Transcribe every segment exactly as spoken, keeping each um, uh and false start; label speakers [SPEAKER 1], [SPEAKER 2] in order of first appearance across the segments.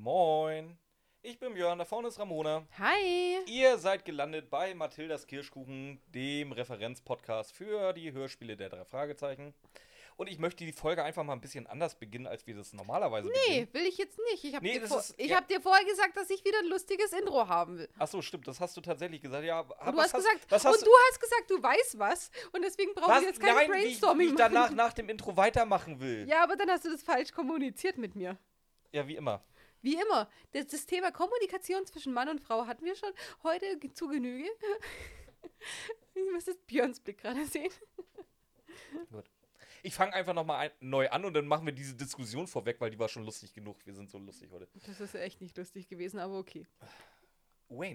[SPEAKER 1] Moin. Ich bin Björn, da vorne ist Ramona.
[SPEAKER 2] Hi.
[SPEAKER 1] Ihr seid gelandet bei Mathildas Kirschkuchen, dem Referenzpodcast für die Hörspiele der drei Fragezeichen. Und ich möchte die Folge einfach mal ein bisschen anders beginnen, als wir das normalerweise
[SPEAKER 2] Nee,
[SPEAKER 1] beginnen.
[SPEAKER 2] will ich jetzt nicht. Ich habe
[SPEAKER 1] Nee,
[SPEAKER 2] dir,
[SPEAKER 1] das
[SPEAKER 2] vor
[SPEAKER 1] ist-
[SPEAKER 2] ich
[SPEAKER 1] ja.
[SPEAKER 2] hab dir vorher gesagt, dass ich wieder ein lustiges Intro haben will.
[SPEAKER 1] Achso, stimmt, das hast du tatsächlich gesagt. Ja,
[SPEAKER 2] Und du hast gesagt,
[SPEAKER 1] was
[SPEAKER 2] und
[SPEAKER 1] hast
[SPEAKER 2] du hast gesagt, du weißt was. Und deswegen brauchen
[SPEAKER 1] was?
[SPEAKER 2] wir jetzt keine
[SPEAKER 1] Nein, wie ich, wie
[SPEAKER 2] Brainstorming
[SPEAKER 1] ich danach
[SPEAKER 2] machen.
[SPEAKER 1] nach dem Intro weitermachen will.
[SPEAKER 2] Ja, aber dann hast du das falsch kommuniziert mit mir.
[SPEAKER 1] Ja, wie immer.
[SPEAKER 2] Wie immer. Das, das Thema Kommunikation zwischen Mann und Frau hatten wir schon heute ge- zu Genüge. Ich muss jetzt Björns Blick gerade sehen.
[SPEAKER 1] Gut. Ich fange einfach nochmal neu an und dann machen wir diese Diskussion vorweg, weil die war schon lustig genug. Wir sind so lustig heute.
[SPEAKER 2] Das ist echt nicht lustig gewesen, aber okay.
[SPEAKER 1] Wayne.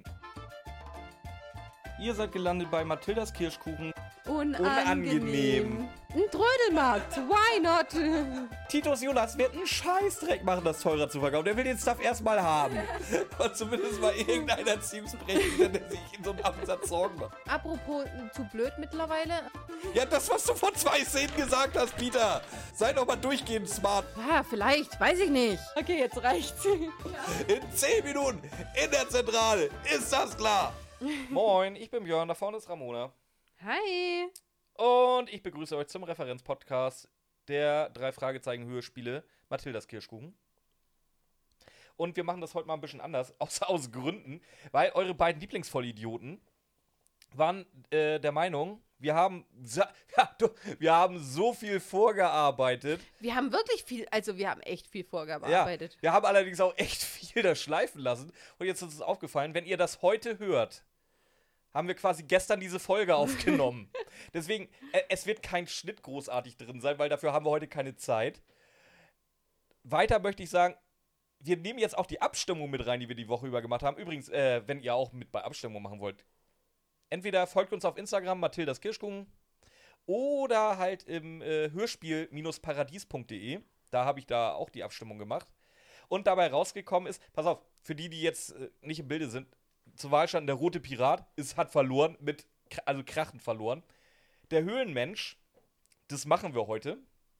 [SPEAKER 1] Ihr seid gelandet bei Mathildas Kirschkuchen.
[SPEAKER 2] Unangenehm.
[SPEAKER 1] Unangenehm.
[SPEAKER 2] Ein Trödelmarkt. Why not?
[SPEAKER 1] Titus Jonas wird einen Scheißdreck machen, das teurer zu verkaufen. Der will den Stuff erstmal haben. Und zumindest mal irgendeiner Teams brechen, wenn der sich in so einem Absatz Sorgen macht.
[SPEAKER 2] Apropos zu blöd mittlerweile.
[SPEAKER 1] Ja, das, was du vor zwei Szenen gesagt hast, Peter. Sei doch mal durchgehend smart.
[SPEAKER 2] Ja, vielleicht, weiß ich nicht. Okay, jetzt reicht's.
[SPEAKER 1] In zehn Minuten in der Zentrale. Ist das klar? Moin, ich bin Björn, da vorne ist Ramona.
[SPEAKER 2] Hi.
[SPEAKER 1] Und ich begrüße euch zum Referenzpodcast der drei Fragezeichen Hörspiele Mathildas Kirschkuchen. Und wir machen das heute mal ein bisschen anders, aus, aus Gründen, weil eure beiden Lieblingsvollidioten waren äh, der Meinung, wir haben, sa- ja, du, wir haben so viel vorgearbeitet.
[SPEAKER 2] Wir haben wirklich viel, also wir haben echt viel Vorgabe
[SPEAKER 1] Ja,
[SPEAKER 2] gearbeitet.
[SPEAKER 1] wir haben allerdings auch echt viel da schleifen lassen. Und jetzt ist uns aufgefallen, wenn ihr das heute hört, haben wir quasi gestern diese Folge aufgenommen. Deswegen, äh, es wird kein Schnitt großartig drin sein, weil dafür haben wir heute keine Zeit. Weiter möchte ich sagen, wir nehmen jetzt auch die Abstimmung mit rein, die wir die Woche über gemacht haben. Übrigens, äh, wenn ihr auch mit bei Abstimmung machen wollt, entweder folgt uns auf Instagram, Mathildas Kirschkuchen, oder halt im äh, hörspiel-paradies punkt de. Da habe ich da auch die Abstimmung gemacht. Und dabei rausgekommen ist, pass auf, für die, die jetzt äh, nicht im Bilde sind, zur Wahl stand der rote Pirat, ist, hat verloren, mit, also krachend verloren. Der Höhlenmensch, das machen wir heute.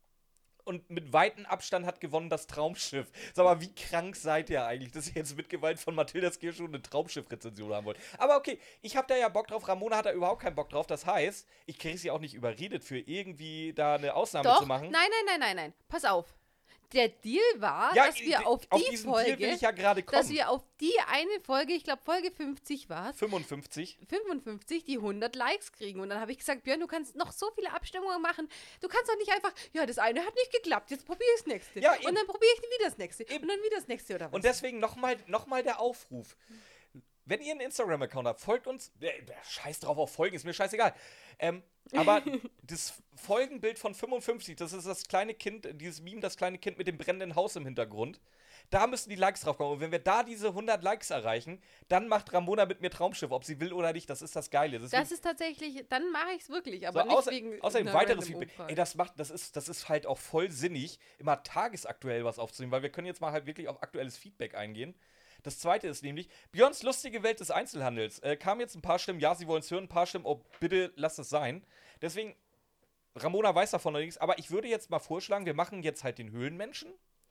[SPEAKER 1] Und mit weitem Abstand hat gewonnen das Traumschiff. Sag mal, wie krank seid ihr eigentlich, dass ihr jetzt mit Gewalt von Mathildas Kirschkuchen eine Traumschiff-Rezension haben wollt? Aber okay, ich hab da ja Bock drauf, Ramona hat da überhaupt keinen Bock drauf. Das heißt, ich kriege sie auch nicht überredet, für irgendwie da eine Ausnahme
[SPEAKER 2] Doch,
[SPEAKER 1] zu machen.
[SPEAKER 2] nein, nein, nein, nein, nein. Pass auf. Der Deal war,
[SPEAKER 1] Ja,
[SPEAKER 2] dass wir
[SPEAKER 1] d-
[SPEAKER 2] auf
[SPEAKER 1] auf
[SPEAKER 2] die
[SPEAKER 1] diesen
[SPEAKER 2] Folge,
[SPEAKER 1] Deal will ich ja gerade kommen.
[SPEAKER 2] dass wir auf die eine Folge, ich glaube Folge fünfzig war es,
[SPEAKER 1] fünfundfünfzig.
[SPEAKER 2] fünfundfünfzig, die hundert Likes kriegen. Und dann habe ich gesagt, Björn, du kannst noch so viele Abstimmungen machen. Du kannst doch nicht einfach, ja, das eine hat nicht geklappt, jetzt probiere ich das nächste.
[SPEAKER 1] Ja, eben.
[SPEAKER 2] Und dann probiere ich wieder das nächste.
[SPEAKER 1] Eben.
[SPEAKER 2] Und dann wieder das nächste oder was.
[SPEAKER 1] Und deswegen nochmal noch mal der Aufruf. Wenn ihr einen Instagram-Account habt, folgt uns. Äh, scheiß drauf auf Folgen, ist mir scheißegal. Ähm, aber das Folgenbild von fünfundfünfzig, das ist das kleine Kind, dieses Meme, das kleine Kind mit dem brennenden Haus im Hintergrund. Da müssen die Likes drauf kommen. Und wenn wir da diese hundert Likes erreichen, dann macht Ramona mit mir Traumschiff, ob sie will oder nicht. Das ist das Geile. Deswegen,
[SPEAKER 2] das ist tatsächlich, dann mache ich es wirklich, aber
[SPEAKER 1] so,
[SPEAKER 2] nicht
[SPEAKER 1] außer,
[SPEAKER 2] wegen
[SPEAKER 1] außerdem
[SPEAKER 2] einer
[SPEAKER 1] weiteres
[SPEAKER 2] random
[SPEAKER 1] Feedback.
[SPEAKER 2] Umfrage.
[SPEAKER 1] Ey, das macht, das ist, das ist halt auch voll sinnig, immer tagesaktuell was aufzunehmen, weil wir können jetzt mal halt wirklich auf aktuelles Feedback eingehen. Das zweite ist nämlich, Björns lustige Welt des Einzelhandels. Äh, kam jetzt ein paar Stimmen, ja, sie wollen es hören, ein paar Stimmen, oh, bitte lass es sein. Deswegen, Ramona weiß davon noch nichts, aber ich würde jetzt mal vorschlagen, wir machen jetzt halt den Höhlenmenschen.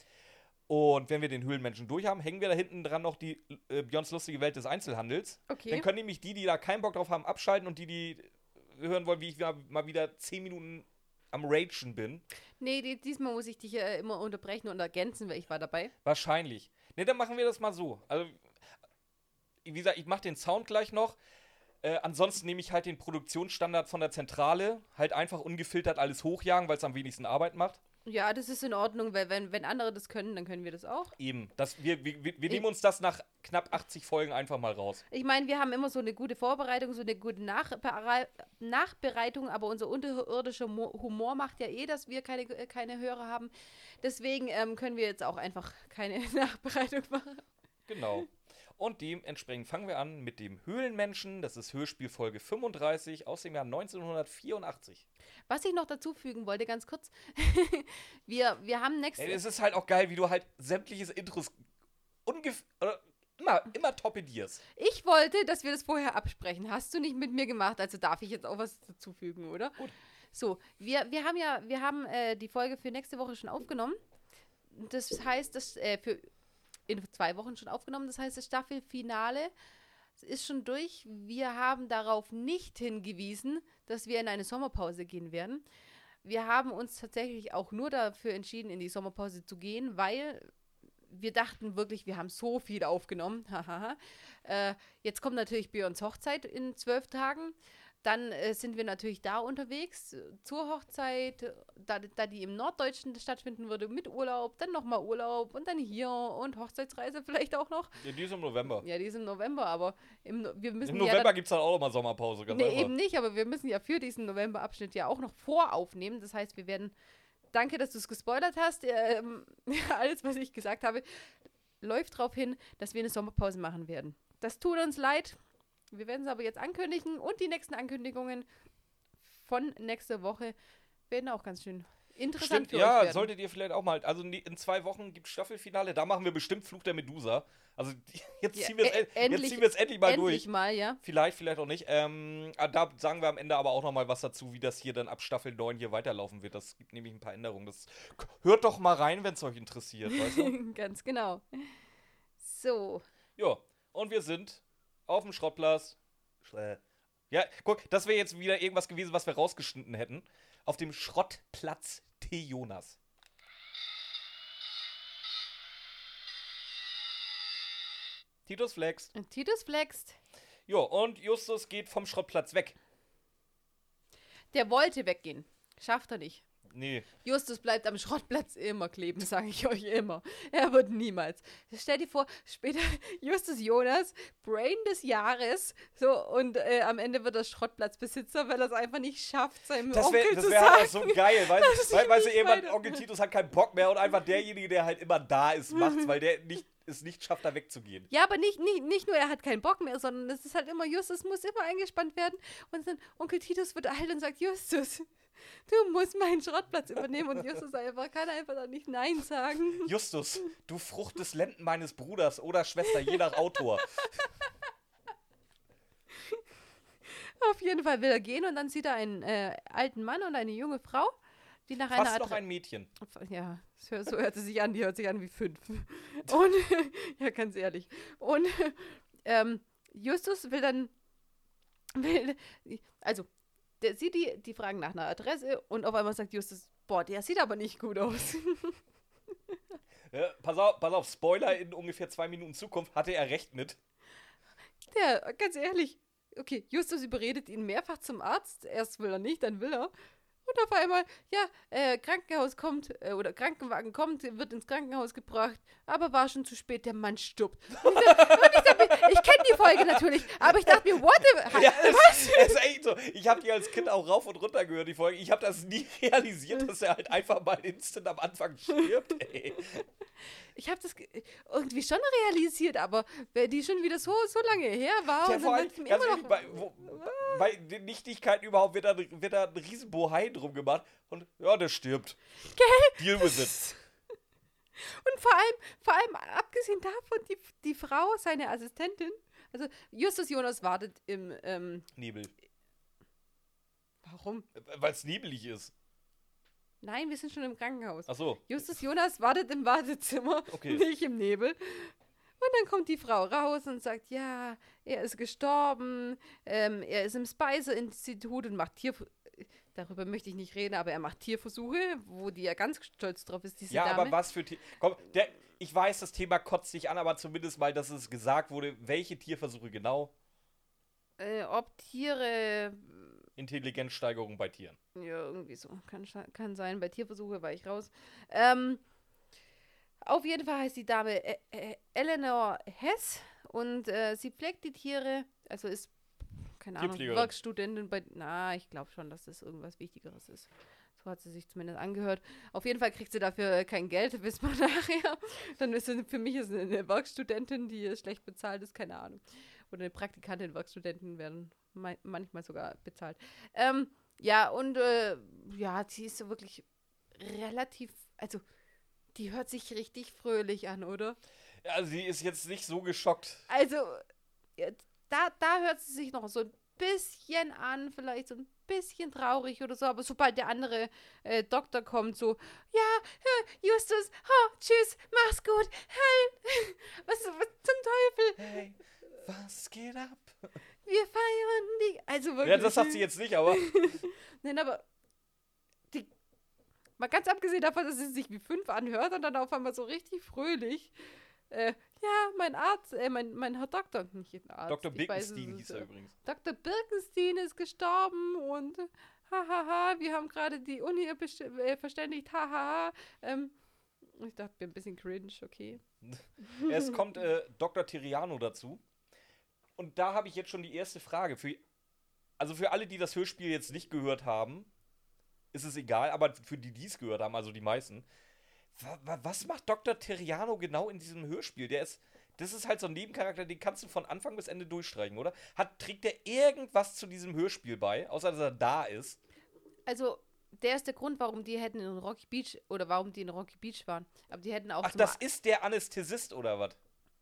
[SPEAKER 1] Und wenn wir den Höhlenmenschen durch haben, hängen wir da hinten dran noch die äh, Björns lustige Welt des Einzelhandels.
[SPEAKER 2] Okay.
[SPEAKER 1] Dann können nämlich die, die da keinen Bock drauf haben, abschalten und die, die hören wollen, wie ich mal wieder zehn Minuten am Ragen bin.
[SPEAKER 2] Nee, die, diesmal muss ich dich äh, immer unterbrechen und ergänzen, weil ich war dabei.
[SPEAKER 1] Wahrscheinlich. Ne, dann machen wir das mal so. Also, wie gesagt, ich mache den Sound gleich noch. Äh, ansonsten nehme ich halt den Produktionsstandard von der Zentrale. Halt einfach ungefiltert alles hochjagen, weil es am wenigsten Arbeit macht.
[SPEAKER 2] Ja, das ist in Ordnung, weil wenn, wenn andere das können, dann können wir das auch.
[SPEAKER 1] Eben. Das, wir wir, wir
[SPEAKER 2] Ich-
[SPEAKER 1] nehmen uns das nach knapp achtzig Folgen einfach mal raus.
[SPEAKER 2] Ich meine, wir haben immer so eine gute Vorbereitung, so eine gute Nachbere Nachbereitung, aber unser unterirdischer Mo Humor macht ja eh, dass wir keine, äh, keine Hörer haben. Deswegen ähm, können wir jetzt auch einfach keine Nachbereitung machen.
[SPEAKER 1] Genau. Und dementsprechend fangen wir an mit dem Höhlenmenschen. Das ist Hörspiel Folge fünfunddreißig aus dem Jahr neunzehnhundertvierundachtzig.
[SPEAKER 2] Was ich noch dazu fügen wollte, ganz kurz. wir, wir haben
[SPEAKER 1] Ey,
[SPEAKER 2] nächstes...
[SPEAKER 1] es ist halt auch geil, wie du halt sämtliches Intros ungef oder immer, immer torpedierst.
[SPEAKER 2] Ich wollte, dass wir das vorher absprechen. Hast du nicht mit mir gemacht, also darf ich jetzt auch was dazufügen, oder?
[SPEAKER 1] Gut.
[SPEAKER 2] So, wir, wir haben ja, wir haben äh, die Folge für nächste Woche schon aufgenommen. Das heißt, dass äh, für in zwei Wochen schon aufgenommen. Das heißt, das Staffelfinale ist schon durch. Wir haben darauf nicht hingewiesen, dass wir in eine Sommerpause gehen werden. Wir haben uns tatsächlich auch nur dafür entschieden, in die Sommerpause zu gehen, weil wir dachten wirklich, wir haben so viel aufgenommen. äh, jetzt kommt natürlich Björns Hochzeit in zwölf Tagen. Dann äh, sind wir natürlich da unterwegs äh, zur Hochzeit, da, da die im Norddeutschen stattfinden würde, mit Urlaub, dann nochmal Urlaub und dann hier und Hochzeitsreise vielleicht auch noch.
[SPEAKER 1] Ja, die ist im November.
[SPEAKER 2] Ja, die ist im November, aber im, No- wir müssen
[SPEAKER 1] Im
[SPEAKER 2] ja
[SPEAKER 1] November
[SPEAKER 2] dann,
[SPEAKER 1] gibt es dann auch nochmal Sommerpause, ganz
[SPEAKER 2] nee,
[SPEAKER 1] einfach.
[SPEAKER 2] eben nicht, aber wir müssen ja für diesen Novemberabschnitt ja auch noch voraufnehmen. Das heißt, wir werden, danke, dass du es gespoilert hast, ähm, alles, was ich gesagt habe, läuft darauf hin, dass wir eine Sommerpause machen werden. Das tut uns leid. Wir werden es aber jetzt ankündigen und die nächsten Ankündigungen von nächster Woche werden auch ganz schön interessant
[SPEAKER 1] Stimmt,
[SPEAKER 2] für euch
[SPEAKER 1] ja,
[SPEAKER 2] werden.
[SPEAKER 1] solltet ihr vielleicht auch mal. Also in in zwei Wochen gibt es Staffelfinale, da machen wir bestimmt Fluch der Medusa. Also die- jetzt
[SPEAKER 2] Ja,
[SPEAKER 1] ziehen wir es
[SPEAKER 2] e-
[SPEAKER 1] jetzt
[SPEAKER 2] endlich-
[SPEAKER 1] ziehen wir es endlich mal
[SPEAKER 2] Endlich
[SPEAKER 1] durch.
[SPEAKER 2] mal, ja.
[SPEAKER 1] Vielleicht, vielleicht auch nicht. Ähm, ah, da sagen wir am Ende aber auch nochmal was dazu, wie das hier dann ab Staffel neun hier weiterlaufen wird. Das gibt nämlich ein paar Änderungen. Das hört doch mal rein, wenn es euch interessiert, weißt du?
[SPEAKER 2] Ganz genau. So.
[SPEAKER 1] Ja, und wir sind auf dem Schrottplatz. Schle- Ja, guck, das wäre jetzt wieder irgendwas gewesen, was wir rausgeschnitten hätten. Auf dem Schrottplatz T. Jonas. Titus flext.
[SPEAKER 2] Und Titus flext.
[SPEAKER 1] Jo, und Justus geht vom Schrottplatz weg.
[SPEAKER 2] Der wollte weggehen. Schafft er nicht.
[SPEAKER 1] Nee.
[SPEAKER 2] Justus bleibt am Schrottplatz immer kleben, sage ich euch immer. Er wird niemals. Stell dir vor, später Justus Jonas, Brain des Jahres, so, und äh, am Ende wird er Schrottplatzbesitzer, weil er es einfach nicht schafft, seinem
[SPEAKER 1] Das
[SPEAKER 2] Onkel
[SPEAKER 1] wäre das
[SPEAKER 2] zu
[SPEAKER 1] wär
[SPEAKER 2] sagen.
[SPEAKER 1] auch so geil, weil,
[SPEAKER 2] dass
[SPEAKER 1] weil
[SPEAKER 2] ich
[SPEAKER 1] weißt du,
[SPEAKER 2] nicht
[SPEAKER 1] irgendwann
[SPEAKER 2] weiter-
[SPEAKER 1] Onkel Titus hat keinen Bock mehr und einfach derjenige, der halt immer da ist, macht's, weil der nicht, es nicht schafft, da wegzugehen.
[SPEAKER 2] Ja, aber nicht, nicht, nicht nur, er hat keinen Bock mehr, sondern es ist halt immer, Justus muss immer eingespannt werden. Und dann Onkel Titus wird alt und sagt, Justus, du musst meinen Schrottplatz übernehmen. Und Justus einfach, kann einfach dann nicht Nein sagen.
[SPEAKER 1] Justus, du Frucht des Lenden meines Bruders oder Schwester, je nach Autor.
[SPEAKER 2] Auf jeden Fall will er gehen und dann sieht er einen äh, alten Mann und eine junge Frau, die nach einer
[SPEAKER 1] Fast noch
[SPEAKER 2] Adre-
[SPEAKER 1] ein Mädchen.
[SPEAKER 2] Ja, so, so hört sie sich an, die hört sich an wie fünf. Und, ja, ganz ehrlich. Und ähm, Justus will dann, will, also, der sieht die, die fragen nach einer Adresse und auf einmal sagt Justus, boah, der sieht aber nicht gut aus.
[SPEAKER 1] Ja, pass auf, pass auf, Spoiler, in ungefähr zwei Minuten Zukunft hatte er recht mit.
[SPEAKER 2] Der, ganz ehrlich, okay, Justus überredet ihn mehrfach zum Arzt. Erst will er nicht, dann will er. Und auf einmal, ja, äh, Krankenhaus kommt, äh, oder Krankenwagen kommt, wird ins Krankenhaus gebracht, aber war schon zu spät, der Mann stirbt. Und ich, sag, und ich, sag mir, ich kenne die Folge natürlich, aber ich dachte mir, what the,
[SPEAKER 1] Ja,
[SPEAKER 2] was?
[SPEAKER 1] es, es ist echt so. Ich habe die als Kind auch rauf und runter gehört, die Folge. Ich habe das nie realisiert, dass er halt einfach mal instant am Anfang stirbt, ey.
[SPEAKER 2] Ich habe das ge- irgendwie schon realisiert, aber wenn die schon wieder so, so lange her war
[SPEAKER 1] Ja,
[SPEAKER 2] und
[SPEAKER 1] vor
[SPEAKER 2] dann
[SPEAKER 1] allem,
[SPEAKER 2] dachte ich mir
[SPEAKER 1] ganz
[SPEAKER 2] immer
[SPEAKER 1] ehrlich,
[SPEAKER 2] noch,
[SPEAKER 1] bei, wo, bei den Nichtigkeiten überhaupt wird da, wird da ein riesen Bohai drum gemacht und ja, der stirbt. Deal with it.
[SPEAKER 2] und vor allem, vor allem abgesehen davon, die, die Frau, seine Assistentin, also Justus Jonas wartet im, ähm,
[SPEAKER 1] Nebel.
[SPEAKER 2] warum?
[SPEAKER 1] Weil es nebelig ist.
[SPEAKER 2] Nein, wir sind schon im Krankenhaus.
[SPEAKER 1] Ach so.
[SPEAKER 2] Justus Jonas wartet im Wartezimmer,
[SPEAKER 1] Okay.
[SPEAKER 2] nicht im Nebel. Und dann kommt die Frau raus und sagt, ja, er ist gestorben, ähm, er ist im Spicer-Institut und macht Tier... Darüber möchte ich nicht reden, aber er macht Tierversuche, wo die ja ganz stolz drauf ist, diese
[SPEAKER 1] Ja,
[SPEAKER 2] Dame.
[SPEAKER 1] aber was für Tier. Komm, der, ich weiß, das Thema kotzt dich an, aber zumindest mal, dass es gesagt wurde, welche Tierversuche genau.
[SPEAKER 2] Äh, ob Tiere...
[SPEAKER 1] Intelligenzsteigerung bei Tieren.
[SPEAKER 2] Ja, irgendwie so. Kann, scha- kann sein. Bei Tierversuche war ich raus. Ähm, auf jeden Fall heißt die Dame äh, äh, Eleanor Hess und äh, sie pflegt die Tiere, also ist, keine Ahnung,
[SPEAKER 1] Tierpflegerin.
[SPEAKER 2] Werkstudentin bei, na, ich glaube schon, dass das irgendwas Wichtigeres ist. So hat sie sich zumindest angehört. Auf jeden Fall kriegt sie dafür äh, kein Geld, wissen wir nachher. Dann ist sie, für mich ist sie eine Werkstudentin, die äh, schlecht bezahlt ist, keine Ahnung. Oder eine Praktikantin, Werkstudenten werden ma- manchmal sogar bezahlt. Ähm, ja, und äh, ja, sie ist so wirklich relativ, also die hört sich richtig fröhlich an, oder?
[SPEAKER 1] Ja, sie ist jetzt nicht so geschockt.
[SPEAKER 2] Also, ja, da, da hört sie sich noch so ein bisschen an, vielleicht so ein bisschen traurig oder so, aber sobald der andere äh, Doktor kommt, so, ja, äh, Justus, oh, tschüss, mach's gut, hey. Also wirklich.
[SPEAKER 1] Ja, das sagt sie jetzt nicht, aber...
[SPEAKER 2] Nein, aber die, mal ganz abgesehen davon, dass sie sich wie fünf anhört und dann auf einmal so richtig fröhlich. Äh, ja, mein Arzt, äh, mein, mein Herr Doktor, nicht ein Arzt.
[SPEAKER 1] Doktor
[SPEAKER 2] ich weiß,
[SPEAKER 1] Birkenstein
[SPEAKER 2] es
[SPEAKER 1] hieß
[SPEAKER 2] ist,
[SPEAKER 1] er
[SPEAKER 2] äh,
[SPEAKER 1] übrigens.
[SPEAKER 2] Doktor Birkenstein ist gestorben und hahaha, wir haben gerade die Uni best- äh, verständigt, hahaha. Ähm, ich dachte mir ein bisschen cringe, okay.
[SPEAKER 1] Es kommt äh, Doktor Tiriano dazu. Und da habe ich jetzt schon die erste Frage. Für, also für alle, die das Hörspiel jetzt nicht gehört haben, ist es egal, aber für die, die es gehört haben, also die meisten, wa, wa, was macht Doktor Tiriano genau in diesem Hörspiel? Der ist, das ist halt so ein Nebencharakter, den kannst du von Anfang bis Ende durchstreichen, oder? Hat, trägt der irgendwas zu diesem Hörspiel bei, außer dass er da ist?
[SPEAKER 2] Also, der ist der Grund, warum die hätten in Rocky Beach, oder warum die in Rocky Beach waren. Aber die hätten auch
[SPEAKER 1] Ach,
[SPEAKER 2] zum
[SPEAKER 1] das ist der Anästhesist, oder was?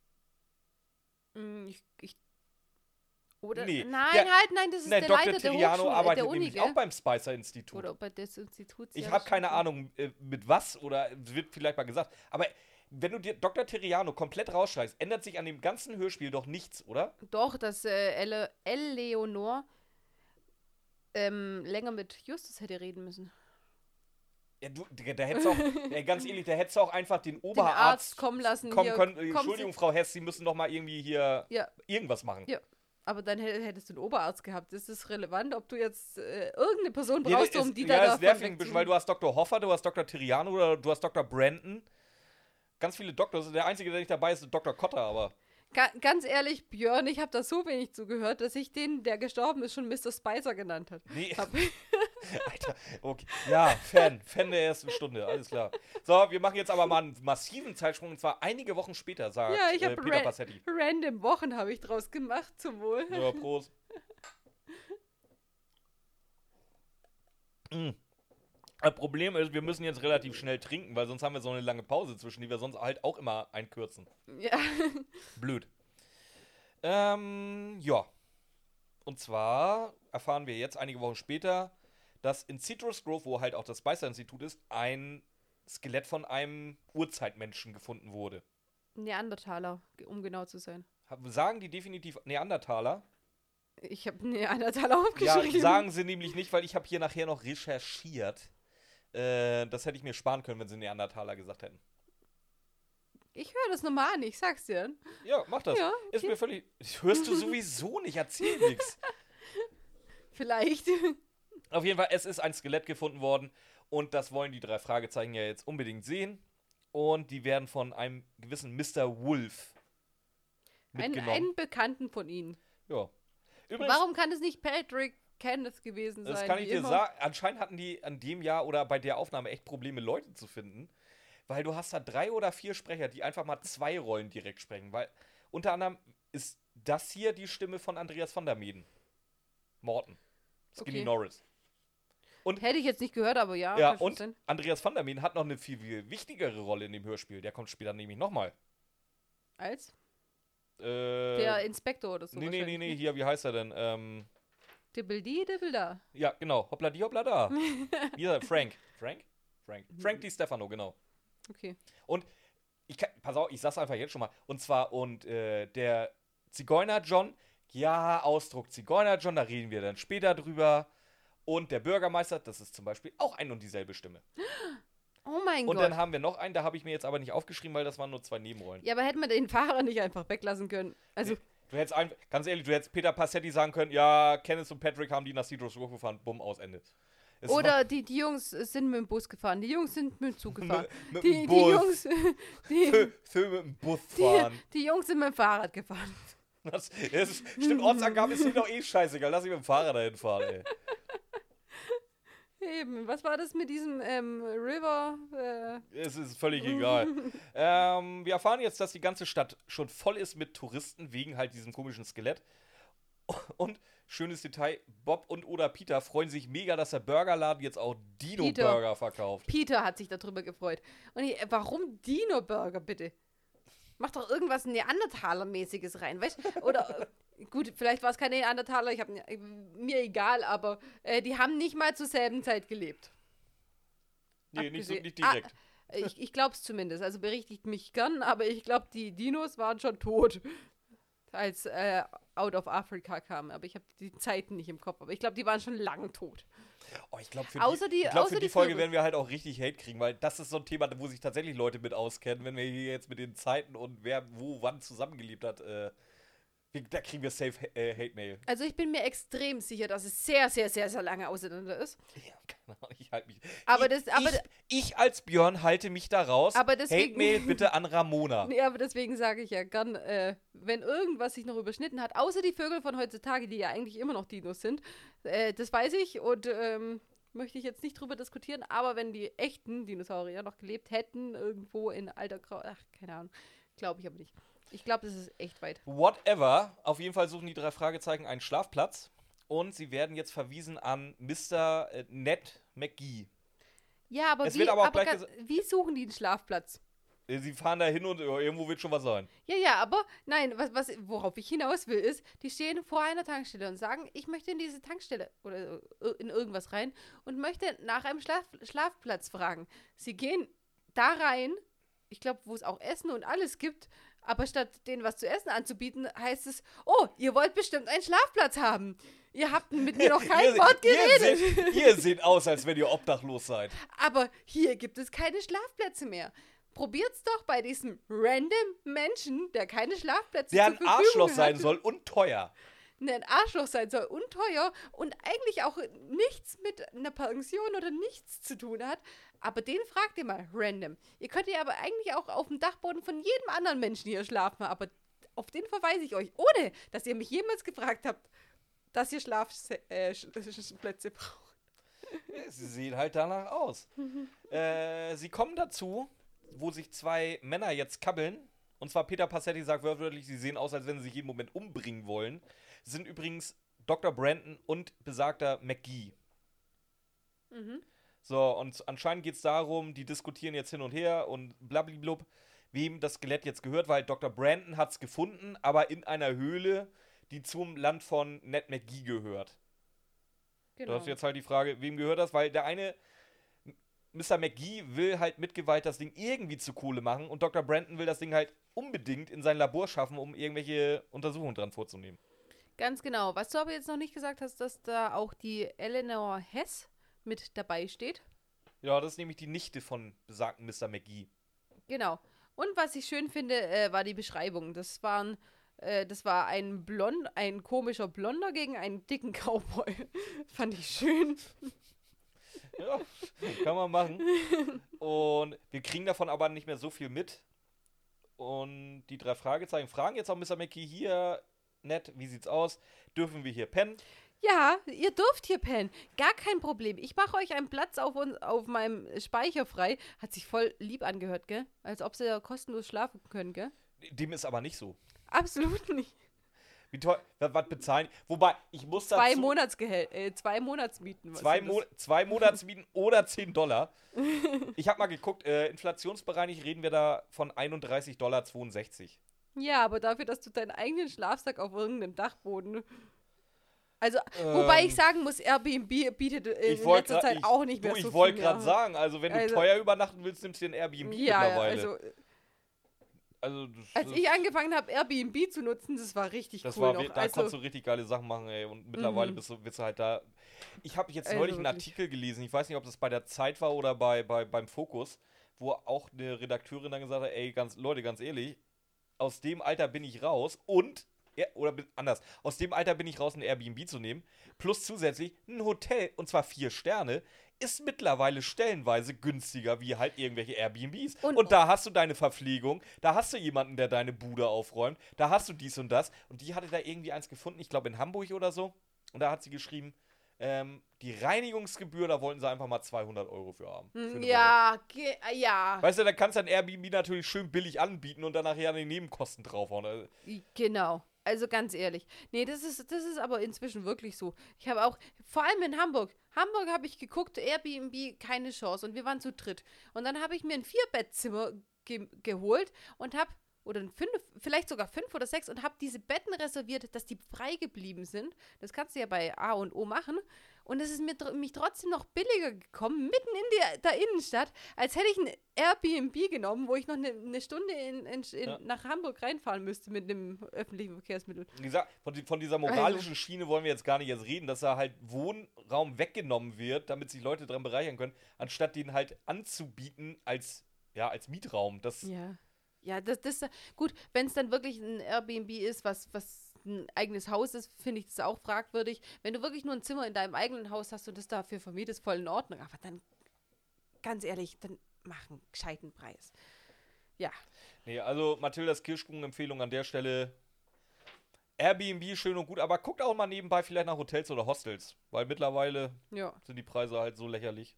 [SPEAKER 2] Mm, Ich, ich, oder?
[SPEAKER 1] Nee,
[SPEAKER 2] Nein,
[SPEAKER 1] der-
[SPEAKER 2] halt, nein, das ist
[SPEAKER 1] Nein,
[SPEAKER 2] der
[SPEAKER 1] Doktor
[SPEAKER 2] Leiter der
[SPEAKER 1] Tiriano
[SPEAKER 2] Hochschule, äh,
[SPEAKER 1] arbeitet
[SPEAKER 2] der Uni,
[SPEAKER 1] nämlich
[SPEAKER 2] gell?
[SPEAKER 1] auch beim Spicer-Institut.
[SPEAKER 2] Oder bei des Instituts.
[SPEAKER 1] Ich
[SPEAKER 2] ja,
[SPEAKER 1] habe
[SPEAKER 2] das
[SPEAKER 1] keine
[SPEAKER 2] stimmt.
[SPEAKER 1] Ahnung, äh, mit was, oder es wird vielleicht mal gesagt. Aber wenn du dir Doktor Tiriano komplett rausschreibst, ändert sich an dem ganzen Hörspiel doch nichts, oder?
[SPEAKER 2] Doch, dass äh, Elle, Eleonor ähm, länger mit Justus hätte reden müssen.
[SPEAKER 1] Ja, du, da, da hättest du auch, ey, ganz ehrlich, da hättest du auch einfach den
[SPEAKER 2] Den
[SPEAKER 1] Oberarzt
[SPEAKER 2] Arzt kommen lassen.
[SPEAKER 1] kommen
[SPEAKER 2] hier,
[SPEAKER 1] können. Äh,
[SPEAKER 2] kommen
[SPEAKER 1] Entschuldigung,
[SPEAKER 2] Sie-
[SPEAKER 1] Frau Hess, Sie müssen doch mal irgendwie hier
[SPEAKER 2] Ja.
[SPEAKER 1] irgendwas machen.
[SPEAKER 2] Ja. Aber dann hä- hättest du einen Oberarzt gehabt. Ist das relevant, ob du jetzt äh, irgendeine Person
[SPEAKER 1] Ja,
[SPEAKER 2] brauchst,
[SPEAKER 1] das
[SPEAKER 2] um
[SPEAKER 1] ist-
[SPEAKER 2] die
[SPEAKER 1] ja,
[SPEAKER 2] da
[SPEAKER 1] das nervt
[SPEAKER 2] davon
[SPEAKER 1] mich ein bisschen,
[SPEAKER 2] wegzunehmen?
[SPEAKER 1] weil du hast Doktor Hoffer, du hast Doktor Tiriano oder du hast Doktor Brandon. Ganz viele Doktor. Der einzige, der nicht dabei ist, ist Doktor Cotter, aber.
[SPEAKER 2] Ga ganz ehrlich, Björn, ich habe da so wenig zugehört, dass ich den, der gestorben ist, schon Mister Spicer genannt hat.
[SPEAKER 1] Nee.
[SPEAKER 2] Hab-
[SPEAKER 1] Alter, okay. Ja, Fan. Fan der ersten Stunde, alles klar. So, wir machen jetzt aber mal einen massiven Zeitsprung, und zwar einige Wochen später, sagt
[SPEAKER 2] Ja, ich
[SPEAKER 1] äh,
[SPEAKER 2] habe
[SPEAKER 1] Peter
[SPEAKER 2] ra
[SPEAKER 1] Passetti.
[SPEAKER 2] random Wochen habe ich draus gemacht, zum Wohl.
[SPEAKER 1] Ja, Prost. Mm. Das Problem ist, wir müssen jetzt relativ schnell trinken, weil sonst haben wir so eine lange Pause zwischen, die wir sonst halt auch immer einkürzen.
[SPEAKER 2] Ja.
[SPEAKER 1] Blöd. Ähm, ja. Und zwar erfahren wir jetzt einige Wochen später, dass in Citrus Grove, wo halt auch das Spicer-Institut ist, ein Skelett von einem Urzeitmenschen gefunden wurde.
[SPEAKER 2] Neandertaler, um genau zu sein.
[SPEAKER 1] Hab- Sagen die definitiv Neandertaler?
[SPEAKER 2] Ich habe Neandertaler
[SPEAKER 1] Ja,
[SPEAKER 2] aufgeschrieben.
[SPEAKER 1] sagen sie nämlich nicht, weil ich habe hier nachher noch recherchiert. Äh, das hätte ich mir sparen können, wenn sie Neandertaler gesagt hätten.
[SPEAKER 2] Ich höre das nochmal an, ich sag's dir.
[SPEAKER 1] Ja, mach das.
[SPEAKER 2] Ja,
[SPEAKER 1] Ist
[SPEAKER 2] okay.
[SPEAKER 1] mir völlig. Das hörst du sowieso nicht, erzähl nix.
[SPEAKER 2] Vielleicht.
[SPEAKER 1] Auf jeden Fall, es ist ein Skelett gefunden worden und das wollen die drei Fragezeichen ja jetzt unbedingt sehen. Und die werden von einem gewissen Mister Wolf
[SPEAKER 2] Ein,
[SPEAKER 1] mitgenommen.
[SPEAKER 2] einen Bekannten von ihnen.
[SPEAKER 1] Ja. Übrigens,
[SPEAKER 2] Warum kann es nicht Patrick Kenneth gewesen sein?
[SPEAKER 1] das kann
[SPEAKER 2] wie
[SPEAKER 1] ich dir
[SPEAKER 2] immer?
[SPEAKER 1] sagen, anscheinend hatten die an dem Jahr oder bei der Aufnahme echt Probleme, Leute zu finden. Weil du hast da drei oder vier Sprecher, die einfach mal zwei Rollen direkt sprechen. Weil unter anderem ist das hier die Stimme von Andreas van der Meeden. Morten. Skinny
[SPEAKER 2] Okay.
[SPEAKER 1] Norris.
[SPEAKER 2] Hätte ich jetzt nicht gehört, aber ja.
[SPEAKER 1] Ja,
[SPEAKER 2] kann schon
[SPEAKER 1] und
[SPEAKER 2] sein.
[SPEAKER 1] Andreas van der Meeden hat noch eine viel, viel wichtigere Rolle in dem Hörspiel. Der kommt später nämlich nochmal.
[SPEAKER 2] Als?
[SPEAKER 1] Äh,
[SPEAKER 2] Der Inspektor oder so.
[SPEAKER 1] nee, nee, nee,
[SPEAKER 2] wahrscheinlich,
[SPEAKER 1] nee,
[SPEAKER 2] ne?
[SPEAKER 1] hier, wie heißt er denn? Ähm,
[SPEAKER 2] Dibbeldi, Dibbelda.
[SPEAKER 1] ja, genau. Hoppla die, hoppla da. Wie heißt er? Frank. Frank? Frank. Frank Di Stefano, genau.
[SPEAKER 2] Okay.
[SPEAKER 1] Und ich kann, pass auf, ich sag's einfach jetzt schon mal. Und zwar, und äh, der Zigeuner John, ja, Ausdruck Zigeuner John, da reden wir dann später drüber. Und der Bürgermeister, das ist zum Beispiel auch ein und dieselbe Stimme.
[SPEAKER 2] Oh mein
[SPEAKER 1] Und
[SPEAKER 2] Gott.
[SPEAKER 1] dann haben wir noch einen, da habe ich mir jetzt aber nicht aufgeschrieben, weil das waren nur zwei Nebenrollen.
[SPEAKER 2] Ja, aber hätten wir den Fahrer nicht einfach weglassen können. Also,
[SPEAKER 1] Du hättest einfach, ganz ehrlich, du hättest Peter Passetti sagen können, ja, Kenneth und Patrick haben die nach Citrus Grove gefahren, bumm, aus Ende. Es war-
[SPEAKER 2] oder die, die Jungs sind mit dem Bus gefahren, die Jungs sind mit dem Zug gefahren.
[SPEAKER 1] mit
[SPEAKER 2] Die,
[SPEAKER 1] dem
[SPEAKER 2] die
[SPEAKER 1] Bus.
[SPEAKER 2] Jungs, die,
[SPEAKER 1] Für, für mit dem Bus fahren.
[SPEAKER 2] die, die Jungs sind mit dem Fahrrad gefahren.
[SPEAKER 1] Das, das ist, stimmt, Ortsangabe ist mir doch eh scheißegal. Lass mich mit dem Fahrrad dahin fahren, ey.
[SPEAKER 2] Eben, was war das mit diesem ähm, River? Äh,
[SPEAKER 1] Es ist völlig egal. ähm, wir erfahren jetzt, dass die ganze Stadt schon voll ist mit Touristen, wegen halt diesem komischen Skelett. Und, schönes Detail, Bob und oder Peter freuen sich mega, dass der Burgerladen jetzt auch Dino-Burger verkauft.
[SPEAKER 2] Peter hat sich darüber gefreut. Und ich, warum Dino-Burger, bitte? Mach doch irgendwas Neandertaler-mäßiges rein, weißt du? Oder, äh, gut, vielleicht war es kein Neandertaler, ich hab, äh, mir egal, aber äh, die haben nicht mal zur selben Zeit gelebt.
[SPEAKER 1] Nee, nicht, so,
[SPEAKER 2] Abgesehen-
[SPEAKER 1] nicht direkt.
[SPEAKER 2] Ah, ich ich glaub's zumindest, also berichtigt mich gern, aber ich glaube, die Dinos waren schon tot. als äh, Out of Africa kam. Aber ich habe die Zeiten nicht im Kopf. Aber ich glaube, die waren schon lang tot.
[SPEAKER 1] Oh, ich glaube, für
[SPEAKER 2] Außer
[SPEAKER 1] die,
[SPEAKER 2] die-
[SPEAKER 1] ich glaub,
[SPEAKER 2] außer
[SPEAKER 1] für die
[SPEAKER 2] die
[SPEAKER 1] Folge
[SPEAKER 2] Vögel.
[SPEAKER 1] werden wir halt auch richtig Hate kriegen, weil das ist so ein Thema, wo sich tatsächlich Leute mit auskennen, wenn wir hier jetzt mit den Zeiten und wer wo wann zusammengelebt hat. Äh, wir- da kriegen wir safe äh, Hate-Mail.
[SPEAKER 2] Also ich bin mir extrem sicher, dass es sehr, sehr, sehr, sehr lange auseinander ist.
[SPEAKER 1] Ja, keine Ahnung, ich halte mich.
[SPEAKER 2] Aber
[SPEAKER 1] ich,
[SPEAKER 2] das- aber
[SPEAKER 1] ich, ich als Björn halte mich da raus.
[SPEAKER 2] Aber deswegen-
[SPEAKER 1] Hate-Mail bitte an Ramona.
[SPEAKER 2] Nee, aber deswegen sage ich ja gern, äh, wenn irgendwas sich noch überschnitten hat, außer die Vögel von heutzutage, die ja eigentlich immer noch Dinos sind, äh, das weiß ich und ähm, möchte ich jetzt nicht drüber diskutieren, aber wenn die echten Dinosaurier noch gelebt hätten, irgendwo in alter Grau, ach, keine Ahnung, glaube ich aber nicht. Ich glaube, das ist echt weit.
[SPEAKER 1] Whatever. Auf jeden Fall suchen die drei Fragezeichen einen Schlafplatz und sie werden jetzt verwiesen an Mister äh, Ned McGee.
[SPEAKER 2] Ja, aber,
[SPEAKER 1] Es
[SPEAKER 2] wie,
[SPEAKER 1] wird aber auch
[SPEAKER 2] aber
[SPEAKER 1] gleich
[SPEAKER 2] ga- wie suchen die einen Schlafplatz?
[SPEAKER 1] Äh, Sie fahren da hin und äh, irgendwo wird schon was sein.
[SPEAKER 2] Ja, ja, aber nein, was, was, worauf ich hinaus will, ist, die stehen vor einer Tankstelle und sagen, ich möchte in diese Tankstelle oder äh, in irgendwas rein und möchte nach einem Schlaf, Schlafplatz fragen. Sie gehen da rein, ich glaube, wo es auch Essen und alles gibt, aber statt denen was zu essen anzubieten, heißt es, oh, ihr wollt bestimmt einen Schlafplatz haben. Ihr habt mit mir noch kein
[SPEAKER 1] ihr,
[SPEAKER 2] Wort
[SPEAKER 1] ihr,
[SPEAKER 2] geredet.
[SPEAKER 1] seht, ihr seht aus, als wenn ihr obdachlos seid.
[SPEAKER 2] Aber hier gibt es keine Schlafplätze mehr. Probiert's doch bei diesem random Menschen, der keine Schlafplätze
[SPEAKER 1] Der
[SPEAKER 2] zur
[SPEAKER 1] ein
[SPEAKER 2] Verfügung
[SPEAKER 1] Arschloch
[SPEAKER 2] hat.
[SPEAKER 1] sein soll und teuer.
[SPEAKER 2] Ne, ein Arschloch sein soll und teuer und eigentlich auch nichts mit einer Pension oder nichts zu tun hat. Aber den fragt ihr mal random. Ihr könnt ja aber eigentlich auch auf dem Dachboden von jedem anderen Menschen hier schlafen, aber auf den verweise ich euch, ohne dass ihr mich jemals gefragt habt, dass ihr Schlafplätze äh, Sch Sch Plätze braucht.
[SPEAKER 1] Sie sehen halt danach aus. äh, sie kommen dazu, wo sich zwei Männer jetzt kabbeln. Und zwar Peter Passetti sagt wörtlich, sie sehen aus, als wenn sie sich jeden Moment umbringen wollen. Sind übrigens Doktor Brandon und besagter McGee.
[SPEAKER 2] Mhm.
[SPEAKER 1] So, und anscheinend geht es darum, die diskutieren jetzt hin und her und blablablub, wem das Skelett jetzt gehört, weil Doktor Brandon hat es gefunden, aber in einer Höhle, die zum Land von Ned McGee gehört.
[SPEAKER 2] Genau.
[SPEAKER 1] Da ist jetzt halt die Frage, wem gehört das? Weil der eine, Mister McGee, will halt mitgeweiht das Ding irgendwie zu Kohle machen und Doktor Brandon will das Ding halt unbedingt in sein Labor schaffen, um irgendwelche Untersuchungen dran vorzunehmen.
[SPEAKER 2] Ganz genau. Was du aber jetzt noch nicht gesagt hast, dass da auch die Eleanor Hess mit dabei steht.
[SPEAKER 1] Ja, das ist nämlich die Nichte von besagten Mister McGee.
[SPEAKER 2] Genau. Und was ich schön finde, äh, war die Beschreibung. Das waren, äh, das war ein blond, ein komischer Blonder gegen einen dicken Cowboy. Fand ich schön.
[SPEAKER 1] Ja, kann man machen. Und wir kriegen davon aber nicht mehr so viel mit. Und die drei Fragezeichen fragen jetzt auch Mister McGee hier, nett, wie sieht's aus? Dürfen wir hier pennen?
[SPEAKER 2] Ja, ihr dürft hier pennen. Gar kein Problem. Ich mache euch einen Platz auf, uns, auf meinem Speicher frei. Hat sich voll lieb angehört, gell? Als ob sie ja kostenlos schlafen können, gell?
[SPEAKER 1] Dem ist aber nicht so.
[SPEAKER 2] Absolut nicht.
[SPEAKER 1] Wie teuer, was, was bezahlen? Wobei, ich muss dazu...
[SPEAKER 2] Zwei Monatsgehäl äh, zwei Monatsmieten. was
[SPEAKER 1] Zwei,
[SPEAKER 2] sind das?
[SPEAKER 1] Mo zwei Monatsmieten oder zehn Dollar. Ich habe mal geguckt, äh, inflationsbereinigt reden wir da von einunddreißig Komma zweiundsechzig Dollar.
[SPEAKER 2] Ja, aber dafür, dass du deinen eigenen Schlafsack auf irgendeinem Dachboden. Also, wobei
[SPEAKER 1] Ähm,
[SPEAKER 2] ich sagen muss, Airbnb bietet in
[SPEAKER 1] Ich wollte
[SPEAKER 2] letzter Zeit
[SPEAKER 1] ich,
[SPEAKER 2] auch nicht mehr
[SPEAKER 1] du,
[SPEAKER 2] so
[SPEAKER 1] ich wollte
[SPEAKER 2] viel
[SPEAKER 1] gerade
[SPEAKER 2] mehr.
[SPEAKER 1] sagen, also wenn du
[SPEAKER 2] Also-
[SPEAKER 1] teuer übernachten willst, nimmst du dir ein Airbnb
[SPEAKER 2] Ja,
[SPEAKER 1] mittlerweile.
[SPEAKER 2] also,
[SPEAKER 1] also das,
[SPEAKER 2] als
[SPEAKER 1] das,
[SPEAKER 2] ich angefangen habe, Airbnb zu nutzen, das war richtig
[SPEAKER 1] das
[SPEAKER 2] cool
[SPEAKER 1] war,
[SPEAKER 2] noch.
[SPEAKER 1] we- da
[SPEAKER 2] Also,
[SPEAKER 1] konntest du richtig geile Sachen machen, ey. Und mittlerweile
[SPEAKER 2] Mhm.
[SPEAKER 1] bist, du, bist du halt da. Ich habe jetzt
[SPEAKER 2] Also
[SPEAKER 1] neulich einen
[SPEAKER 2] wirklich.
[SPEAKER 1] Artikel gelesen, ich weiß nicht, ob das bei der Zeit war oder bei, bei, beim Fokus, wo auch eine Redakteurin dann gesagt hat, ey, ganz, Leute, ganz ehrlich, aus dem Alter bin ich raus und, ja, oder bi- anders, aus dem Alter bin ich raus, ein Airbnb zu nehmen, plus zusätzlich ein Hotel, und zwar vier Sterne, ist mittlerweile stellenweise günstiger wie halt irgendwelche Airbnbs. Und,
[SPEAKER 2] Und-
[SPEAKER 1] da hast du deine Verpflegung, da hast du jemanden, der deine Bude aufräumt, da hast du dies und das. Und die hatte da irgendwie eins gefunden, ich glaube in Hamburg oder so. Und da hat sie geschrieben, ähm, die Reinigungsgebühr, da wollten sie einfach mal zweihundert Euro für haben. Für eine Woche.
[SPEAKER 2] ja, ge- äh, ja,
[SPEAKER 1] Weißt du, da kannst du ein Airbnb natürlich schön billig anbieten und dann nachher die Nebenkosten draufhauen. Also,
[SPEAKER 2] genau. Also ganz ehrlich. Nee, das ist, das ist aber inzwischen wirklich so. Ich habe auch, vor allem in Hamburg, Hamburg habe ich geguckt, Airbnb, keine Chance. Und wir waren zu dritt. Und dann habe ich mir ein Vierbettzimmer ge geholt und habe, oder ein fünf, vielleicht sogar fünf oder sechs, und habe diese Betten reserviert, dass die frei geblieben sind. Das kannst du ja bei A und O machen. Und es ist mir tr- mich trotzdem noch billiger gekommen, mitten in der, der Innenstadt, als hätte ich ein Airbnb genommen, wo ich noch eine, eine Stunde in, in, in,
[SPEAKER 1] Ja.
[SPEAKER 2] nach Hamburg reinfahren müsste mit einem öffentlichen Verkehrsmittel.
[SPEAKER 1] Wie gesagt, von, die- von dieser moralischen Schiene wollen wir jetzt gar nicht jetzt reden, dass da halt Wohnraum weggenommen wird, damit sich Leute dran bereichern können, anstatt den halt anzubieten als, ja, als Mietraum. Das,
[SPEAKER 2] Ja. Ja, das, das gut, wenn es dann wirklich ein Airbnb ist, was, was ein eigenes Haus ist, finde ich das auch fragwürdig. Wenn du wirklich nur ein Zimmer in deinem eigenen Haus hast und das dafür vermietest, voll in Ordnung. Aber dann, ganz ehrlich, dann mach einen gescheiten Preis. Ja.
[SPEAKER 1] Nee, also Mathildas Kirschkuchen-Empfehlung an der Stelle. Airbnb schön und gut, aber guckt auch mal nebenbei vielleicht nach Hotels oder Hostels, weil mittlerweile
[SPEAKER 2] Ja.
[SPEAKER 1] sind die Preise halt so lächerlich.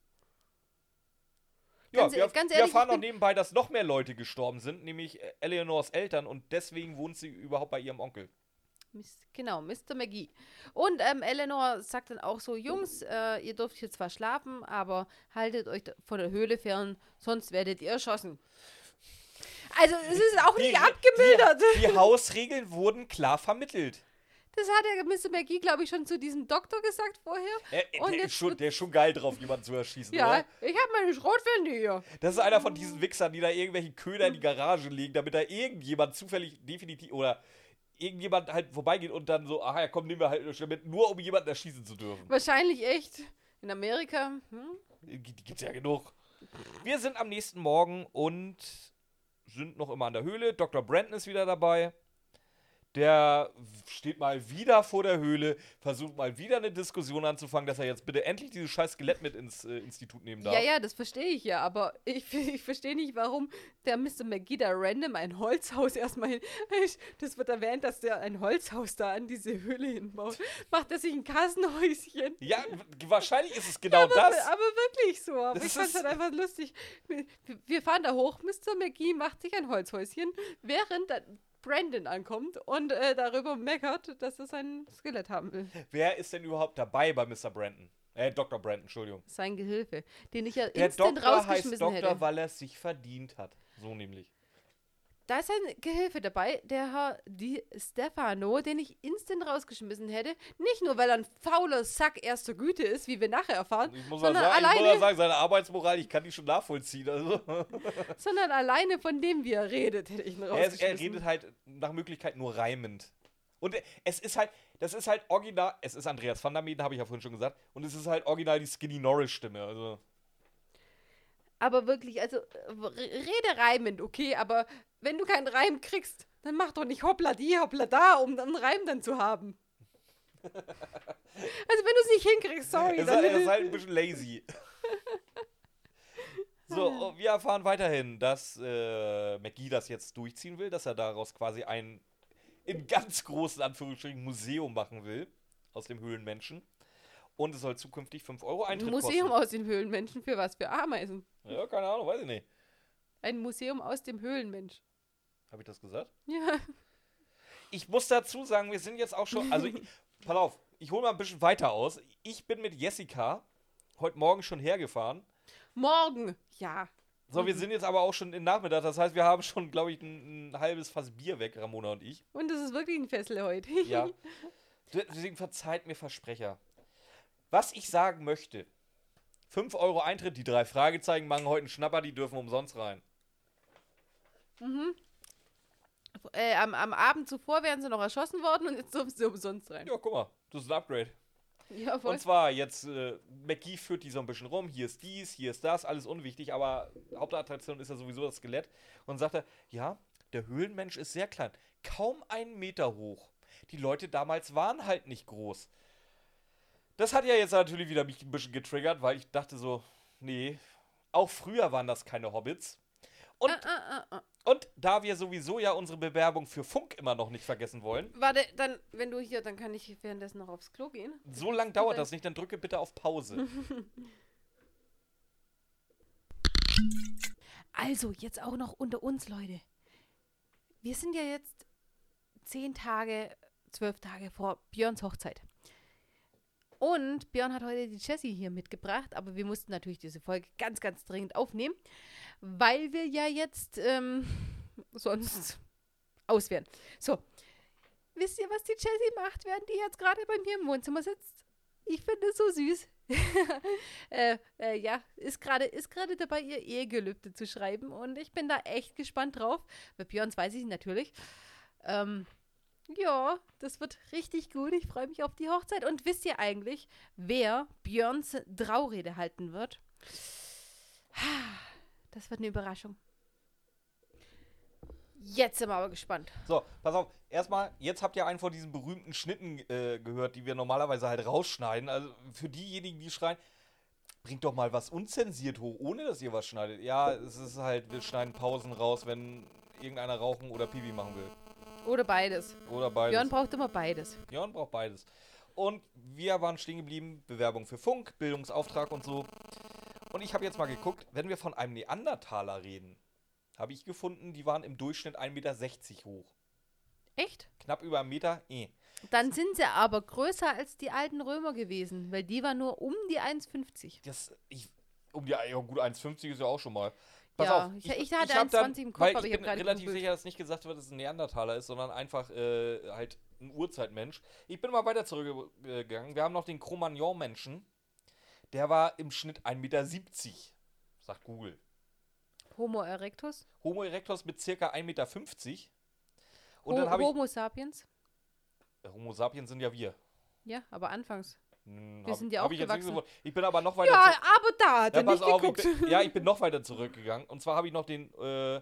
[SPEAKER 1] Ja,
[SPEAKER 2] Ganz,
[SPEAKER 1] wir,
[SPEAKER 2] ganz
[SPEAKER 1] wir
[SPEAKER 2] ehrlich,
[SPEAKER 1] erfahren
[SPEAKER 2] ich
[SPEAKER 1] noch
[SPEAKER 2] bin-
[SPEAKER 1] nebenbei, dass noch mehr Leute gestorben sind, nämlich Eleanors Eltern und deswegen wohnt sie überhaupt bei ihrem Onkel.
[SPEAKER 2] Mis- Genau, Mister McGee. Und ähm, Eleanor sagt dann auch so, Jungs, äh, ihr dürft hier zwar schlafen, aber haltet euch da- von der Höhle fern, sonst werdet ihr erschossen. Also es ist auch nicht abgemildert.
[SPEAKER 1] Die, die Hausregeln wurden klar vermittelt.
[SPEAKER 2] Das hat ja Mister McGee, glaube ich, schon zu diesem Doktor gesagt vorher.
[SPEAKER 1] Er,
[SPEAKER 2] Und
[SPEAKER 1] der,
[SPEAKER 2] jetzt
[SPEAKER 1] ist schon,
[SPEAKER 2] wird-
[SPEAKER 1] der ist schon geil drauf, jemanden zu erschießen,
[SPEAKER 2] Ja,
[SPEAKER 1] oder?
[SPEAKER 2] ich habe meine Schrotflinte hier.
[SPEAKER 1] Das ist einer von diesen Wichsern, die da irgendwelche Köder in die Garage legen, damit da irgendjemand zufällig definitiv oder irgendjemand halt vorbeigeht und dann so, aha, ja komm, nehmen wir halt schnell mit, nur um jemanden erschießen zu dürfen.
[SPEAKER 2] Wahrscheinlich echt. In Amerika. Hm?
[SPEAKER 1] Die die gibt's ja genug. Wir sind am nächsten Morgen und sind noch immer an der Höhle. Doktor Brandon ist wieder dabei. Der steht mal wieder vor der Höhle, versucht mal wieder eine Diskussion anzufangen, dass er jetzt bitte endlich dieses scheiß Skelett mit ins äh, Institut nehmen darf.
[SPEAKER 2] Ja, ja, das verstehe ich ja, aber ich, ich verstehe nicht, warum der Mister McGee da random ein Holzhaus erstmal hin. Das wird erwähnt, dass der ein Holzhaus da an diese Höhle hinbaut. Macht er sich ein Kassenhäuschen?
[SPEAKER 1] Ja, w- wahrscheinlich ist es genau
[SPEAKER 2] aber,
[SPEAKER 1] das.
[SPEAKER 2] aber wirklich so. Aber
[SPEAKER 1] Das
[SPEAKER 2] ich fand es
[SPEAKER 1] ist-
[SPEAKER 2] halt einfach lustig. Wir, wir fahren da hoch, Mister McGee macht sich ein Holzhäuschen, während da Brandon ankommt und äh, darüber meckert, dass er sein Skelett haben will.
[SPEAKER 1] Wer ist denn überhaupt dabei bei Mister Brandon? Äh, Doktor Brandon, Entschuldigung.
[SPEAKER 2] Sein Gehilfe, den ich ja
[SPEAKER 1] Der
[SPEAKER 2] instant
[SPEAKER 1] Doktor heißt
[SPEAKER 2] rausgeschmissen
[SPEAKER 1] Doktor,
[SPEAKER 2] hätte.
[SPEAKER 1] weil er es sich verdient hat. So nämlich.
[SPEAKER 2] Da ist ein Gehilfe dabei, der Herr Di Stefano, den ich instant rausgeschmissen hätte. Nicht nur, weil er ein fauler Sack erster Güte ist, wie wir nachher erfahren,
[SPEAKER 1] Ich muss, mal
[SPEAKER 2] sondern,
[SPEAKER 1] sagen, ich muss mal
[SPEAKER 2] alleine,
[SPEAKER 1] sagen, seine Arbeitsmoral, ich kann die schon nachvollziehen. Also.
[SPEAKER 2] sondern alleine von dem, wie er redet, hätte ich ihn
[SPEAKER 1] Er, ist,
[SPEAKER 2] rausgeschmissen.
[SPEAKER 1] er redet halt nach Möglichkeit nur reimend. Und es ist halt, das ist halt original, es ist Andreas van der Meeden, habe ich ja vorhin schon gesagt, und es ist halt original die Skinny Norris-Stimme. Also.
[SPEAKER 2] Aber wirklich, also äh, rede reimend, okay, aber wenn du keinen Reim kriegst, dann mach doch nicht hoppla die, hoppla da, um dann einen Reim dann zu haben. Also wenn du es nicht hinkriegst, sorry.
[SPEAKER 1] Er ist,
[SPEAKER 2] Dann,
[SPEAKER 1] halt- er ist halt ein bisschen lazy. So, und wir erfahren weiterhin, dass äh, McGee das jetzt durchziehen will, dass er daraus quasi ein in ganz großen Anführungsstrichen Museum machen will aus dem Höhlenmenschen. Und es soll zukünftig fünf Euro
[SPEAKER 2] ein
[SPEAKER 1] Eintritt
[SPEAKER 2] Museum
[SPEAKER 1] kosten.
[SPEAKER 2] aus den Höhlenmenschen für was? Für Ameisen.
[SPEAKER 1] Ja, keine Ahnung, weiß ich nicht.
[SPEAKER 2] Ein Museum aus dem Höhlenmensch.
[SPEAKER 1] Habe ich das gesagt?
[SPEAKER 2] Ja.
[SPEAKER 1] Ich muss dazu sagen, wir sind jetzt auch schon, also, ich, pass auf, ich hole mal ein bisschen weiter aus. Ich bin mit Jessica heute Morgen schon hergefahren.
[SPEAKER 2] Morgen. Ja.
[SPEAKER 1] So, wir sind jetzt aber auch schon im Nachmittag. Das heißt, wir haben schon, glaube ich, ein, ein halbes Fass Bier weg, Ramona und ich.
[SPEAKER 2] Und das ist wirklich ein Fessel heute.
[SPEAKER 1] Ja. Deswegen verzeiht mir Versprecher. Was ich sagen möchte: fünf Euro Eintritt, die drei Fragezeichen machen heute einen Schnapper, die dürfen umsonst rein.
[SPEAKER 2] Mhm. Äh, am, am Abend zuvor wären sie noch erschossen worden und jetzt dürfen sie umsonst rein.
[SPEAKER 1] Ja, guck mal, das ist ein Upgrade.
[SPEAKER 2] Ja, voll.
[SPEAKER 1] Und zwar jetzt, äh, McGee führt die so ein bisschen rum. Hier ist dies, hier ist das, alles unwichtig, aber Hauptattraktion ist ja sowieso das Skelett. Und sagt er, ja, der Höhlenmensch ist sehr klein, kaum einen Meter hoch. Die Leute damals waren halt nicht groß. Das hat ja jetzt natürlich wieder mich ein bisschen getriggert, weil ich dachte so, nee, auch früher waren das keine Hobbits. Und,
[SPEAKER 2] Ah, ah, ah, ah.
[SPEAKER 1] und da wir sowieso ja unsere Bewerbung für Funk immer noch nicht vergessen wollen,
[SPEAKER 2] Warte, dann, wenn du hier, dann kann ich währenddessen noch aufs Klo gehen.
[SPEAKER 1] so lang dauert das nicht, dann drücke bitte auf Pause.
[SPEAKER 2] Also, jetzt auch noch unter uns, Leute. Wir sind ja jetzt zehn Tage, zwölf Tage vor Björns Hochzeit. Und Björn hat heute die Jessie hier mitgebracht, aber wir mussten natürlich diese Folge ganz, ganz dringend aufnehmen, weil wir ja jetzt ähm, sonst aus wären. So, wisst ihr, was die Jessie macht, während die jetzt gerade bei mir im Wohnzimmer sitzt? Ich finde es so süß. äh, äh, ja, ist gerade ist gerade dabei, ihr Ehegelübde zu schreiben und ich bin da echt gespannt drauf. Bei Björns weiß ich natürlich. Ähm, ja, das wird richtig gut. Ich freue mich auf die Hochzeit. Und wisst ihr eigentlich, wer Björns Traurede halten wird? Das wird eine Überraschung. Jetzt sind wir aber gespannt.
[SPEAKER 1] So, pass auf. Erstmal, jetzt habt ihr einen von diesen berühmten Schnitten äh, gehört, die wir normalerweise halt rausschneiden. Also für diejenigen, die schreien, bringt doch mal was unzensiert hoch, ohne dass ihr was schneidet. Ja, es ist halt, wir schneiden Pausen raus, wenn irgendeiner rauchen oder Pipi machen will.
[SPEAKER 2] Oder beides.
[SPEAKER 1] Oder beides.
[SPEAKER 2] Björn braucht immer beides.
[SPEAKER 1] Björn braucht beides. Und wir waren stehen geblieben, Bewerbung für Funk, Bildungsauftrag und so. Und ich habe jetzt mal geguckt, wenn wir von einem Neandertaler reden, habe ich gefunden, die waren im Durchschnitt ein Meter sechzig hoch.
[SPEAKER 2] Echt?
[SPEAKER 1] Knapp über einen Meter, eh.
[SPEAKER 2] Dann sind sie aber größer als die alten Römer gewesen, weil die waren nur um die eins Komma fünfzig.
[SPEAKER 1] Das, ich, um die, ja gut, eins Komma fünfzig ist ja auch schon mal. Pass
[SPEAKER 2] Ja,
[SPEAKER 1] auf,
[SPEAKER 2] ich- ich hatte
[SPEAKER 1] hab
[SPEAKER 2] eins Komma zwanzig im Kopf,
[SPEAKER 1] weil
[SPEAKER 2] aber
[SPEAKER 1] ich
[SPEAKER 2] ich
[SPEAKER 1] bin
[SPEAKER 2] hab gerade
[SPEAKER 1] relativ
[SPEAKER 2] gegoogelt.
[SPEAKER 1] sicher, dass nicht gesagt wird, dass es ein Neandertaler ist, sondern einfach äh, halt ein Urzeitmensch. Ich bin mal weiter zurückgegangen. Wir haben noch den Cro-Magnon-Menschen. Der war im Schnitt ein Meter siebzig, sagt Google.
[SPEAKER 2] Homo erectus?
[SPEAKER 1] Homo erectus mit circa ein Meter fünfzig. Und
[SPEAKER 2] Ho
[SPEAKER 1] dann habe ich...
[SPEAKER 2] Homo sapiens?
[SPEAKER 1] Homo sapiens sind ja wir.
[SPEAKER 2] Ja, aber anfangs.
[SPEAKER 1] Hm,
[SPEAKER 2] Wir
[SPEAKER 1] hab-
[SPEAKER 2] sind ja
[SPEAKER 1] hab
[SPEAKER 2] auch
[SPEAKER 1] ich jetzt nicht
[SPEAKER 2] gewachsen.
[SPEAKER 1] so- Ich bin aber noch weiter
[SPEAKER 2] Ja,
[SPEAKER 1] zurück.
[SPEAKER 2] aber da hat
[SPEAKER 1] Ja,
[SPEAKER 2] er
[SPEAKER 1] pass
[SPEAKER 2] nicht
[SPEAKER 1] auf, ich
[SPEAKER 2] geguckt.
[SPEAKER 1] bin, ja, ich bin noch weiter zurückgegangen. Und zwar habe ich noch den äh,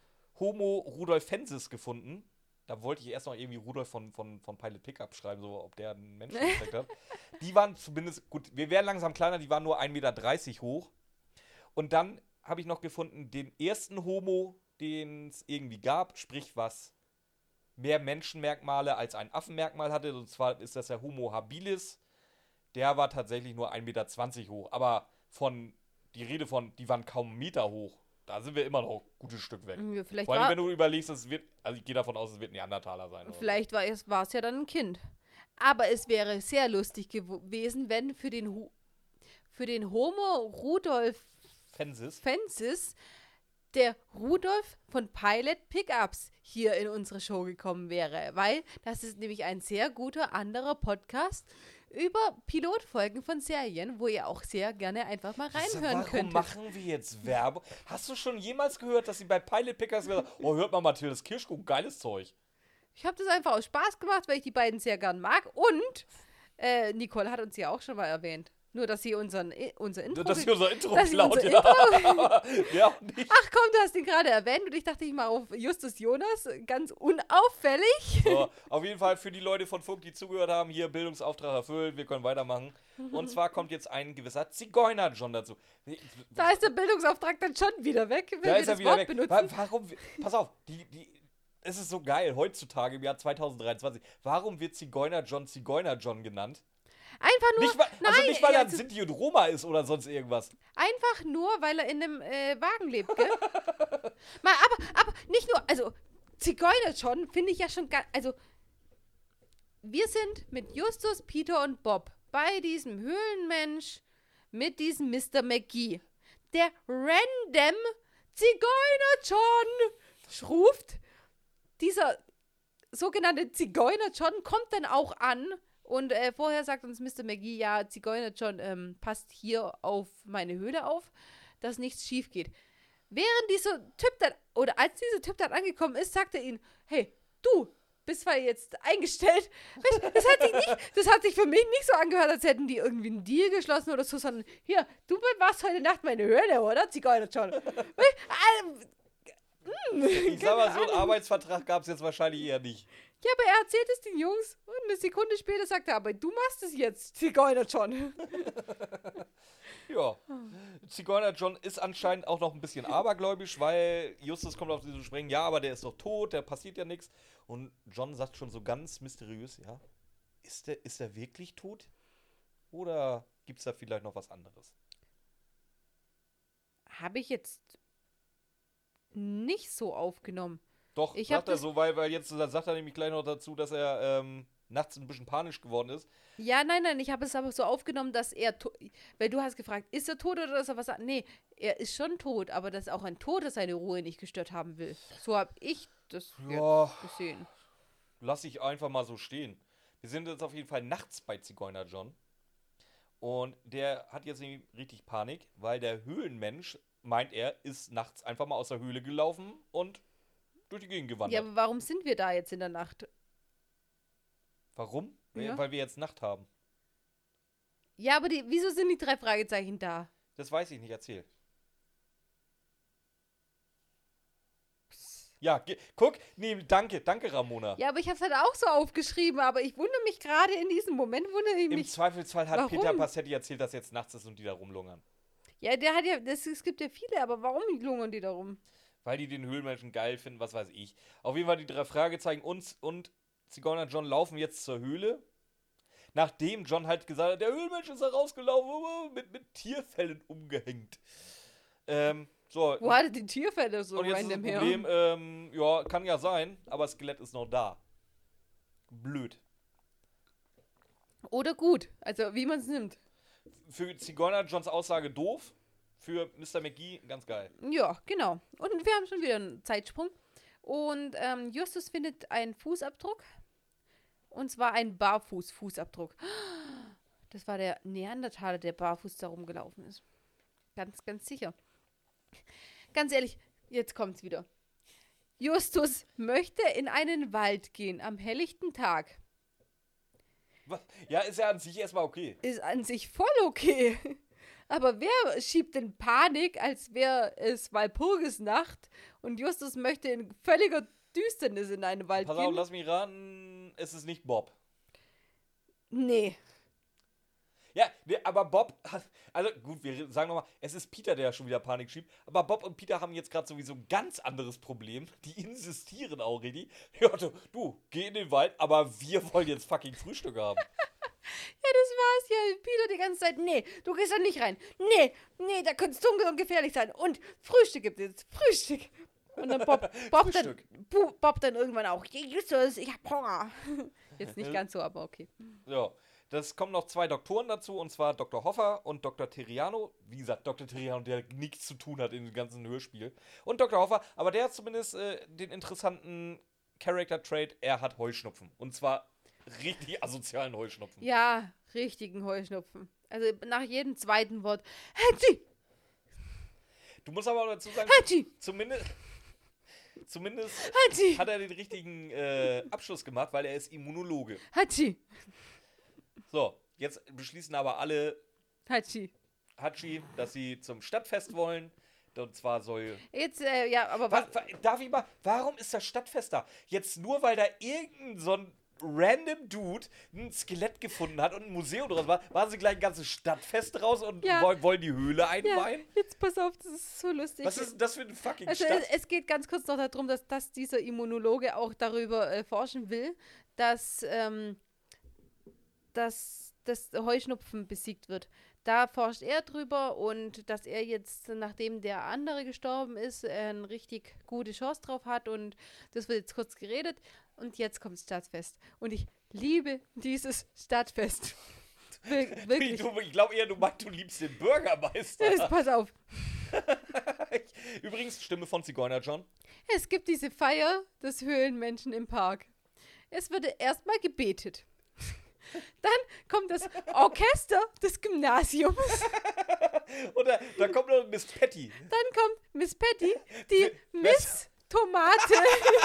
[SPEAKER 1] Homo rudolfensis gefunden. Da wollte ich erst noch irgendwie Rudolf von, von, von Pilot Pickup schreiben, so ob der einen Menschen entdeckt hat. Die waren zumindest, gut, wir werden langsam kleiner, die waren nur ein Meter dreißig hoch. Und dann habe ich noch gefunden, den ersten Homo, den es irgendwie gab, sprich was mehr Menschenmerkmale als ein Affenmerkmal hatte. Und zwar ist das der Homo habilis. Der war tatsächlich nur ein Meter zwanzig hoch. Aber von, die Rede von, die waren kaum einen Meter hoch. Da sind wir immer noch ein gutes Stück weg.
[SPEAKER 2] Ja, vielleicht
[SPEAKER 1] Vor allem,
[SPEAKER 2] war,
[SPEAKER 1] wenn du überlegst, es wird, also ich gehe davon aus, es wird ein Neandertaler sein. Oder
[SPEAKER 2] vielleicht war es, war es ja dann ein Kind. Aber es wäre sehr lustig gewesen, wenn für den, Hu für den Homo Rudolf
[SPEAKER 1] so. Fensis.
[SPEAKER 2] Fensis der Rudolf von Pilot Pickups hier in unsere Show gekommen wäre. Weil das ist nämlich ein sehr guter anderer Podcast über Pilotfolgen von Serien, wo ihr auch sehr gerne einfach mal reinhören
[SPEAKER 1] Warum
[SPEAKER 2] könnt.
[SPEAKER 1] machen wir jetzt Werbung? Hast du schon jemals gehört, dass sie bei Pilot Pickers gesagt haben, oh, hört mal Mathildes Kirschkuchen, geiles Zeug.
[SPEAKER 2] Ich habe das einfach aus Spaß gemacht, weil ich die beiden sehr gern mag. Und äh, Nicole hat uns ja auch schon mal erwähnt. Nur, dass sie unseren, unser Intro...
[SPEAKER 1] Dass sie unser Intro
[SPEAKER 2] dass sie
[SPEAKER 1] klaut,
[SPEAKER 2] unser
[SPEAKER 1] ja. ja, auch nicht.
[SPEAKER 2] Ach komm, du hast ihn gerade erwähnt und ich dachte, ich mache auf Justus Jonas, ganz unauffällig.
[SPEAKER 1] So, auf jeden Fall für die Leute von Funk, die zugehört haben, hier Bildungsauftrag erfüllt, wir können weitermachen. Und zwar kommt jetzt ein gewisser Zigeuner-John dazu.
[SPEAKER 2] Da ist der Bildungsauftrag dann schon wieder weg, wenn
[SPEAKER 1] Da
[SPEAKER 2] wir
[SPEAKER 1] ist er
[SPEAKER 2] das
[SPEAKER 1] wieder
[SPEAKER 2] Wort
[SPEAKER 1] weg.
[SPEAKER 2] benutzen.
[SPEAKER 1] Wa- Warum, pass auf, die, die, es ist so geil, heutzutage im Jahr zwanzig dreiundzwanzig. Warum wird Zigeuner-John Zigeuner-John genannt?
[SPEAKER 2] Einfach nur,
[SPEAKER 1] Nicht, weil,
[SPEAKER 2] nein,
[SPEAKER 1] also nicht, weil er
[SPEAKER 2] er-
[SPEAKER 1] ein Sinti und Roma ist oder sonst irgendwas.
[SPEAKER 2] einfach nur, weil er in einem äh, Wagen lebt, gell? Mal, aber, aber nicht nur, also Zigeuner schon, finde ich ja schon ganz, also wir sind mit Justus, Peter und Bob bei diesem Höhlenmensch mit diesem Mister McGee, der random Zigeuner John ruft. Dieser sogenannte Zigeuner John kommt dann auch an und äh, vorher sagt uns Mister McGee, ja, Zigeuner John ähm, passt hier auf meine Höhle auf, dass nichts schief geht. Während dieser Typ dann, oder als dieser Typ dann angekommen ist, sagt er ihnen, hey, du bist zwar jetzt eingestellt, weißt, das hat sich nicht, das hat sich für mich nicht so angehört, als hätten die irgendwie einen Deal geschlossen oder so, sondern hier, du warst heute Nacht meine Höhle, oder, Zigeuner John? Weißt,
[SPEAKER 1] Ich sag mal, so einen Arbeitsvertrag gab es jetzt wahrscheinlich eher nicht.
[SPEAKER 2] ja, aber er erzählt es den Jungs und eine Sekunde später sagt er, aber du machst es jetzt, Zigeuner John.
[SPEAKER 1] Ja. Zigeuner John ist anscheinend auch noch ein bisschen abergläubisch, weil Justus kommt auf diesen Springen, ja, aber der ist doch tot, der passiert ja nichts. Und John sagt schon so ganz mysteriös, ja, ist der, ist der wirklich tot? Oder gibt es da vielleicht noch was anderes?
[SPEAKER 2] Habe ich jetzt nicht so aufgenommen.
[SPEAKER 1] Doch,
[SPEAKER 2] Ich hab
[SPEAKER 1] sagt er
[SPEAKER 2] das-
[SPEAKER 1] so, weil, weil jetzt sagt er nämlich gleich noch dazu, dass er ähm, nachts ein bisschen panisch geworden ist.
[SPEAKER 2] Ja, nein, nein, ich habe es aber so aufgenommen, dass er, to- weil du hast gefragt, ist er tot oder ist er was? an- Nee, er ist schon tot, aber dass auch ein Toter seine Ruhe nicht gestört haben will. So habe ich das
[SPEAKER 1] Ja.
[SPEAKER 2] jetzt gesehen.
[SPEAKER 1] Lass ich einfach mal so stehen. Wir sind jetzt auf jeden Fall nachts bei Zigeuner John. Und der hat jetzt nämlich richtig Panik, weil der Höhlenmensch, meint er, ist nachts einfach mal aus der Höhle gelaufen und durch die Gegend gewandert.
[SPEAKER 2] Ja, aber warum sind wir da jetzt in der Nacht?
[SPEAKER 1] Warum?
[SPEAKER 2] Ja.
[SPEAKER 1] Weil wir jetzt Nacht haben.
[SPEAKER 2] Ja, aber die, wieso sind die drei Fragezeichen da?
[SPEAKER 1] Das weiß ich nicht, erzähl. Ja, ge- guck, nee, danke, danke Ramona.
[SPEAKER 2] Ja, aber ich habe es halt auch so aufgeschrieben, aber ich wundere mich gerade in diesem Moment, wundere ich
[SPEAKER 1] Im
[SPEAKER 2] mich.
[SPEAKER 1] Zweifelsfall hat
[SPEAKER 2] Warum?
[SPEAKER 1] Peter Passetti erzählt, dass jetzt nachts ist und die da rumlungern.
[SPEAKER 2] Ja, der hat ja, das, es gibt ja viele, aber warum lungern die da rum?
[SPEAKER 1] Weil die den Höhlenmenschen geil finden, was weiß ich. Auf jeden Fall die drei Fragezeichen uns und Zigeuner John laufen jetzt zur Höhle. Nachdem John halt gesagt hat, der Höhlenmensch ist da rausgelaufen, mit, mit Tierfellen umgehängt. Ähm, so.
[SPEAKER 2] Wo hatte die Tierfälle so
[SPEAKER 1] Und jetzt ist das
[SPEAKER 2] random her?
[SPEAKER 1] Problem, ähm, ja, kann ja sein, aber das Skelett ist noch da. Blöd.
[SPEAKER 2] Oder gut, also wie man es nimmt.
[SPEAKER 1] Für Zigeuner Johns Aussage doof, für Mister McGee ganz geil.
[SPEAKER 2] Ja, genau. Und wir haben schon wieder einen Zeitsprung. Und ähm, Justus findet einen Fußabdruck. Und zwar einen Barfuß-Fußabdruck. Das war der Neandertaler, der barfuß da rumgelaufen ist. Ganz, ganz sicher. Ganz ehrlich, jetzt kommt's wieder. Justus möchte in einen Wald gehen am helllichten Tag.
[SPEAKER 1] Was? Ja, ist ja an sich erstmal okay.
[SPEAKER 2] Ist an sich voll okay. Aber wer schiebt denn Panik, als wäre es Walpurgisnacht und Justus möchte in völliger Düsternis in einen Wald
[SPEAKER 1] Pass
[SPEAKER 2] gehen?
[SPEAKER 1] auf, lass mich raten, es ist nicht Bob.
[SPEAKER 2] Nee.
[SPEAKER 1] Ja, nee, aber Bob hat, also gut, wir sagen nochmal, es ist Peter, der schon wieder Panik schiebt, aber Bob und Peter haben jetzt gerade sowieso ein ganz anderes Problem. Die insistieren auch richtig. Ja, du, du, geh in den Wald, aber wir wollen jetzt fucking Frühstück haben.
[SPEAKER 2] Ja, das war's ja. Peter die ganze Zeit, nee, du gehst da nicht rein. Nee, nee, da könnte es dunkel und gefährlich sein. Und Frühstück gibt es jetzt. Frühstück. Und dann Bob, Bob, dann,
[SPEAKER 1] Frühstück.
[SPEAKER 2] Bu- Bob dann irgendwann auch. Justus, ich hab Hunger. Jetzt nicht ganz so, aber okay.
[SPEAKER 1] Ja, das kommen noch zwei Doktoren dazu, und zwar Doktor Hoffer und Doktor Terriano. Wie gesagt, Doktor Terriano, der nichts zu tun hat in dem ganzen Hörspiel. Und Doktor Hoffer, aber der hat zumindest äh, den interessanten Character-Trait, er hat Heuschnupfen. Und zwar richtig asozialen Heuschnupfen.
[SPEAKER 2] Ja, richtigen Heuschnupfen. Also nach jedem zweiten Wort. Hatschi!
[SPEAKER 1] Du musst aber auch dazu sagen,
[SPEAKER 2] Hatschi!
[SPEAKER 1] zumindest, zumindest
[SPEAKER 2] Hatschi!
[SPEAKER 1] hat er den richtigen äh, Abschluss gemacht, weil er ist Immunologe.
[SPEAKER 2] Hatschi!
[SPEAKER 1] So, jetzt beschließen aber alle
[SPEAKER 2] Hatschi.
[SPEAKER 1] Hatschi, dass sie zum Stadtfest wollen. Und zwar soll...
[SPEAKER 2] Jetzt, äh, ja, aber was?
[SPEAKER 1] Was, wa- darf ich mal, warum ist das Stadtfest da? Jetzt nur, weil da irgendein so ein random Dude ein Skelett gefunden hat und ein Museum draus war, machen sie gleich ein ganzes Stadtfest draus und
[SPEAKER 2] Ja.
[SPEAKER 1] wollen, wollen die Höhle
[SPEAKER 2] Ja,
[SPEAKER 1] einweihen?
[SPEAKER 2] jetzt pass auf, das ist so lustig.
[SPEAKER 1] Was ist denn das für eine fucking
[SPEAKER 2] Also
[SPEAKER 1] Stadt?
[SPEAKER 2] es, es geht ganz kurz noch darum, dass, dass dieser Immunologe auch darüber äh, forschen will, dass, ähm, dass das Heuschnupfen besiegt wird. Da forscht er drüber und dass er jetzt, nachdem der andere gestorben ist, äh, eine richtig gute Chance drauf hat und das wird jetzt kurz geredet und jetzt kommt Stadtfest. Und ich liebe dieses Stadtfest. Wir, wirklich.
[SPEAKER 1] Ich, ich glaube eher, du meinst, du liebst den Bürgermeister.
[SPEAKER 2] Jetzt, pass auf.
[SPEAKER 1] Übrigens, Stimme von Zigeuner John.
[SPEAKER 2] Es gibt diese Feier des Höhlenmenschen im Park. Es wird erstmal gebetet. Dann kommt das Orchester des Gymnasiums.
[SPEAKER 1] Oder da kommt noch Miss Patty.
[SPEAKER 2] Dann kommt Miss Patty, die
[SPEAKER 1] Wer-
[SPEAKER 2] Miss Tomate.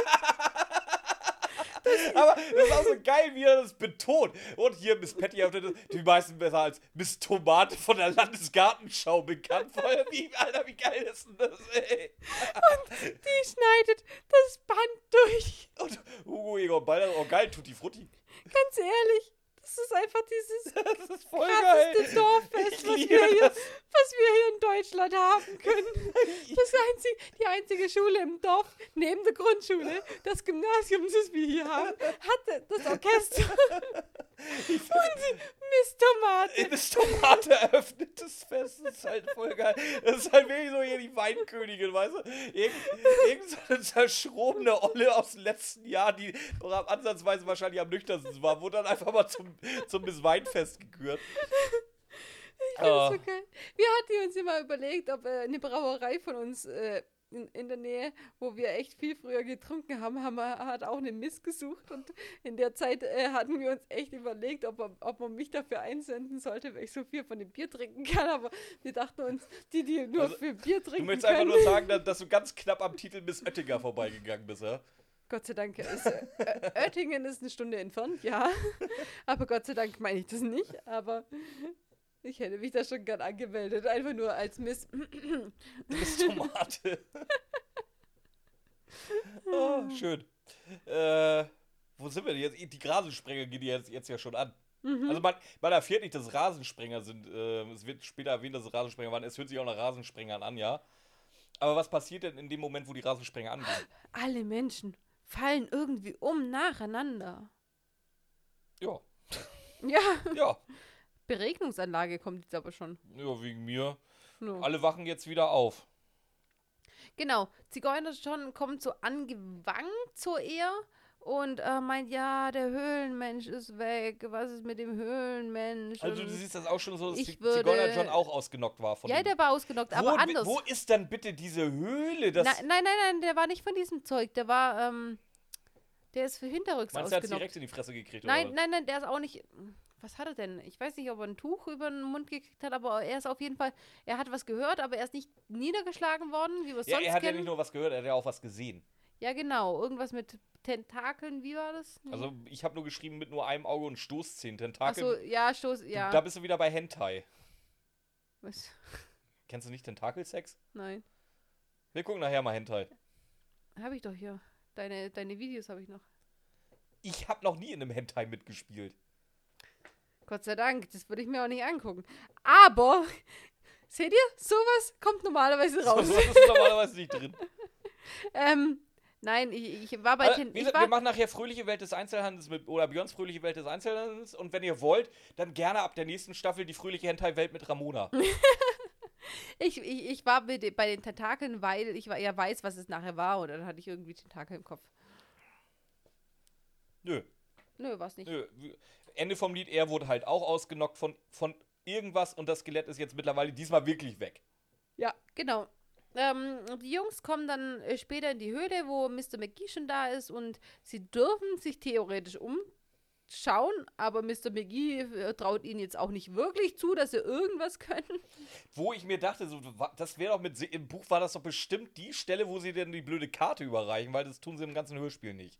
[SPEAKER 1] Aber das ist auch so geil, wie er das betont. Und hier Miss Patty, die meisten besser als Miss Tomate von der Landesgartenschau bekannt. Voll, wie, Alter, wie geil ist denn das, ey?
[SPEAKER 2] Die schneidet das Band durch.
[SPEAKER 1] Und Hugo Egon Balder, oh geil, Tutti Frutti.
[SPEAKER 2] Ganz ehrlich, das ist einfach dieses
[SPEAKER 1] Das ist voll
[SPEAKER 2] krasseste
[SPEAKER 1] geil.
[SPEAKER 2] Dorffest,
[SPEAKER 1] Ich
[SPEAKER 2] was
[SPEAKER 1] liebe
[SPEAKER 2] wir, hier,
[SPEAKER 1] das.
[SPEAKER 2] was wir hier in Deutschland haben können. Das einzig, die einzige Schule im Dorf, neben der Grundschule, das Gymnasium, das wir hier haben, hatte das Orchester. Und die Miss Tomate.
[SPEAKER 1] Miss Tomate eröffnet das Fest. Das ist halt voll geil. Das ist halt wirklich so hier die Weinkönigin, weißt du? Irgend, irgend so eine zerschrobene Olle aus dem letzten Jahr, die noch am ansatzweise wahrscheinlich am nüchternsten war, wurde dann einfach mal zum, zum Miss Weinfest gekürt.
[SPEAKER 2] Ich finde das so geil. Wir hatten uns immer überlegt, ob äh, eine Brauerei von uns äh, in, in der Nähe, wo wir echt viel früher getrunken haben, haben wir, hat auch eine Miss gesucht und in der Zeit äh, hatten wir uns echt überlegt, ob, er, ob man mich dafür einsenden sollte, weil ich so viel von dem Bier trinken kann, aber wir dachten uns, die, die nur
[SPEAKER 1] Also,
[SPEAKER 2] für Bier trinken
[SPEAKER 1] Du möchtest
[SPEAKER 2] können.
[SPEAKER 1] einfach nur sagen, dass, dass du ganz knapp am Titel Miss Oettinger vorbeigegangen bist, ja?
[SPEAKER 2] Gott sei Dank ist äh, Oettingen ist eine Stunde entfernt, ja. Aber Gott sei Dank meine ich das nicht. Aber ich hätte mich da schon gern angemeldet. Einfach nur als Miss.
[SPEAKER 1] Miss Tomate. Oh, schön. Äh, wo sind wir denn jetzt? Die Rasensprenger gehen jetzt, jetzt ja schon an.
[SPEAKER 2] Mhm.
[SPEAKER 1] Also man, man erfährt nicht, dass es Rasensprenger sind. Äh, es wird später erwähnt, dass es Rasensprenger waren. Es hört sich auch nach Rasensprengern an, ja. Aber was passiert denn in dem Moment, wo die Rasensprenger angehen?
[SPEAKER 2] Alle Menschen fallen irgendwie um nacheinander.
[SPEAKER 1] Ja.
[SPEAKER 2] Ja.
[SPEAKER 1] Ja.
[SPEAKER 2] Beregnungsanlage kommt jetzt aber schon.
[SPEAKER 1] Ja, wegen mir.
[SPEAKER 2] No.
[SPEAKER 1] Alle wachen jetzt wieder auf.
[SPEAKER 2] Genau. Zigeuner John kommt so angewankt zur Ehe und äh, meint, ja, der Höhlenmensch ist weg. Was ist mit dem Höhlenmensch?
[SPEAKER 1] Also
[SPEAKER 2] Und
[SPEAKER 1] du siehst das auch schon so, dass
[SPEAKER 2] ich
[SPEAKER 1] Zig-
[SPEAKER 2] würde-
[SPEAKER 1] Zigeuner John auch ausgenockt war. Von
[SPEAKER 2] ja,
[SPEAKER 1] dem.
[SPEAKER 2] der war ausgenockt,
[SPEAKER 1] wo,
[SPEAKER 2] aber anders.
[SPEAKER 1] Wo ist dann bitte diese Höhle? Das,
[SPEAKER 2] Na, nein, nein, nein, der war nicht von diesem Zeug. Der war, ähm, der ist für hinterrücks
[SPEAKER 1] meinst du, er hat
[SPEAKER 2] ausgenockt.
[SPEAKER 1] direkt in die Fresse gekriegt?
[SPEAKER 2] Nein,
[SPEAKER 1] oder?
[SPEAKER 2] nein, nein, der ist auch nicht. Was hat er denn? Ich weiß nicht, ob er ein Tuch über den Mund gekriegt hat, aber er ist auf jeden Fall. Er hat was gehört, aber er ist nicht niedergeschlagen worden, wie wir es
[SPEAKER 1] Ja,
[SPEAKER 2] sonst
[SPEAKER 1] er hat ja
[SPEAKER 2] kennen.
[SPEAKER 1] nicht nur was gehört, er hat ja auch was gesehen.
[SPEAKER 2] Ja, genau. Irgendwas mit Tentakeln, wie war das? Nee.
[SPEAKER 1] Also ich habe nur geschrieben mit nur einem Auge und Stoßzähnen.
[SPEAKER 2] Ach
[SPEAKER 1] Tentakel.
[SPEAKER 2] so, ja, Stoß, ja.
[SPEAKER 1] Du, da bist du wieder bei Hentai.
[SPEAKER 2] Was?
[SPEAKER 1] Kennst du nicht Tentakelsex?
[SPEAKER 2] Nein.
[SPEAKER 1] Wir gucken nachher mal Hentai.
[SPEAKER 2] Habe ich doch hier. Deine, deine Videos habe ich noch.
[SPEAKER 1] Ich habe noch nie in einem Hentai mitgespielt.
[SPEAKER 2] Gott sei Dank, das würde ich mir auch nicht angucken. Aber, seht ihr, sowas kommt normalerweise raus.
[SPEAKER 1] So, das ist normalerweise nicht drin.
[SPEAKER 2] ähm, nein, ich, ich war bei
[SPEAKER 1] Also,
[SPEAKER 2] Ten,
[SPEAKER 1] wie
[SPEAKER 2] ich
[SPEAKER 1] gesagt,
[SPEAKER 2] war,
[SPEAKER 1] wir machen nachher Fröhliche Welt des Einzelhandels mit, oder Björns Fröhliche Welt des Einzelhandels. Und wenn ihr wollt, dann gerne ab der nächsten Staffel die Fröhliche Hentai-Welt mit Ramona.
[SPEAKER 2] ich, ich, ich war bei, bei den Tentakeln, weil ich war, ja weiß, was es nachher war. Und dann hatte ich irgendwie Tentakel im Kopf.
[SPEAKER 1] Nö,
[SPEAKER 2] Nö, war es nicht.
[SPEAKER 1] nö. Ende vom Lied, er wurde halt auch ausgenockt von, von irgendwas und das Skelett ist jetzt mittlerweile diesmal wirklich weg.
[SPEAKER 2] Ja, genau. Ähm, die Jungs kommen dann äh, später in die Höhle, wo Mister McGee schon da ist und sie dürfen sich theoretisch umschauen, aber Mister McGee äh, traut ihnen jetzt auch nicht wirklich zu, dass sie irgendwas können.
[SPEAKER 1] Wo ich mir dachte, so, wa- das wäre doch mit, Se- im Buch war das doch bestimmt die Stelle, wo sie denn die blöde Karte überreichen, weil das tun sie im ganzen Hörspiel nicht.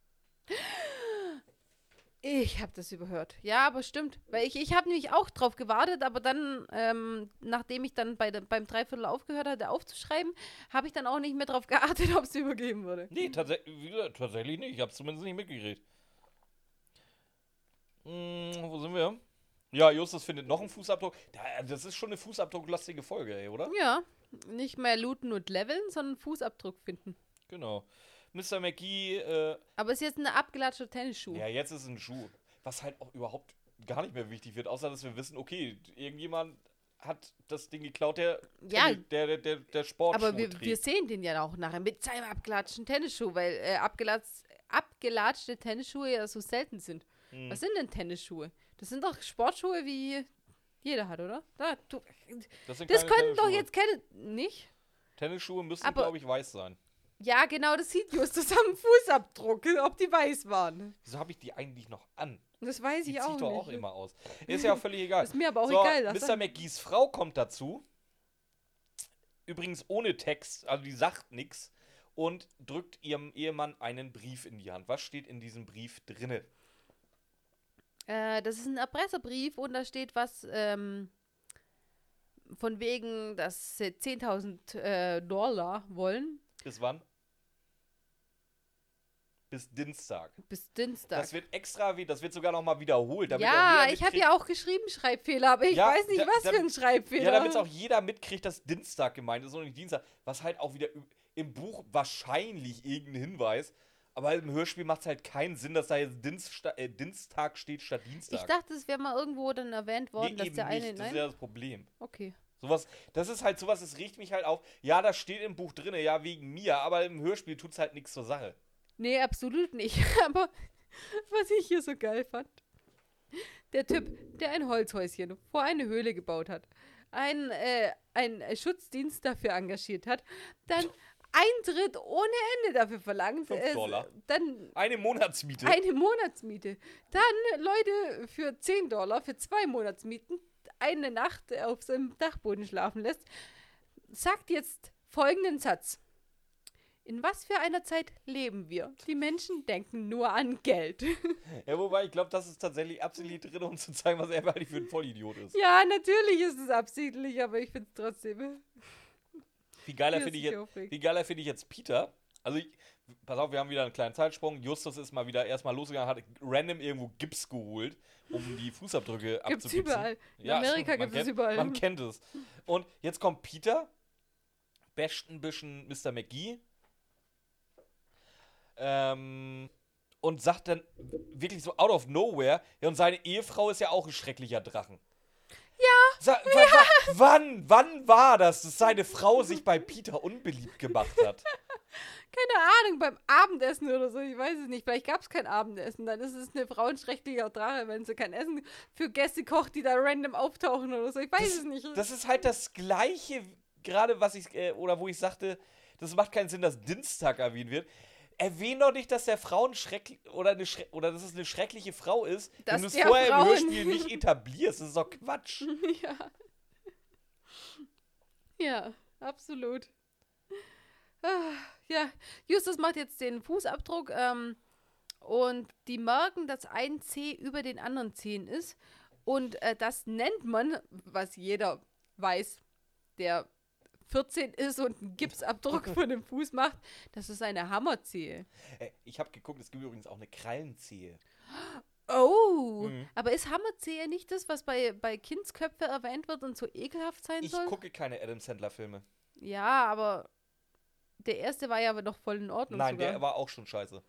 [SPEAKER 2] Ich habe das überhört. Ja, aber stimmt. Weil ich, ich habe nämlich auch drauf gewartet, aber dann, ähm, nachdem ich dann bei de, beim Dreiviertel aufgehört hatte aufzuschreiben, habe ich dann auch nicht mehr drauf geachtet, ob es übergeben wurde.
[SPEAKER 1] Nee, tats wie gesagt, tatsächlich nicht. Ich habe es zumindest nicht mitgekriegt. Hm, wo sind wir? Ja, Justus findet noch einen Fußabdruck. Da- Das ist schon eine fußabdrucklastige Folge, ey, oder?
[SPEAKER 2] Ja, nicht mehr looten und leveln, sondern Fußabdruck finden.
[SPEAKER 1] Genau. Mister McGee, äh,
[SPEAKER 2] Aber ist jetzt eine abgelatschte Tennisschuh.
[SPEAKER 1] ja, jetzt ist ein Schuh. Was halt auch überhaupt gar nicht mehr wichtig wird, außer dass wir wissen, okay, irgendjemand hat das Ding geklaut, der,
[SPEAKER 2] Ja.
[SPEAKER 1] der, der, der, der Sportschuhe
[SPEAKER 2] Aber wir,
[SPEAKER 1] trägt.
[SPEAKER 2] wir sehen den ja auch nachher mit seinem abgelatschten Tennisschuh, weil äh, abgelatsch, abgelatschte Tennisschuhe ja so selten sind.
[SPEAKER 1] Hm.
[SPEAKER 2] Was sind denn Tennisschuhe? Das sind doch Sportschuhe, wie jeder hat, oder? Da, du,
[SPEAKER 1] Das, sind
[SPEAKER 2] das
[SPEAKER 1] keine
[SPEAKER 2] können doch
[SPEAKER 1] Tennisschuhe.
[SPEAKER 2] jetzt keine. Nicht?
[SPEAKER 1] Tennisschuhe müssen,
[SPEAKER 2] Aber-
[SPEAKER 1] glaube ich, weiß sein.
[SPEAKER 2] Ja, genau, das sieht Justus am Fußabdruck, ob die weiß waren.
[SPEAKER 1] Wieso habe ich die eigentlich noch an?
[SPEAKER 2] Das weiß
[SPEAKER 1] Die
[SPEAKER 2] ich
[SPEAKER 1] zieht
[SPEAKER 2] auch
[SPEAKER 1] doch
[SPEAKER 2] nicht.
[SPEAKER 1] auch immer aus. Ist ja auch völlig egal.
[SPEAKER 2] Ist mir aber auch
[SPEAKER 1] so,
[SPEAKER 2] egal. lass
[SPEAKER 1] Mister
[SPEAKER 2] sein.
[SPEAKER 1] McGees Frau kommt dazu. Übrigens ohne Text, also die sagt nichts. Und drückt ihrem Ehemann einen Brief in die Hand. Was steht in diesem Brief drinne?
[SPEAKER 2] Äh, das ist ein Erpresserbrief und da steht was ähm, von wegen, dass sie zehntausend äh, Dollar wollen
[SPEAKER 1] Bis wann? Bis Dienstag.
[SPEAKER 2] bis Dienstag.
[SPEAKER 1] Das wird extra, wie, das wird sogar nochmal wiederholt. Damit auch
[SPEAKER 2] Ja,
[SPEAKER 1] jeder
[SPEAKER 2] ich habe
[SPEAKER 1] mitkriegt-
[SPEAKER 2] ja auch geschrieben Schreibfehler, aber ich
[SPEAKER 1] Ja,
[SPEAKER 2] weiß nicht,
[SPEAKER 1] da-
[SPEAKER 2] was
[SPEAKER 1] da-
[SPEAKER 2] für ein Schreibfehler.
[SPEAKER 1] Ja, damit es auch jeder mitkriegt, dass Dienstag gemeint ist und nicht Dienstag. Was halt auch wieder ü- im Buch wahrscheinlich irgendein Hinweis. Aber im Hörspiel macht es halt keinen Sinn, dass da jetzt Dienstag, äh, Dienstag steht statt Dienstag.
[SPEAKER 2] Ich dachte, es wäre mal irgendwo dann erwähnt worden,
[SPEAKER 1] nee,
[SPEAKER 2] dass
[SPEAKER 1] eben
[SPEAKER 2] der eine.
[SPEAKER 1] nicht. Das
[SPEAKER 2] Nein?
[SPEAKER 1] ist ja das Problem.
[SPEAKER 2] Okay.
[SPEAKER 1] Sowas, das ist halt sowas, das riecht mich halt auf. Ja, das steht im Buch drin, ja, wegen mir, aber im Hörspiel tut es halt nichts zur Sache.
[SPEAKER 2] Nee, absolut nicht. Aber was ich hier so geil fand, der Typ, der ein Holzhäuschen vor eine Höhle gebaut hat, einen, äh, einen Schutzdienst dafür engagiert hat, dann Eintritt ohne Ende dafür verlangt.
[SPEAKER 1] Fünf
[SPEAKER 2] äh,
[SPEAKER 1] Dollar.
[SPEAKER 2] Dann
[SPEAKER 1] Eine Monatsmiete.
[SPEAKER 2] eine Monatsmiete. Dann Leute für zehn Dollar, für zwei Monatsmieten, eine Nacht auf seinem Dachboden schlafen lässt, sagt jetzt folgenden Satz. In was für einer Zeit leben wir? Die Menschen denken nur an Geld.
[SPEAKER 1] Ja, wobei, ich glaube, das ist tatsächlich absichtlich drin, um zu zeigen, was er eigentlich für ein Vollidiot ist.
[SPEAKER 2] Ja, natürlich ist es absichtlich, aber ich finde es trotzdem.
[SPEAKER 1] Wie geiler
[SPEAKER 2] Wie
[SPEAKER 1] finde
[SPEAKER 2] es
[SPEAKER 1] ich,
[SPEAKER 2] sich
[SPEAKER 1] jetzt-
[SPEAKER 2] aufregt.
[SPEAKER 1] wie geiler finde ich jetzt Peter. Also, ich, pass auf, wir haben wieder einen kleinen Zeitsprung. Justus ist mal wieder erstmal losgegangen, hat random irgendwo Gips geholt, um die Fußabdrücke
[SPEAKER 2] Gibt's
[SPEAKER 1] abzugipsen.
[SPEAKER 2] überall. In
[SPEAKER 1] Ja,
[SPEAKER 2] Amerika
[SPEAKER 1] man
[SPEAKER 2] gibt es
[SPEAKER 1] kennt-
[SPEAKER 2] überall.
[SPEAKER 1] Man kennt es. Und jetzt kommt Peter, basht ein bisschen Mister McGee. Ähm, und sagt dann wirklich so out of nowhere, ja, und seine Ehefrau ist ja auch ein schrecklicher Drachen. Ja. Sa wa wa wann, wann war das, dass seine Frau sich bei Peter unbeliebt gemacht hat?
[SPEAKER 2] Keine Ahnung, beim Abendessen oder so, ich weiß es nicht. Vielleicht gab es kein Abendessen, dann ist es eine frauenschrecklicher Drache, wenn sie kein Essen für Gäste kocht, die da random auftauchen oder so. Ich weiß
[SPEAKER 1] Das,
[SPEAKER 2] es nicht.
[SPEAKER 1] das ist halt das Gleiche, gerade was ich, äh, oder wo ich sagte, das macht keinen Sinn, dass Dienstag erwähnt wird. Erwähn doch nicht, dass der Frauen schrecklich oder eine Schre oder dass es eine schreckliche Frau ist,
[SPEAKER 2] Dass
[SPEAKER 1] wenn du es
[SPEAKER 2] der
[SPEAKER 1] vorher
[SPEAKER 2] Frauen-
[SPEAKER 1] im Hörspiel nicht etablierst. Das ist doch Quatsch.
[SPEAKER 2] Ja. Ja, absolut. Ah, ja, Justus macht jetzt den Fußabdruck ähm, und die merken, dass ein Zeh über den anderen Zehen ist. Und äh, das nennt man, was jeder weiß, der vierzehn ist und einen Gipsabdruck von dem Fuß macht, das ist eine Hammerzehe.
[SPEAKER 1] Äh, ich habe geguckt, es gibt übrigens auch eine Krallenzehe.
[SPEAKER 2] Oh,
[SPEAKER 1] Mhm.
[SPEAKER 2] aber ist Hammerzehe nicht das, was bei, bei Kindsköpfe erwähnt wird und so ekelhaft sein
[SPEAKER 1] Ich
[SPEAKER 2] soll?
[SPEAKER 1] gucke keine Adam Sandler-Filme.
[SPEAKER 2] Ja, aber der erste war ja aber noch voll in Ordnung
[SPEAKER 1] Nein,
[SPEAKER 2] sogar.
[SPEAKER 1] der war auch schon scheiße.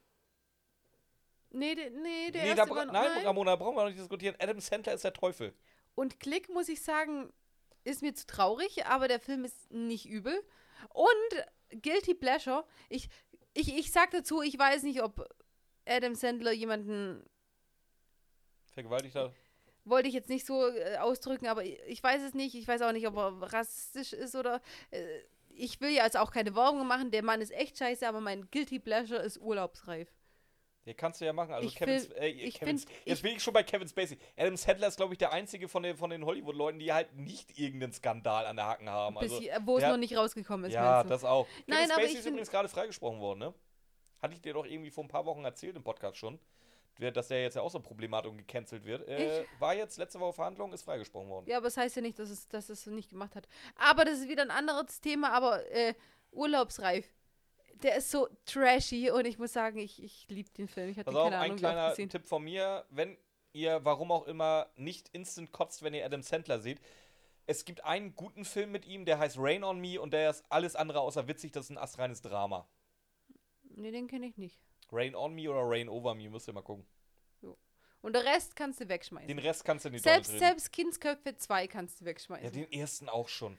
[SPEAKER 2] Nee, der, nee, der
[SPEAKER 1] Nee, da
[SPEAKER 2] erste
[SPEAKER 1] bra
[SPEAKER 2] war noch,
[SPEAKER 1] nein,
[SPEAKER 2] nein.
[SPEAKER 1] Ramona, da brauchen wir noch nicht diskutieren. Adam Sandler ist der Teufel.
[SPEAKER 2] Und Klick, muss ich sagen, ist mir zu traurig, aber der Film ist nicht übel. Und Guilty Pleasure, ich, ich, ich sag dazu, ich weiß nicht, ob Adam Sandler jemanden,
[SPEAKER 1] Vergewaltigt hat.
[SPEAKER 2] wollte ich jetzt nicht so äh, ausdrücken, aber ich, ich weiß es nicht. Ich weiß auch nicht, ob er rassistisch ist oder, äh, ich will ja jetzt auch keine Werbung machen, der Mann ist echt scheiße, aber mein Guilty Pleasure ist urlaubsreif.
[SPEAKER 1] Ja, kannst du ja machen. Also
[SPEAKER 2] Ich
[SPEAKER 1] Kevin,
[SPEAKER 2] will-
[SPEAKER 1] äh,
[SPEAKER 2] ich
[SPEAKER 1] Kevin,
[SPEAKER 2] find-
[SPEAKER 1] jetzt
[SPEAKER 2] ich-
[SPEAKER 1] bin ich schon bei Kevin Spacey. Adam Sandler ist, glaube ich, der einzige von den, von den Hollywood-Leuten, die halt nicht irgendeinen Skandal an der Hacken haben.
[SPEAKER 2] Bis
[SPEAKER 1] Also,
[SPEAKER 2] hier, wo es
[SPEAKER 1] der-
[SPEAKER 2] noch nicht rausgekommen ist,
[SPEAKER 1] ja,
[SPEAKER 2] meinst du?
[SPEAKER 1] das auch.
[SPEAKER 2] Nein,
[SPEAKER 1] Kevin
[SPEAKER 2] aber
[SPEAKER 1] Spacey
[SPEAKER 2] ich
[SPEAKER 1] ist
[SPEAKER 2] find-
[SPEAKER 1] übrigens gerade freigesprochen worden, ne? Hatte ich dir doch irgendwie vor ein paar Wochen erzählt im Podcast schon, wer- dass der jetzt ja auch so Problematik gecancelt wird. Äh, war jetzt letzte Woche Verhandlung, ist freigesprochen worden.
[SPEAKER 2] Ja, aber das heißt ja nicht, dass es, dass es nicht gemacht hat. Aber das ist wieder ein anderes Thema, aber äh, urlaubsreif. Der ist so trashy und ich muss sagen, ich, ich liebe den Film. Ich hatte
[SPEAKER 1] Pass auf,
[SPEAKER 2] keine
[SPEAKER 1] ein
[SPEAKER 2] Ahnung, wie oft
[SPEAKER 1] kleiner
[SPEAKER 2] gesehen.
[SPEAKER 1] Tipp von mir, wenn ihr, warum auch immer, nicht instant kotzt, wenn ihr Adam Sandler seht. Es gibt einen guten Film mit ihm, der heißt Rain on Me und der ist alles andere außer witzig, das ist ein astreines Drama.
[SPEAKER 2] Nee, den kenne ich nicht.
[SPEAKER 1] Rain on Me oder Rain over Me, müsst ihr mal gucken.
[SPEAKER 2] Und der Rest kannst du wegschmeißen.
[SPEAKER 1] Den Rest kannst du nicht
[SPEAKER 2] selbst,
[SPEAKER 1] drehen.
[SPEAKER 2] selbst Kindsköpfe zwei kannst du wegschmeißen.
[SPEAKER 1] Ja, den ersten auch schon.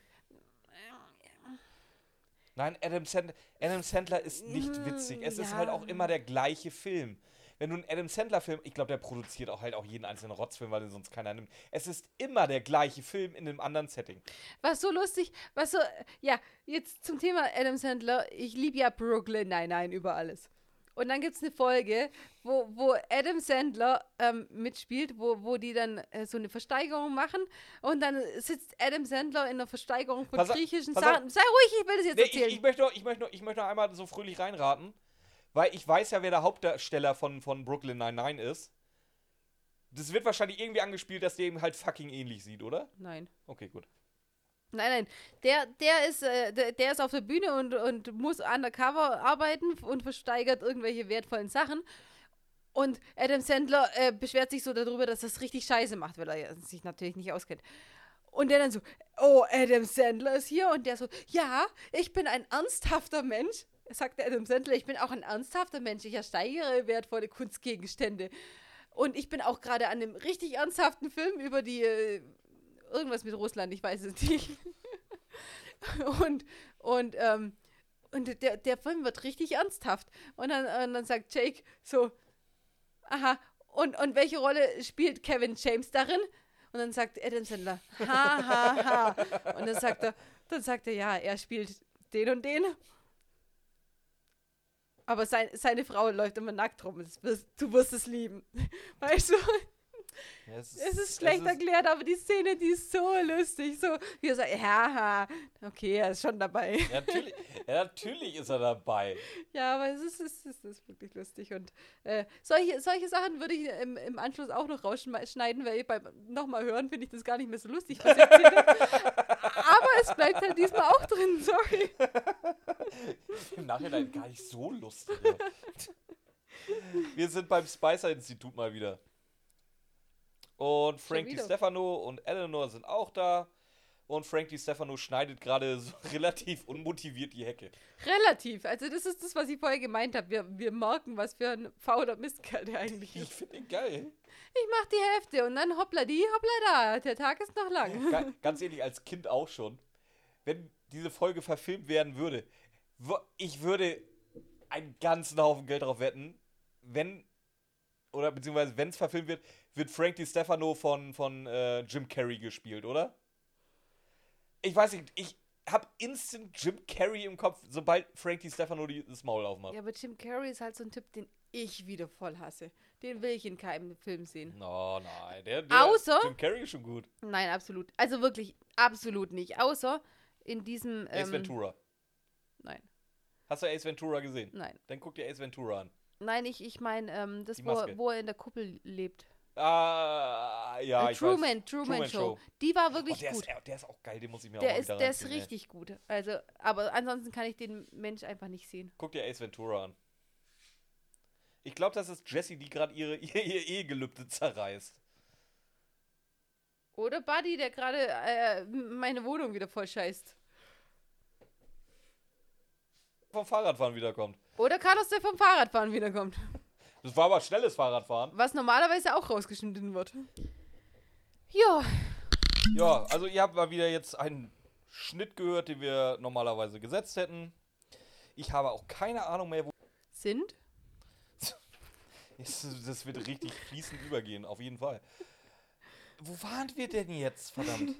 [SPEAKER 1] Nein, Adam Sandler, Adam Sandler ist nicht witzig. Es ist
[SPEAKER 2] ja.
[SPEAKER 1] halt auch immer der gleiche Film. Wenn du einen Adam Sandler-Film, ich glaube, der produziert auch halt auch jeden einzelnen Rotzfilm, weil den sonst keiner nimmt. Es ist immer der gleiche Film in einem anderen Setting.
[SPEAKER 2] Was so lustig, was so, ja, jetzt zum Thema Adam Sandler. Ich liebe ja Brooklyn, nein, nein, über alles. Und dann gibt es eine Folge, wo, wo Adam Sandler ähm, mitspielt, wo, wo die dann äh, so eine Versteigerung machen und dann sitzt Adam Sandler in einer Versteigerung von
[SPEAKER 1] Pass auf,
[SPEAKER 2] griechischen
[SPEAKER 1] pass auf.
[SPEAKER 2] Sachen. Sei ruhig, ich will das jetzt
[SPEAKER 1] Nee, ich,
[SPEAKER 2] erzählen.
[SPEAKER 1] ich, möchte noch, ich, möchte noch, ich möchte noch einmal so fröhlich reinraten, weil ich weiß ja, wer der Hauptdarsteller von, von Brooklyn Nine-Nine ist. Das wird wahrscheinlich irgendwie angespielt, dass der ihm halt fucking ähnlich sieht, oder?
[SPEAKER 2] Nein.
[SPEAKER 1] Okay, gut.
[SPEAKER 2] Nein, nein, der, der, ist, äh, der, der ist auf der Bühne und, und muss undercover arbeiten und versteigert irgendwelche wertvollen Sachen. Und Adam Sandler äh, beschwert sich so darüber, dass das richtig scheiße macht, weil er ja sich natürlich nicht auskennt. Und der dann so, oh, Adam Sandler ist hier. Und der so, ja, ich bin ein ernsthafter Mensch. Sagt der Adam Sandler, ich bin auch ein ernsthafter Mensch. Ich ersteigere wertvolle Kunstgegenstände. Und ich bin auch gerade an einem richtig ernsthaften Film über die... Äh, irgendwas mit Russland, ich weiß es nicht. und und, ähm, und der, der Film wird richtig ernsthaft. Und dann, und dann sagt Jake so, aha, und, und welche Rolle spielt Kevin James darin? Und dann sagt Adam Sandler, ha, ha, ha. Und dann sagt er, dann sagt er, ja, er spielt den und den. Aber sein, seine Frau läuft immer nackt rum. Das wirst, du wirst es lieben. Weißt du?
[SPEAKER 1] Ja, es, ist,
[SPEAKER 2] Es ist schlecht
[SPEAKER 1] es ist,
[SPEAKER 2] erklärt, aber die Szene, die ist so lustig. So, wie er sagt, ja, okay, er ist schon dabei.
[SPEAKER 1] Ja, natürlich, ja, natürlich ist er dabei.
[SPEAKER 2] Ja, aber es ist, es ist, es ist wirklich lustig. Und äh, solche, solche Sachen würde ich im, im Anschluss auch noch rausschneiden, weil beim nochmal hören finde ich das gar nicht mehr so lustig, was ich erzähle. Aber es bleibt halt diesmal auch drin, sorry.
[SPEAKER 1] Im Nachhinein gar nicht so lustig. Ja. Wir sind beim Spicer-Institut mal wieder. Und Frank DiStefano und Eleanor sind auch da. Und Frank DiStefano schneidet gerade so relativ unmotiviert die Hecke.
[SPEAKER 2] Relativ. Also das ist das, was ich vorher gemeint habe. Wir, wir merken, was für ein fauler Mistkerl der eigentlich
[SPEAKER 1] Ich
[SPEAKER 2] ist.
[SPEAKER 1] finde ihn geil.
[SPEAKER 2] Ich mach die Hälfte und dann hoppla die, hoppla da. Der Tag ist noch lang.
[SPEAKER 1] Ga ganz ehrlich, als Kind auch schon. Wenn diese Folge verfilmt werden würde, wo, ich würde einen ganzen Haufen Geld drauf wetten, wenn, oder beziehungsweise wenn es verfilmt wird, wird Frank DiStefano von, von äh, Jim Carrey gespielt, oder? Ich weiß nicht, ich habe instant Jim Carrey im Kopf, sobald Frank DiStefano die, das Maul aufmacht.
[SPEAKER 2] Ja, aber Jim Carrey ist halt so ein Typ, den ich wieder voll hasse. Den will ich in keinem Film sehen.
[SPEAKER 1] Oh nein, der, der
[SPEAKER 2] Außer-
[SPEAKER 1] Jim Carrey ist schon gut.
[SPEAKER 2] Nein, absolut. Also wirklich, absolut nicht. Außer in diesem...
[SPEAKER 1] Ace
[SPEAKER 2] Ähm,
[SPEAKER 1] Ventura.
[SPEAKER 2] Nein,
[SPEAKER 1] Hast du Ace Ventura gesehen?
[SPEAKER 2] nein.
[SPEAKER 1] Dann guck dir Ace Ventura an.
[SPEAKER 2] Nein, ich, ich meine, ähm, das,
[SPEAKER 1] Die
[SPEAKER 2] wo,
[SPEAKER 1] Maske.
[SPEAKER 2] wo er in der Kuppel lebt.
[SPEAKER 1] Ah, ja,
[SPEAKER 2] äh,
[SPEAKER 1] ich
[SPEAKER 2] Truman,
[SPEAKER 1] weiß.
[SPEAKER 2] Truman,
[SPEAKER 1] Truman
[SPEAKER 2] Show.
[SPEAKER 1] Show.
[SPEAKER 2] Die war
[SPEAKER 1] Oh,
[SPEAKER 2] wirklich
[SPEAKER 1] der,
[SPEAKER 2] gut.
[SPEAKER 1] ist, der ist auch geil, den muss ich mir
[SPEAKER 2] Der
[SPEAKER 1] auch mal
[SPEAKER 2] ist,
[SPEAKER 1] wieder
[SPEAKER 2] der ist
[SPEAKER 1] reinziehen, ey.
[SPEAKER 2] richtig gut. Also, aber ansonsten kann ich den Mensch einfach nicht sehen.
[SPEAKER 1] Guck dir Ace Ventura an. Ich glaube, das ist Jessie, die gerade ihre, ihr, ihr Ehegelübde zerreißt.
[SPEAKER 2] Oder Buddy, der gerade äh, meine Wohnung wieder voll scheißt.
[SPEAKER 1] Vom Fahrradfahren wiederkommt.
[SPEAKER 2] Oder Carlos, der vom Fahrradfahren wiederkommt.
[SPEAKER 1] Das war aber schnelles Fahrradfahren.
[SPEAKER 2] Was normalerweise auch rausgeschnitten wird. Ja,
[SPEAKER 1] Ja, also ihr habt mal wieder jetzt einen Schnitt gehört, den wir normalerweise gesetzt hätten. Ich habe auch keine Ahnung mehr, wo...
[SPEAKER 2] sind.
[SPEAKER 1] Das wird richtig fließend übergehen, auf jeden Fall. Wo waren wir denn jetzt, verdammt?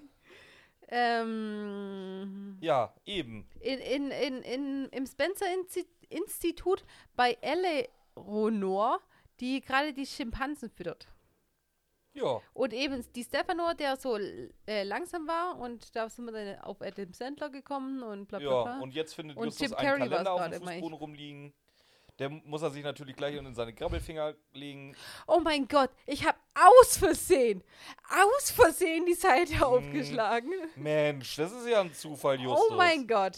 [SPEAKER 2] Ähm,
[SPEAKER 1] Ja, eben.
[SPEAKER 2] in, in, in, in, Im Spencer-Institut bei Eleanor, die gerade die Schimpansen füttert.
[SPEAKER 1] Ja,
[SPEAKER 2] Und eben die Stefano, der so äh, langsam war und da sind wir dann auf Adam Sandler gekommen und bla bla
[SPEAKER 1] ja.
[SPEAKER 2] bla.
[SPEAKER 1] Und jetzt findet
[SPEAKER 2] Und
[SPEAKER 1] Justus
[SPEAKER 2] Jim
[SPEAKER 1] einen
[SPEAKER 2] Carrey war's
[SPEAKER 1] Kalender auf
[SPEAKER 2] gerade,
[SPEAKER 1] dem
[SPEAKER 2] meine ich.
[SPEAKER 1] Fußboden rumliegen. Der muss er sich natürlich gleich in seine Grabbelfinger legen.
[SPEAKER 2] Oh mein Gott, ich habe aus Versehen, aus Versehen die Seite
[SPEAKER 1] Hm.
[SPEAKER 2] aufgeschlagen.
[SPEAKER 1] Mensch, das ist ja ein Zufall, Justus.
[SPEAKER 2] Oh mein Gott.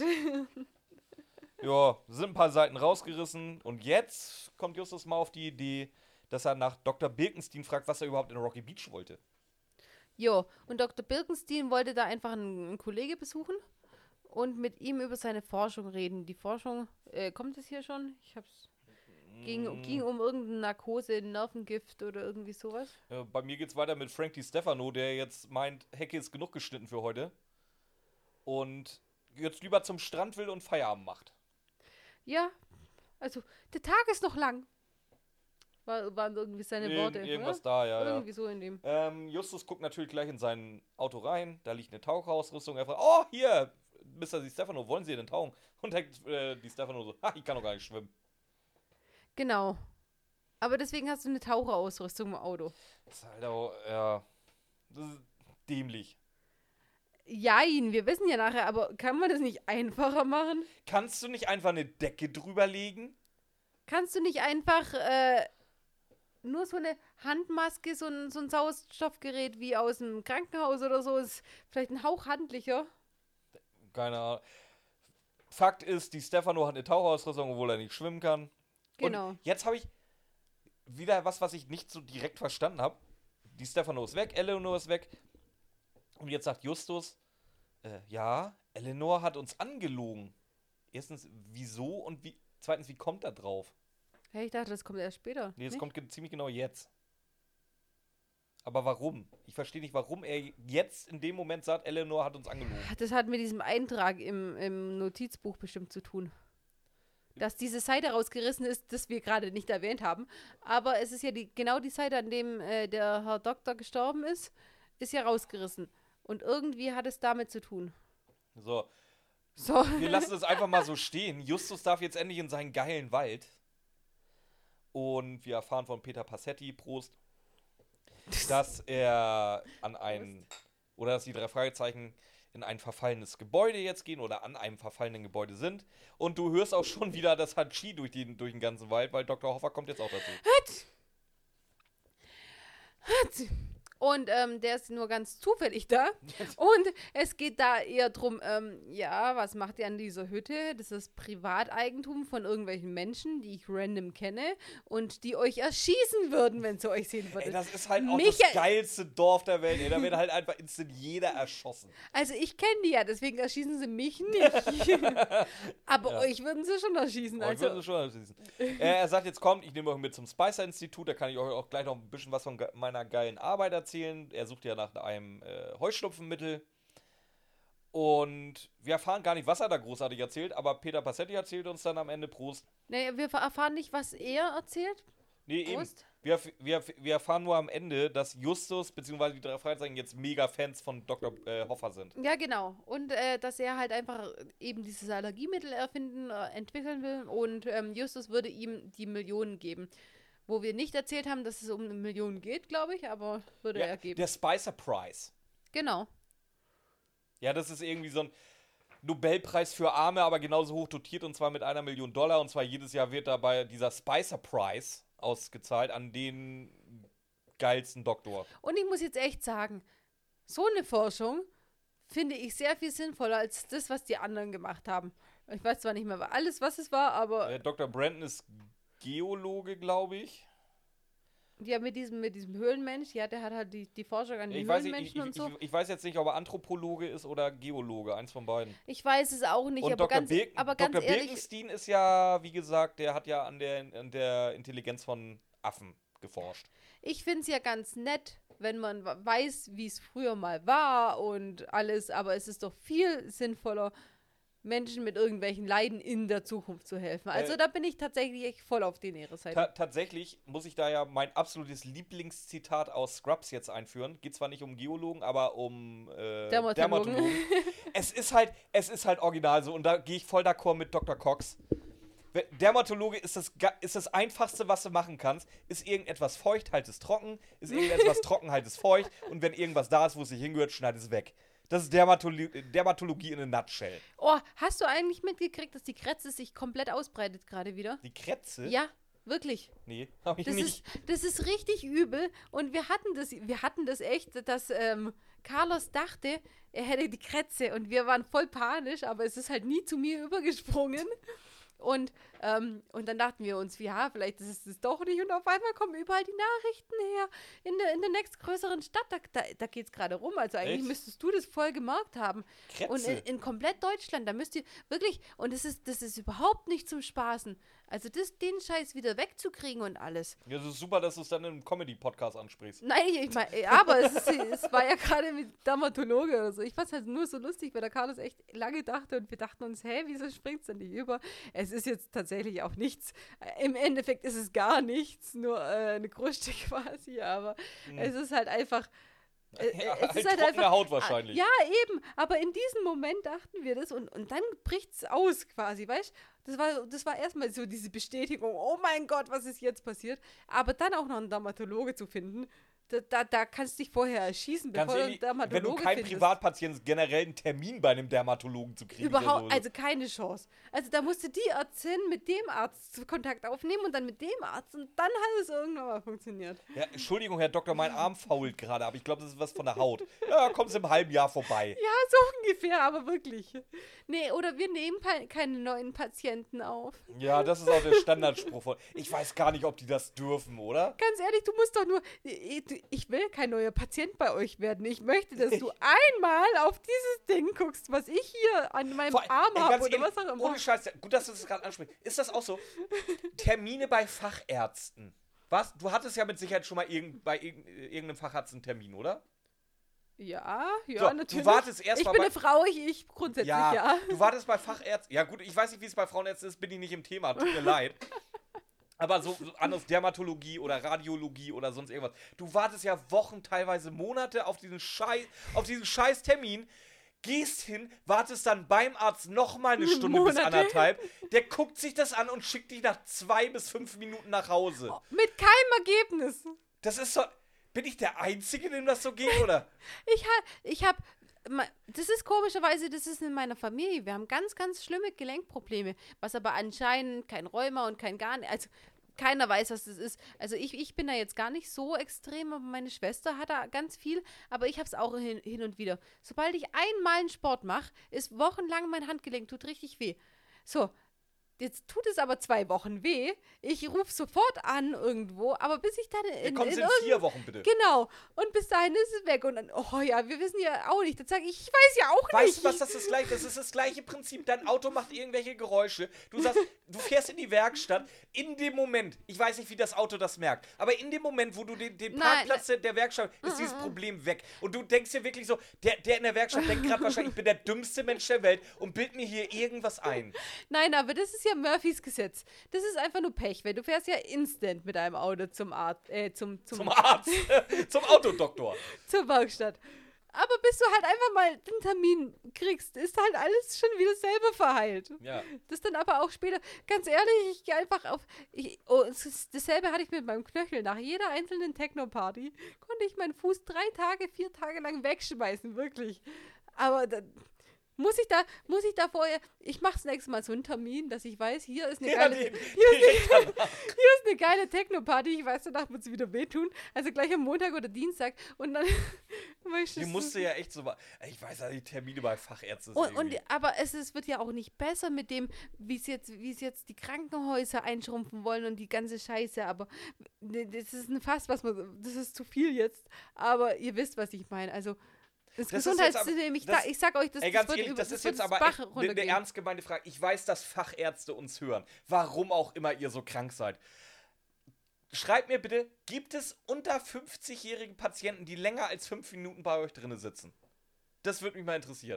[SPEAKER 1] Ja, sind ein paar Seiten rausgerissen. Und jetzt kommt Justus mal auf die Idee, dass er nach Doktor Birkenstein fragt, was er überhaupt in Rocky Beach wollte.
[SPEAKER 2] Jo, und Doktor Birkenstein wollte da einfach einen, einen Kollege besuchen und mit ihm über seine Forschung reden. Die Forschung, äh, kommt es hier schon? Ich hab's. Ging, ging um irgendeine Narkose, Nervengift oder irgendwie sowas.
[SPEAKER 1] Ja, bei mir geht's weiter mit Frank DiStefano, der jetzt meint, Hecke ist genug geschnitten für heute. Und jetzt lieber zum Strand will und Feierabend macht.
[SPEAKER 2] Ja, also der Tag ist noch lang. War, waren irgendwie seine
[SPEAKER 1] Irgend-
[SPEAKER 2] Worte.
[SPEAKER 1] Irgendwas
[SPEAKER 2] oder?
[SPEAKER 1] da, ja, ja.
[SPEAKER 2] Irgendwie so in dem.
[SPEAKER 1] Ähm, Justus guckt natürlich gleich in sein Auto rein. Da liegt eine Tauchausrüstung. Er fragt, oh, hier, Mister DiStefano, wollen Sie denn tauchen? Und denkt äh, DiStefano so, ha, ich kann doch gar nicht schwimmen.
[SPEAKER 2] Genau. Aber deswegen hast du eine Taucherausrüstung im Auto.
[SPEAKER 1] Das ist halt auch, ja, das ist dämlich.
[SPEAKER 2] Jein, wir wissen ja nachher, aber kann man das nicht einfacher machen?
[SPEAKER 1] Kannst du nicht einfach eine Decke drüber legen?
[SPEAKER 2] Kannst du nicht einfach äh, nur so eine Handmaske, so ein, so ein Sauerstoffgerät wie aus dem Krankenhaus oder so, ist vielleicht ein Hauch handlicher?
[SPEAKER 1] Keine Ahnung. Fakt ist, DiStefano hat eine Tauchausrüstung, obwohl er nicht schwimmen kann.
[SPEAKER 2] Genau.
[SPEAKER 1] Und jetzt habe ich wieder was, was ich nicht so direkt verstanden habe. DiStefano ist weg, Eleanor ist weg. Und jetzt sagt Justus, äh, ja, Eleanor hat uns angelogen. Erstens, wieso und wie, zweitens, wie kommt er drauf?
[SPEAKER 2] Hey, ich dachte, das kommt erst später.
[SPEAKER 1] Nee, es
[SPEAKER 2] nicht?
[SPEAKER 1] kommt ge- ziemlich genau jetzt. Aber warum? Ich verstehe nicht, warum er jetzt in dem Moment sagt, Eleanor hat uns angelogen.
[SPEAKER 2] Das hat mit diesem Eintrag im, im Notizbuch bestimmt zu tun. Dass diese Seite rausgerissen ist, das wir gerade nicht erwähnt haben. Aber es ist ja die, genau die Seite, an dem äh, der Herr Doktor gestorben ist, ist ja rausgerissen. Und irgendwie hat es damit zu tun.
[SPEAKER 1] So,
[SPEAKER 2] So.
[SPEAKER 1] wir lassen es einfach mal so stehen. Justus darf jetzt endlich in seinen geilen Wald. Und wir erfahren von Peter Passetti, Prost, dass er an ein, oder dass die drei Fragezeichen in ein verfallenes Gebäude jetzt gehen oder an einem verfallenen Gebäude sind. Und du hörst auch schon wieder das Hatschi durch den, durch den ganzen Wald, weil Doktor Hoffer kommt jetzt auch dazu.
[SPEAKER 2] Und ähm, der ist nur ganz zufällig da. Und es geht da eher drum, ähm, ja, was macht ihr an dieser Hütte? Das ist Privateigentum von irgendwelchen Menschen, die ich random kenne und die euch erschießen würden, wenn sie euch sehen würden.
[SPEAKER 1] Ey, das ist halt auch
[SPEAKER 2] Michael-
[SPEAKER 1] das geilste Dorf der Welt. Ey. Da wird halt einfach instant jeder erschossen.
[SPEAKER 2] Also ich kenne die ja, deswegen erschießen sie mich nicht. Aber
[SPEAKER 1] Ja.
[SPEAKER 2] euch würden sie schon erschießen.
[SPEAKER 1] Oh, ich
[SPEAKER 2] Also,
[SPEAKER 1] würde es schon erschießen. äh, er sagt jetzt, kommt, ich nehme euch mit zum Spicer-Institut, da kann ich euch auch gleich noch ein bisschen was von ge- meiner geilen Arbeit erzählen. Er sucht ja nach einem äh, Heuschnupfenmittel. Und wir erfahren gar nicht, was er da großartig erzählt, aber Peter Passetti erzählt uns dann am Ende, Prost.
[SPEAKER 2] nee, wir erfahren nicht, was er erzählt.
[SPEAKER 1] Nee, eben.
[SPEAKER 2] Prost.
[SPEAKER 1] Wir, wir, wir erfahren nur am Ende, dass Justus bzw. die drei Fragezeichen jetzt mega Fans von Doktor Äh, Hoffer sind.
[SPEAKER 2] Ja, genau. Und äh, dass er halt einfach eben dieses Allergiemittel erfinden, äh, entwickeln will. Und ähm, Justus würde ihm die Millionen geben. Wo wir nicht erzählt haben, dass es um eine Million geht, glaube ich, aber würde
[SPEAKER 1] Ja,
[SPEAKER 2] er geben.
[SPEAKER 1] der Spicer Prize.
[SPEAKER 2] Genau.
[SPEAKER 1] Ja, das ist irgendwie so ein Nobelpreis für Arme, aber genauso hoch dotiert und zwar mit einer Million Dollar. Und zwar jedes Jahr wird dabei dieser Spicer Prize ausgezahlt an den geilsten Doktor.
[SPEAKER 2] Und ich muss jetzt echt sagen, so eine Forschung finde ich sehr viel sinnvoller als das, was die anderen gemacht haben. Ich weiß zwar nicht mehr alles, was es war, aber
[SPEAKER 1] Äh, Doktor Brandon ist Geologe, glaube ich.
[SPEAKER 2] ja, mit diesem, mit diesem Höhlenmensch, ja, der hat halt die, die Forschung an den
[SPEAKER 1] Ich weiß, nicht, ich,
[SPEAKER 2] Höhlenmenschen
[SPEAKER 1] ich,
[SPEAKER 2] und so.
[SPEAKER 1] ich, ich weiß jetzt nicht, ob er Anthropologe ist oder Geologe, eins von beiden.
[SPEAKER 2] Ich weiß es auch nicht,
[SPEAKER 1] Und
[SPEAKER 2] aber
[SPEAKER 1] Doktor
[SPEAKER 2] ganz,
[SPEAKER 1] Bir-
[SPEAKER 2] aber ganz
[SPEAKER 1] Doktor
[SPEAKER 2] ehrlich,
[SPEAKER 1] Birkenstein ist ja, wie gesagt, der hat ja an der, an der Intelligenz von Affen geforscht.
[SPEAKER 2] ich finde es ja ganz nett, wenn man wa- weiß, wie es früher mal war und alles, aber es ist doch viel sinnvoller, Menschen mit irgendwelchen Leiden in der Zukunft zu helfen. Also
[SPEAKER 1] Äh,
[SPEAKER 2] da bin ich tatsächlich echt voll auf den ihre Seite.
[SPEAKER 1] Ta tatsächlich muss ich da ja mein absolutes Lieblingszitat aus Scrubs jetzt einführen. Geht zwar nicht um Geologen, aber um äh,
[SPEAKER 2] Dermatologen.
[SPEAKER 1] Dermatologen. es ist halt, es ist halt original so und da gehe ich voll d'accord mit Doktor Cox. We- Dermatologe ist das, ga- ist das Einfachste, was du machen kannst. Ist irgendetwas feucht, halt es trocken. Ist irgendetwas trocken, halt es feucht. Und wenn irgendwas da ist, wo es nicht hingehört, schneid es weg. Das ist Dermatolo Dermatologie in a nutshell.
[SPEAKER 2] Oh, hast du eigentlich mitgekriegt, dass die Kretze sich komplett ausbreitet gerade wieder?
[SPEAKER 1] Die Kretze?
[SPEAKER 2] Ja, wirklich.
[SPEAKER 1] Nee, hab ich
[SPEAKER 2] Das
[SPEAKER 1] nicht.
[SPEAKER 2] ist, das ist richtig übel und wir hatten das, wir hatten das echt, dass ähm, Carlos dachte, er hätte die Kretze und wir waren voll panisch, aber es ist halt nie zu mir übergesprungen. Und, ähm, und dann dachten wir uns, ja, vielleicht ist es das doch nicht. Und auf einmal kommen überall die Nachrichten her in der, in der nächstgrößeren Stadt. Da, da, da geht es gerade rum. Also eigentlich
[SPEAKER 1] Echt?
[SPEAKER 2] müsstest du das voll gemerkt haben.
[SPEAKER 1] Kretze.
[SPEAKER 2] Und in, in komplett Deutschland, da müsst ihr wirklich, und das ist, das ist überhaupt nicht zum Spaßen. Also das, den Scheiß wieder wegzukriegen und alles.
[SPEAKER 1] Ja, das ist super, dass du es dann im Comedy-Podcast ansprichst.
[SPEAKER 2] Nein, ich meine, aber es, ist, es war ja gerade mit Dermatologe oder so. Ich fand es halt nur so lustig, weil der Carlos echt lange dachte und wir dachten uns, hä, wieso springt es denn nicht über? Es ist jetzt tatsächlich auch nichts. Äh, Im Endeffekt ist es gar nichts, nur äh, eine Kruste quasi, aber
[SPEAKER 1] Hm.
[SPEAKER 2] es ist halt einfach. Äh, äh,
[SPEAKER 1] Ja,
[SPEAKER 2] es
[SPEAKER 1] halt
[SPEAKER 2] ist halt
[SPEAKER 1] trockene
[SPEAKER 2] einfach,
[SPEAKER 1] Haut wahrscheinlich.
[SPEAKER 2] Ja, eben. Aber in diesem Moment dachten wir das und, und dann bricht es aus quasi, weißt du? Das war, das war erstmal so diese Bestätigung, oh mein Gott, was ist jetzt passiert? Aber dann auch noch einen Dermatologe zu finden, da, da, da kannst du dich vorher erschießen,
[SPEAKER 1] Ganz
[SPEAKER 2] bevor
[SPEAKER 1] ehrlich,
[SPEAKER 2] du einen
[SPEAKER 1] wenn du
[SPEAKER 2] Dermatologe
[SPEAKER 1] kein
[SPEAKER 2] findest.
[SPEAKER 1] Privatpatient ist, generell einen Termin bei einem Dermatologen zu kriegen. ist ja
[SPEAKER 2] Überhaupt,
[SPEAKER 1] so-
[SPEAKER 2] also keine Chance. Also da musste die Ärztin mit dem Arzt Kontakt aufnehmen und dann mit dem Arzt und dann hat es irgendwann mal funktioniert.
[SPEAKER 1] Ja, Entschuldigung, Herr Doktor, mein Arm fault gerade, aber ich glaube, das ist was von der Haut. Ja, kommst im halben Jahr vorbei.
[SPEAKER 2] Ja, so ungefähr, aber wirklich. Nee, oder wir nehmen pa- keine neuen Patienten auf.
[SPEAKER 1] Ja, das ist auch der Standardspruch von. Ich weiß gar nicht, ob die das dürfen, oder?
[SPEAKER 2] Ganz ehrlich, du musst doch nur. Ich ich will kein neuer Patient bei euch werden. Ich möchte, dass du einmal auf dieses Ding guckst, was ich hier an meinem
[SPEAKER 1] Vor-
[SPEAKER 2] Arm
[SPEAKER 1] ey,
[SPEAKER 2] habe
[SPEAKER 1] ganz
[SPEAKER 2] oder
[SPEAKER 1] ehrlich,
[SPEAKER 2] was auch immer.
[SPEAKER 1] Ohne Scheiß, gut, dass du das gerade ansprichst. Ist das auch so? Termine bei Fachärzten. Was? Du hattest ja mit Sicherheit schon mal irgend, bei irgend, irgendeinem Facharzt einen Termin, oder?
[SPEAKER 2] Ja, ja,
[SPEAKER 1] So, du
[SPEAKER 2] natürlich.
[SPEAKER 1] wartest erst
[SPEAKER 2] ich
[SPEAKER 1] mal
[SPEAKER 2] bin
[SPEAKER 1] bei-
[SPEAKER 2] eine Frau, ich, ich grundsätzlich ja.
[SPEAKER 1] Ja, du wartest bei Fachärzten. Ja, gut, ich weiß nicht, wie es bei Frauenärzten ist, bin ich nicht im Thema, tut mir leid. Aber so, so anders Dermatologie oder Radiologie oder sonst irgendwas. Du wartest ja Wochen, teilweise Monate auf diesen Scheiß, auf diesen scheiß Termin. gehst hin, wartest dann beim Arzt nochmal eine Stunde
[SPEAKER 2] Monate.
[SPEAKER 1] bis anderthalb, der guckt sich das an und schickt dich nach zwei bis fünf Minuten nach Hause.
[SPEAKER 2] Oh, mit keinem Ergebnis.
[SPEAKER 1] Das ist so, bin ich der Einzige, dem das so geht, oder?
[SPEAKER 2] Ich hab, ich hab, das ist komischerweise, das ist in meiner Familie. Wir haben ganz, ganz schlimme Gelenkprobleme, was aber anscheinend kein Rheuma und kein gar nicht, also keiner weiß, was das ist. Also ich, ich bin da jetzt gar nicht so extrem, aber meine Schwester hat da ganz viel, aber ich habe es auch hin, hin und wieder. Sobald ich einmal einen Sport mache, ist wochenlang mein Handgelenk, tut richtig weh. So, jetzt tut es aber zwei Wochen weh. Ich rufe sofort an irgendwo, aber bis ich dann in,
[SPEAKER 1] Ja, kommen
[SPEAKER 2] in
[SPEAKER 1] Sie in vier Wochen, bitte.
[SPEAKER 2] Genau. Und bis dahin ist es weg. Und dann, oh ja, wir wissen ja auch nicht. Dann sage ich, ich weiß ja auch
[SPEAKER 1] Weißt
[SPEAKER 2] nicht.
[SPEAKER 1] du was, das ist gleich, das ist das gleiche Prinzip. Dein Auto macht irgendwelche Geräusche. Du sagst, du fährst in die Werkstatt. In dem Moment, ich weiß nicht, wie das Auto das merkt, aber in dem Moment, wo du den, den
[SPEAKER 2] Nein,
[SPEAKER 1] Parkplatz der, der Werkstatt, ist dieses Problem weg. Und du denkst dir wirklich so, der, der in der Werkstatt denkt gerade wahrscheinlich, ich bin der dümmste Mensch der Welt und bild mir hier irgendwas ein.
[SPEAKER 2] Nein, aber das ist ja Murphys Gesetz. Das ist einfach nur Pech, weil du fährst ja instant mit deinem Auto zum Arzt, äh, zum, zum,
[SPEAKER 1] Zum Arzt, zum Autodoktor.
[SPEAKER 2] zur Werkstatt. Aber bis du halt einfach mal den Termin kriegst, ist halt alles schon wieder selber verheilt.
[SPEAKER 1] Ja.
[SPEAKER 2] Das dann aber auch später, ganz ehrlich, ich gehe einfach auf, ich, oh, es ist, dasselbe hatte ich mit meinem Knöchel. Nach jeder einzelnen Techno-Party konnte ich meinen Fuß drei Tage, vier Tage lang wegschmeißen, wirklich. Aber dann muss ich da, muss ich da vorher, ich mache das nächste Mal so einen Termin, dass ich weiß, hier ist eine
[SPEAKER 1] Ja,
[SPEAKER 2] geile,
[SPEAKER 1] die,
[SPEAKER 2] hier, ist
[SPEAKER 1] direkt
[SPEAKER 2] eine,
[SPEAKER 1] danach.
[SPEAKER 2] hier ist eine geile Techno-Party, ich weiß, danach wird es wieder wehtun, also gleich am Montag oder Dienstag und dann
[SPEAKER 1] Die musste ja echt so mal, ich weiß ja, die Termine bei Fachärzten
[SPEAKER 2] Und, und, aber es ist, wird ja auch nicht besser mit dem, wie es jetzt, wie es jetzt die Krankenhäuser einschrumpfen wollen und die ganze Scheiße, aber ne, das ist ein Fass, was man, das ist zu viel jetzt, aber ihr wisst, was ich meine, also das,
[SPEAKER 1] Das ist
[SPEAKER 2] Gesundheitssystem,
[SPEAKER 1] jetzt aber-
[SPEAKER 2] ich,
[SPEAKER 1] das-
[SPEAKER 2] da, ich sag euch, das,
[SPEAKER 1] Ey,
[SPEAKER 2] das
[SPEAKER 1] ganz
[SPEAKER 2] wird,
[SPEAKER 1] ehrlich,
[SPEAKER 2] über,
[SPEAKER 1] das ist
[SPEAKER 2] wird
[SPEAKER 1] jetzt
[SPEAKER 2] ins
[SPEAKER 1] aber
[SPEAKER 2] Bach
[SPEAKER 1] echt eine, eine
[SPEAKER 2] runtergehen.
[SPEAKER 1] ernst gemeinte Frage. Ich weiß, dass Fachärzte uns hören. Warum auch immer ihr so krank seid. Schreibt mir bitte, gibt es unter fünfzigjährige Patienten, die länger als fünf Minuten bei euch drinnen sitzen? Das würde mich mal interessieren.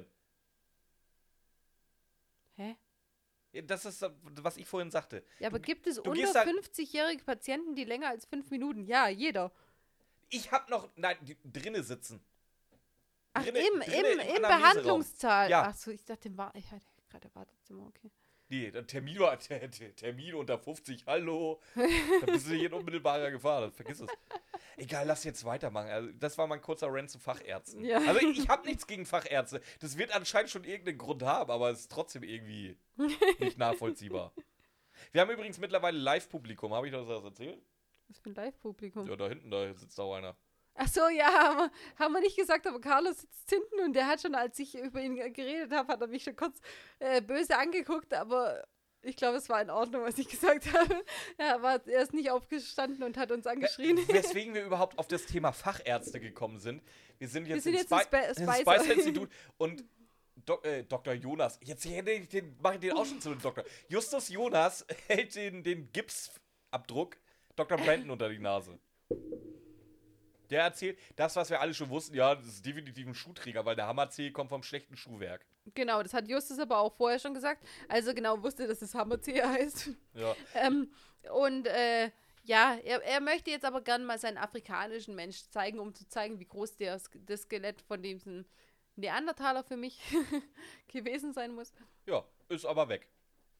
[SPEAKER 2] Hä?
[SPEAKER 1] Das ist, was ich vorhin sagte.
[SPEAKER 2] Ja, aber gibt es
[SPEAKER 1] du
[SPEAKER 2] unter
[SPEAKER 1] gehst da-
[SPEAKER 2] fünfzigjährige Patienten, die länger als fünf Minuten? Ja, jeder.
[SPEAKER 1] Ich hab noch, nein, die drinnen sitzen.
[SPEAKER 2] Ach,
[SPEAKER 1] Drinne-
[SPEAKER 2] im,
[SPEAKER 1] drinne
[SPEAKER 2] im,
[SPEAKER 1] im
[SPEAKER 2] im
[SPEAKER 1] Anamneseraum.
[SPEAKER 2] Behandlungssaal.
[SPEAKER 1] Ja.
[SPEAKER 2] Ach so, ich dachte, im Wa- ich hatte gerade Wartezimmer, okay.
[SPEAKER 1] Nee, der Termin war der, der Termin unter fünfzig, hallo. Da bist du nicht in unmittelbarer Gefahr, das, vergiss es. Egal, lass jetzt weitermachen. Also, das war mein kurzer Rant zu Fachärzten.
[SPEAKER 2] Ja.
[SPEAKER 1] Also ich, ich habe nichts gegen Fachärzte. Das wird anscheinend schon irgendeinen Grund haben, aber es ist trotzdem irgendwie nicht nachvollziehbar. Wir haben übrigens mittlerweile Live-Publikum. Habe ich noch was erzählt?
[SPEAKER 2] Was für ein Live-Publikum.
[SPEAKER 1] Ja, da hinten, da sitzt auch einer.
[SPEAKER 2] Ach so, ja, haben wir, haben wir nicht gesagt, aber Carlos sitzt hinten und der hat schon, als ich über ihn geredet habe, hat er mich schon kurz äh, böse angeguckt, aber ich glaube, es war in Ordnung, was ich gesagt habe. Er, war, er ist nicht aufgestanden und hat uns angeschrien.
[SPEAKER 1] Weswegen wir überhaupt auf das Thema Fachärzte gekommen sind. Wir sind jetzt,
[SPEAKER 2] sind
[SPEAKER 1] im,
[SPEAKER 2] jetzt im
[SPEAKER 1] Spi-
[SPEAKER 2] Spe-
[SPEAKER 1] im
[SPEAKER 2] Spicer.
[SPEAKER 1] Spicer-Institut und Dok äh, Doktor Jonas, jetzt hätte ich den, mache ich den auch schon zu dem Doktor. Justus Jonas hält den, den Gipsabdruck Doktor Brandon unter die Nase. Der erzählt, das, was wir alle schon wussten, ja, das ist definitiv ein Schuhträger, weil der Hammer-C kommt vom schlechten Schuhwerk.
[SPEAKER 2] Genau, das hat Justus aber auch vorher schon gesagt. Also genau wusste, dass es Hammerzieher heißt.
[SPEAKER 1] Ja.
[SPEAKER 2] ähm, und äh, ja, er, er möchte jetzt aber gerne mal seinen afrikanischen Mensch zeigen, um zu zeigen, wie groß der, das Skelett von diesem Neandertaler für mich gewesen sein muss.
[SPEAKER 1] Ja, ist aber weg.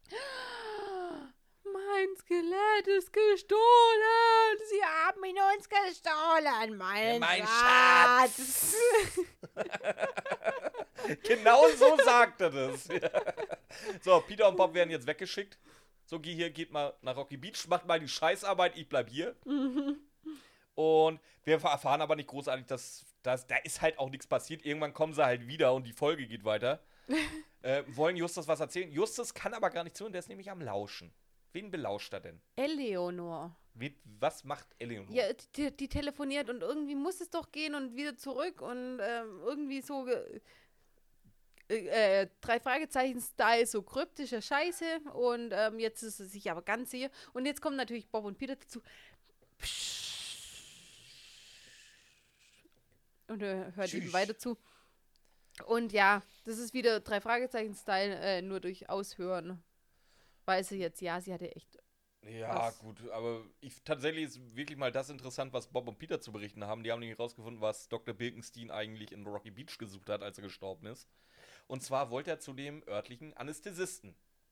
[SPEAKER 2] Mein Skelett ist gestohlen! Sie haben ihn uns gestohlen, mein,
[SPEAKER 1] Mein
[SPEAKER 2] Schatz!
[SPEAKER 1] Genau so sagt er das. So, Peter und Bob werden jetzt weggeschickt. So, geh hier, geht mal nach Rocky Beach, macht mal die Scheißarbeit, ich bleib hier.
[SPEAKER 2] Mhm.
[SPEAKER 1] Und wir erfahren aber nicht großartig, dass, dass da ist halt auch nichts passiert. Irgendwann kommen sie halt wieder und die Folge geht weiter. äh, wollen Justus was erzählen? Justus kann aber gar nicht zu und der ist nämlich am Lauschen. Wen belauscht er denn?
[SPEAKER 2] Eleonor.
[SPEAKER 1] Wen, was macht Eleonor?
[SPEAKER 2] Ja, die, die telefoniert und irgendwie muss es doch gehen und wieder zurück und ähm, irgendwie so ge- äh, äh, drei Fragezeichen-Style, so kryptische Scheiße und ähm, jetzt ist es sich aber ganz sicher. Und jetzt kommen natürlich Bob und Peter dazu. Und er hört
[SPEAKER 1] Tschüss.
[SPEAKER 2] eben weiter zu. Und ja, das ist wieder drei Fragezeichen-Style, äh, nur durch Aushören. Weiß sie jetzt, ja, sie hatte echt.
[SPEAKER 1] Ja,
[SPEAKER 2] Was?
[SPEAKER 1] gut, aber ich, tatsächlich ist wirklich mal das interessant, was Bob und Peter zu berichten haben. Die haben nämlich rausgefunden, was Doktor Birkenstein eigentlich in Rocky Beach gesucht hat, als er gestorben ist. Und zwar wollte er zu dem örtlichen Anästhesisten.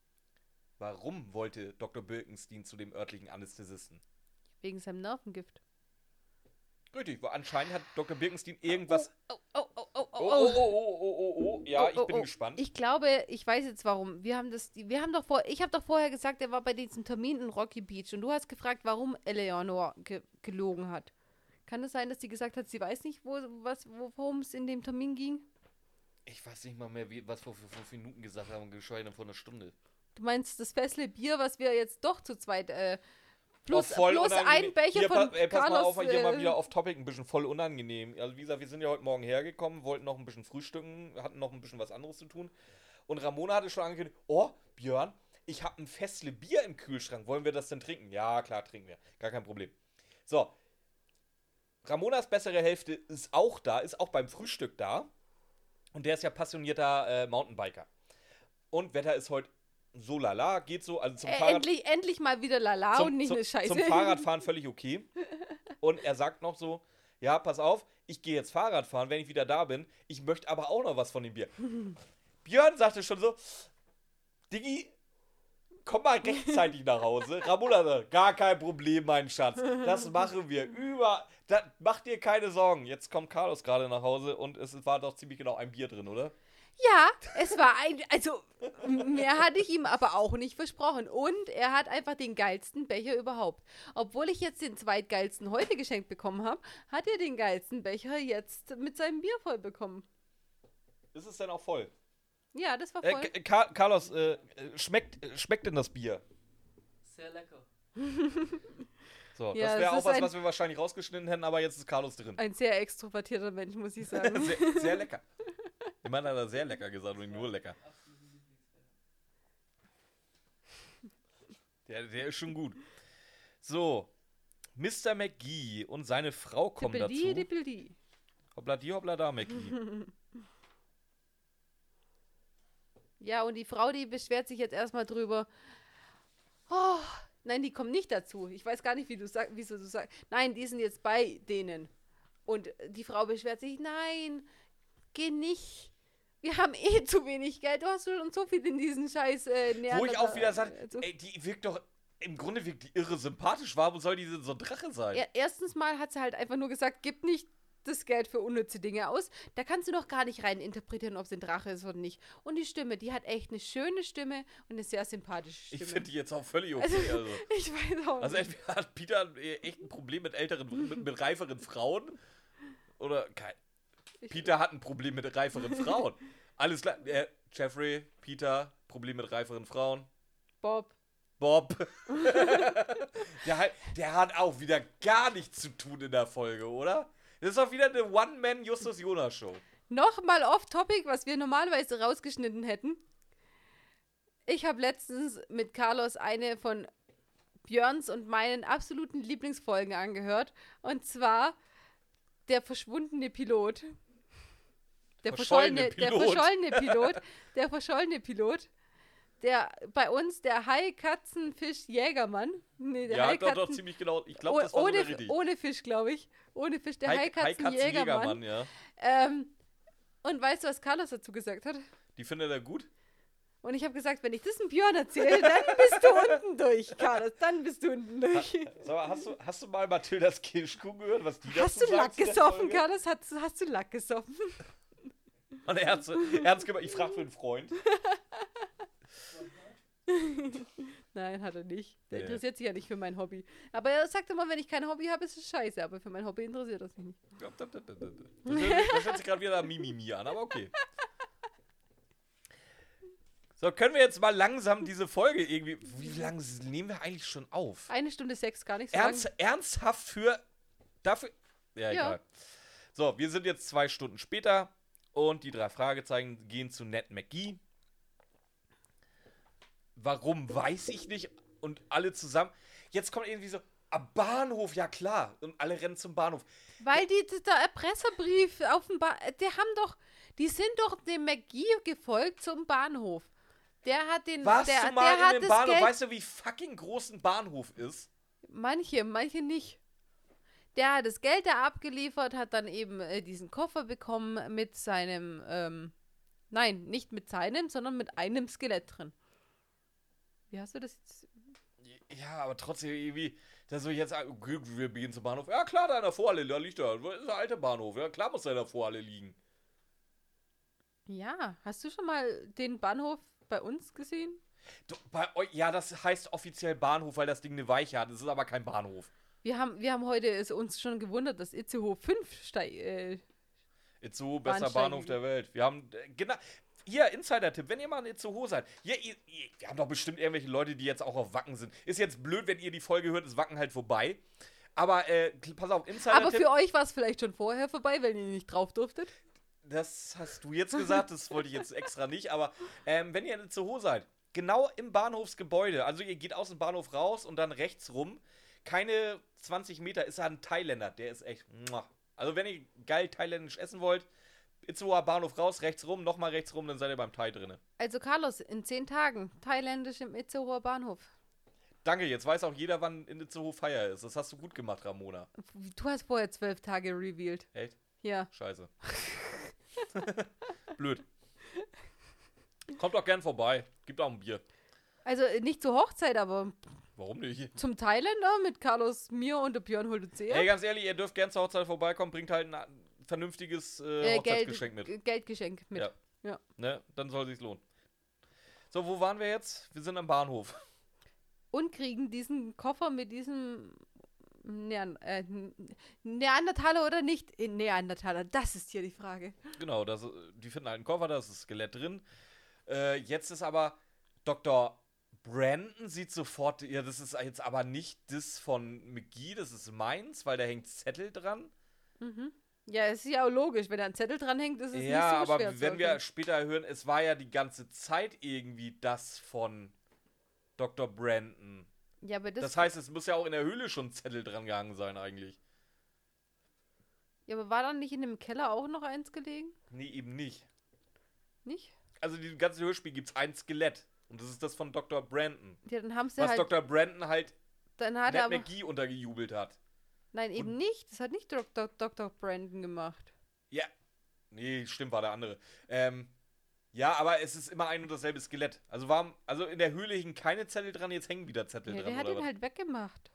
[SPEAKER 1] Warum wollte Doktor Birkenstein zu dem örtlichen Anästhesisten?
[SPEAKER 2] Wegen seinem Nervengift.
[SPEAKER 1] Richtig, weil anscheinend hat Doktor Birkenstein irgendwas...
[SPEAKER 2] Oh, oh, oh, oh, oh,
[SPEAKER 1] Oh, oh, oh, oh, oh, oh, oh. Ja,
[SPEAKER 2] Oh,
[SPEAKER 1] ich
[SPEAKER 2] oh,
[SPEAKER 1] bin
[SPEAKER 2] oh.
[SPEAKER 1] gespannt.
[SPEAKER 2] Ich glaube, ich weiß jetzt warum. Wir haben das, wir haben doch vor, ich habe doch vorher gesagt, er war bei diesem Termin in Rocky Beach und du hast gefragt, warum Eleanor ge gelogen hat. Kann es sein, dass sie gesagt hat, sie weiß nicht, wo, was, worum es in dem Termin ging?
[SPEAKER 1] Ich weiß nicht mal mehr, wie, was wir vor fünf Minuten gesagt haben, geschweige denn vor einer Stunde.
[SPEAKER 2] Du meinst das Fessle Bier, was wir jetzt doch zu zweit, äh, plus,
[SPEAKER 1] Auch voll
[SPEAKER 2] plus
[SPEAKER 1] unangenehm.
[SPEAKER 2] ein Becher
[SPEAKER 1] Hier,
[SPEAKER 2] von
[SPEAKER 1] pa ey, pass
[SPEAKER 2] Carlos,
[SPEAKER 1] mal auf, hier mal
[SPEAKER 2] äh,
[SPEAKER 1] wieder auf Topic, ein bisschen voll unangenehm. Also wie gesagt, wir sind ja heute Morgen hergekommen, wollten noch ein bisschen frühstücken, hatten noch ein bisschen was anderes zu tun. Und Ramona hatte schon angekündigt, oh, Björn, ich habe ein Fessle Bier im Kühlschrank, wollen wir das denn trinken? Ja, klar, trinken wir, gar kein Problem. So, Ramonas bessere Hälfte ist auch da, ist auch beim Frühstück da. Und der ist ja passionierter äh, Mountainbiker. Und Wetter ist heute so lala, geht so, also zum
[SPEAKER 2] äh,
[SPEAKER 1] Fahrrad...
[SPEAKER 2] endlich, endlich mal wieder lala
[SPEAKER 1] zum,
[SPEAKER 2] und nicht
[SPEAKER 1] zum,
[SPEAKER 2] eine Scheiße.
[SPEAKER 1] Zum Fahrradfahren völlig okay. Und er sagt noch so, ja, pass auf, ich gehe jetzt Fahrrad fahren, wenn ich wieder da bin. Ich möchte aber auch noch was von dem Bier. Björn sagte schon so, Diggi, komm mal rechtzeitig nach Hause. Ramona sagt, gar kein Problem, mein Schatz. Das machen wir. Über, da, mach dir keine Sorgen. Jetzt kommt Carlos gerade nach Hause und es war doch ziemlich genau ein Bier drin, oder?
[SPEAKER 2] Ja, es war ein, also mehr hatte ich ihm aber auch nicht versprochen. Und er hat einfach den geilsten Becher überhaupt. Obwohl ich jetzt den zweitgeilsten heute geschenkt bekommen habe, hat er den geilsten Becher jetzt mit seinem Bier voll bekommen.
[SPEAKER 1] Ist es denn auch voll?
[SPEAKER 2] Ja, das war
[SPEAKER 1] Äh,
[SPEAKER 2] voll.
[SPEAKER 1] K- Ka- Carlos, äh, schmeckt, äh, schmeckt denn das Bier?
[SPEAKER 3] Sehr lecker.
[SPEAKER 1] So,
[SPEAKER 2] Ja,
[SPEAKER 1] das
[SPEAKER 2] es
[SPEAKER 1] wäre auch
[SPEAKER 2] ist
[SPEAKER 1] was,
[SPEAKER 2] ein-
[SPEAKER 1] was wir wahrscheinlich rausgeschnitten hätten, aber jetzt ist Carlos drin.
[SPEAKER 2] Ein sehr extrovertierter Mensch, muss ich sagen.
[SPEAKER 1] sehr, sehr lecker. Ich meine, hat er sehr lecker gesagt und nicht nur lecker. Der, der ist schon gut. So, Mister McGee und seine Frau kommen
[SPEAKER 2] Dippeldi,
[SPEAKER 1] dazu.
[SPEAKER 2] dippeldi.
[SPEAKER 1] Hoppla die, hoppla da, McGee.
[SPEAKER 2] Ja, und die Frau, die beschwert sich jetzt erstmal drüber. Oh, nein, die kommen nicht dazu. Ich weiß gar nicht, wie du sag, wieso du sagst. Nein, die sind jetzt bei denen. Und die Frau beschwert sich, nein, geh nicht. Wir haben eh zu wenig Geld. Du hast schon so viel in diesen Scheiß äh,
[SPEAKER 1] Wo ich auch wieder sage,
[SPEAKER 2] also,
[SPEAKER 1] ey, die wirkt doch, im Grunde wirkt die irre sympathisch. Warum soll die denn so ein Drache sein?
[SPEAKER 2] er, Erstens mal hat sie halt einfach nur gesagt, gib nicht das Geld für unnütze Dinge aus. Da kannst du doch gar nicht rein interpretieren, ob es ein Drache ist oder nicht. Und die Stimme, die hat echt eine schöne Stimme und eine sehr sympathische Stimme.
[SPEAKER 1] Ich finde die jetzt auch völlig okay.
[SPEAKER 2] Also,
[SPEAKER 1] Also,
[SPEAKER 2] ich weiß auch
[SPEAKER 1] also
[SPEAKER 2] nicht.
[SPEAKER 1] entweder hat Peter echt ein Problem mit älteren, mit, mit reiferen Frauen oder kein.
[SPEAKER 2] Ich-
[SPEAKER 1] Peter hat ein Problem mit reiferen Frauen. Alles klar. Äh, Jeffrey, Peter, Problem mit reiferen Frauen.
[SPEAKER 2] Bob.
[SPEAKER 1] Bob. der, hat, der hat auch wieder gar nichts zu tun in der Folge, oder? Das ist doch wieder eine One-Man-Justus-Jonas-Show.
[SPEAKER 2] Nochmal off-topic, was wir normalerweise rausgeschnitten hätten. Ich habe letztens mit Carlos eine von Björns und meinen absoluten Lieblingsfolgen angehört. Und zwar der verschwundene Pilot. Der
[SPEAKER 1] Verschollene
[SPEAKER 2] verschollene, der
[SPEAKER 1] Pilot.
[SPEAKER 2] verschollene Pilot. Der verschollene Pilot. Der bei uns der Haikatzenfisch-Jägermann. Nee, der
[SPEAKER 1] Ja, doch, doch,
[SPEAKER 2] Haikatzen-
[SPEAKER 1] ziemlich genau. Ich glaube,
[SPEAKER 2] Oh,
[SPEAKER 1] das war
[SPEAKER 2] ohne,
[SPEAKER 1] sogar richtig.
[SPEAKER 2] ohne Fisch, glaube ich. Ohne Fisch, der
[SPEAKER 1] Hai-
[SPEAKER 2] Haikatzenjägermann.
[SPEAKER 1] Haikatzenjägermann, ja.
[SPEAKER 2] Ähm, und weißt du, was Carlos dazu gesagt hat?
[SPEAKER 1] Die findet er gut.
[SPEAKER 2] Und ich habe gesagt, wenn ich das dem Björn erzähle, dann bist du unten durch, Carlos. Dann bist du unten durch.
[SPEAKER 1] Sag mal, hast du, hast du mal Mathildas Kirschkuh gehört, was die
[SPEAKER 2] Hast
[SPEAKER 1] dazu
[SPEAKER 2] du Lack
[SPEAKER 1] sagt zu der
[SPEAKER 2] gesoffen,
[SPEAKER 1] Folge?
[SPEAKER 2] Carlos? Hast, hast du Lack gesoffen?
[SPEAKER 1] Und er hat so, er hat's gemacht, ich frage für einen Freund.
[SPEAKER 2] Nein, hat er nicht. Der
[SPEAKER 1] Nee.
[SPEAKER 2] interessiert sich ja nicht für mein Hobby. Aber er sagt immer, wenn ich kein Hobby habe, ist es scheiße. Aber für mein Hobby interessiert er sich nicht.
[SPEAKER 1] Das hört das hört sich gerade wieder Mimimi an, aber okay. So, können wir jetzt mal langsam diese Folge irgendwie. Wie lange nehmen wir eigentlich schon auf?
[SPEAKER 2] Eine Stunde sechs, gar nicht so
[SPEAKER 1] Ernst,
[SPEAKER 2] lang.
[SPEAKER 1] ernsthaft für. Dafür. Ja,
[SPEAKER 2] Ja.
[SPEAKER 1] egal. So, wir sind jetzt zwei Stunden später und die drei Fragezeichen gehen zu Ned McGee. Warum, weiß ich nicht. Und alle zusammen. Jetzt kommt irgendwie so. Am Bahnhof, ja klar. Und alle rennen zum Bahnhof.
[SPEAKER 2] Weil die, der Erpresserbrief auf dem Bahnhof, die haben doch, die sind doch dem McGee gefolgt zum Bahnhof. Der hat den,
[SPEAKER 1] Warst
[SPEAKER 2] der,
[SPEAKER 1] du mal
[SPEAKER 2] der hat
[SPEAKER 1] in dem
[SPEAKER 2] das
[SPEAKER 1] Bahnhof?
[SPEAKER 2] Geld,
[SPEAKER 1] Weißt du, wie fucking groß ein Bahnhof ist?
[SPEAKER 2] manche, manche nicht. Der hat das Geld da abgeliefert, hat dann eben äh, diesen Koffer bekommen mit seinem, ähm, Nein, nicht mit seinem, sondern mit einem Skelett drin. Wie hast du das jetzt?
[SPEAKER 1] Ja, aber trotzdem irgendwie, dass wir jetzt, okay, wir gehen zum Bahnhof. Ja klar, da in der Vorhalle, da liegt er. Das ist der alte Bahnhof. Ja klar muss da in der Vorhalle liegen.
[SPEAKER 2] Ja, hast du schon mal den Bahnhof bei uns gesehen?
[SPEAKER 1] Du, bei euch, ja, das heißt offiziell Bahnhof, weil das Ding eine Weiche hat. Das ist aber kein Bahnhof.
[SPEAKER 2] Wir haben, wir haben heute es uns schon gewundert, dass Itzehoe fünf Steig... Äh,
[SPEAKER 1] Itzehoe, bester
[SPEAKER 2] Bahnsteige
[SPEAKER 1] Bahnhof
[SPEAKER 2] gibt.
[SPEAKER 1] der Welt. Wir haben, äh, genau, hier, Insider-Tipp, wenn ihr mal in Itzehoe seid, hier, ihr, ihr, wir haben doch bestimmt irgendwelche Leute, die jetzt auch auf Wacken sind. Ist jetzt blöd, wenn ihr die Folge hört, ist Wacken halt vorbei. Aber, äh, pass auf, Insider-Tipp.
[SPEAKER 2] aber für euch war es vielleicht schon vorher vorbei, weil ihr nicht drauf durftet.
[SPEAKER 1] Das hast du jetzt gesagt, das wollte ich jetzt extra nicht, aber ähm, wenn ihr in Itzehoe seid, genau im Bahnhofsgebäude, also ihr geht aus dem Bahnhof raus und dann rechts rum, keine zwanzig Meter, ist da ein Thailänder, der ist echt, muah. Also wenn ihr geil thailändisch essen wollt, Itzehoer Bahnhof raus, rechts rum, nochmal rechts rum, dann seid ihr beim Thai drinne.
[SPEAKER 2] Also Carlos, in zehn Tagen, thailändisch im Itzehoer Bahnhof.
[SPEAKER 1] Danke, jetzt weiß auch jeder, wann in Itzehoe Feier ist. Das hast du gut gemacht, Ramona.
[SPEAKER 2] Du hast vorher zwölf Tage revealed.
[SPEAKER 1] Echt?
[SPEAKER 2] Ja.
[SPEAKER 1] Scheiße. Blöd. Kommt doch gern vorbei. Gibt auch ein Bier.
[SPEAKER 2] Also äh, nicht zur Hochzeit, aber
[SPEAKER 1] Warum nicht?
[SPEAKER 2] zum Thailänder mit Carlos, mir und der Björn holt uns
[SPEAKER 1] Ey, ganz ehrlich, ihr dürft gern zur Hochzeit vorbeikommen, bringt halt ein vernünftiges äh,
[SPEAKER 2] äh,
[SPEAKER 1] Hochzeitsgeschenk
[SPEAKER 2] Geld,
[SPEAKER 1] mit.
[SPEAKER 2] Geldgeschenk mit.
[SPEAKER 1] Ja.
[SPEAKER 2] Ja.
[SPEAKER 1] Ne? Dann soll sich's lohnen. So, wo waren wir jetzt? Wir sind am Bahnhof.
[SPEAKER 2] Und kriegen diesen Koffer mit diesem Nean äh, Neandertaler oder nicht äh, Neandertaler? Das ist hier die Frage.
[SPEAKER 1] Genau, das, die finden halt einen Koffer, da ist das Skelett drin. Äh, jetzt ist aber Doktor Brandon sieht sofort, ja, das ist jetzt aber nicht das von McGee, das ist meins, weil da hängt Zettel dran.
[SPEAKER 2] Mhm. Ja, es ist ja auch logisch, wenn da ein Zettel dran hängt, ist es
[SPEAKER 1] Ja,
[SPEAKER 2] nicht so
[SPEAKER 1] aber
[SPEAKER 2] schwer zu
[SPEAKER 1] wenn wir
[SPEAKER 2] erkennen.
[SPEAKER 1] später hören, es war ja die ganze Zeit irgendwie das von Doktor Brandon.
[SPEAKER 2] Ja, aber das,
[SPEAKER 1] Das heißt, es muss ja auch in der Höhle schon Zettel dran gehangen sein eigentlich.
[SPEAKER 2] ja, aber war dann nicht in dem Keller auch noch eins gelegen?
[SPEAKER 1] Nee, eben nicht.
[SPEAKER 2] Nicht?
[SPEAKER 1] Also in diesem ganzen Hörspiel gibt es ein Skelett. Und das ist das von Doktor Brandon.
[SPEAKER 2] Ja, dann haben sie
[SPEAKER 1] Was
[SPEAKER 2] halt,
[SPEAKER 1] Doktor Brandon halt
[SPEAKER 2] dann hat er
[SPEAKER 1] Ned
[SPEAKER 2] aber,
[SPEAKER 1] McGee untergejubelt hat.
[SPEAKER 2] nein, eben nicht, das hat nicht Doktor Doktor Brandon gemacht.
[SPEAKER 1] Ja. Nee, stimmt, war der andere. Ähm, ja, aber es ist immer ein und dasselbe Skelett. Also warum, also in der Höhle hingen keine Zettel dran, jetzt hängen wieder Zettel
[SPEAKER 2] Ja,
[SPEAKER 1] dran,
[SPEAKER 2] der hat
[SPEAKER 1] oder
[SPEAKER 2] ihn
[SPEAKER 1] was?
[SPEAKER 2] halt weggemacht.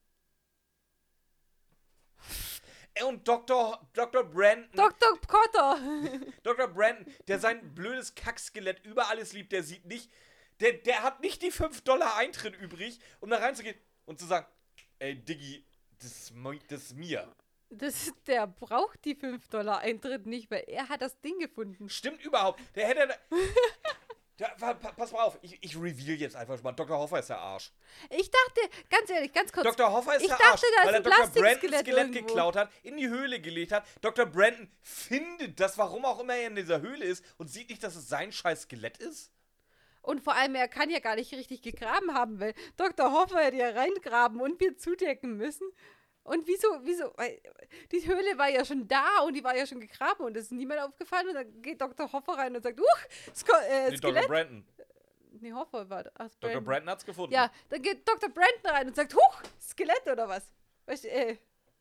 [SPEAKER 1] Ey, und Doktor Doktor Brandon,
[SPEAKER 2] Doktor Cotter!
[SPEAKER 1] Doktor Brandon, der sein blödes Kackskelett über alles liebt, der sieht nicht, der, der hat nicht die fünf Dollar Eintritt übrig, um da reinzugehen und zu sagen, ey, Diggi, das ist, mi- das ist mir.
[SPEAKER 2] Das, der braucht die fünf Dollar Eintritt nicht, weil er hat das Ding gefunden.
[SPEAKER 1] Stimmt überhaupt. Der hätte. Der, pa- pa- pass mal auf, ich, ich reveal jetzt einfach schon mal. Doktor Hoffer ist der Arsch.
[SPEAKER 2] Ich dachte, ganz ehrlich, ganz kurz.
[SPEAKER 1] Doktor Hoffer ist
[SPEAKER 2] ich
[SPEAKER 1] der
[SPEAKER 2] dachte,
[SPEAKER 1] Arsch,
[SPEAKER 2] da ist
[SPEAKER 1] weil er
[SPEAKER 2] ein
[SPEAKER 1] Doktor Brandon
[SPEAKER 2] Plastikskelett
[SPEAKER 1] Skelett
[SPEAKER 2] irgendwo.
[SPEAKER 1] geklaut hat, in die Höhle gelegt hat. Doktor Brandon findet das, warum auch immer er in dieser Höhle ist, und sieht nicht, dass es sein scheiß Skelett ist.
[SPEAKER 2] Und vor allem, er kann ja gar nicht richtig gegraben haben, weil Doktor Hoffer hätte ja reingraben und wir zudecken müssen. Und wieso, wieso, weil die Höhle war ja schon da und die war ja schon gegraben und es ist niemand aufgefallen und dann geht Doktor Hoffer rein und sagt, huch, Sko äh,
[SPEAKER 1] Nee, Doktor
[SPEAKER 2] Skelett.
[SPEAKER 1] Brandon.
[SPEAKER 2] Nee, Hoffer war das. Ach,
[SPEAKER 1] Doktor
[SPEAKER 2] Brandon.
[SPEAKER 1] Brandon hat's gefunden.
[SPEAKER 2] Ja, dann geht Doktor Brandon rein und sagt, huch, Skelett oder was? Weißt du, äh,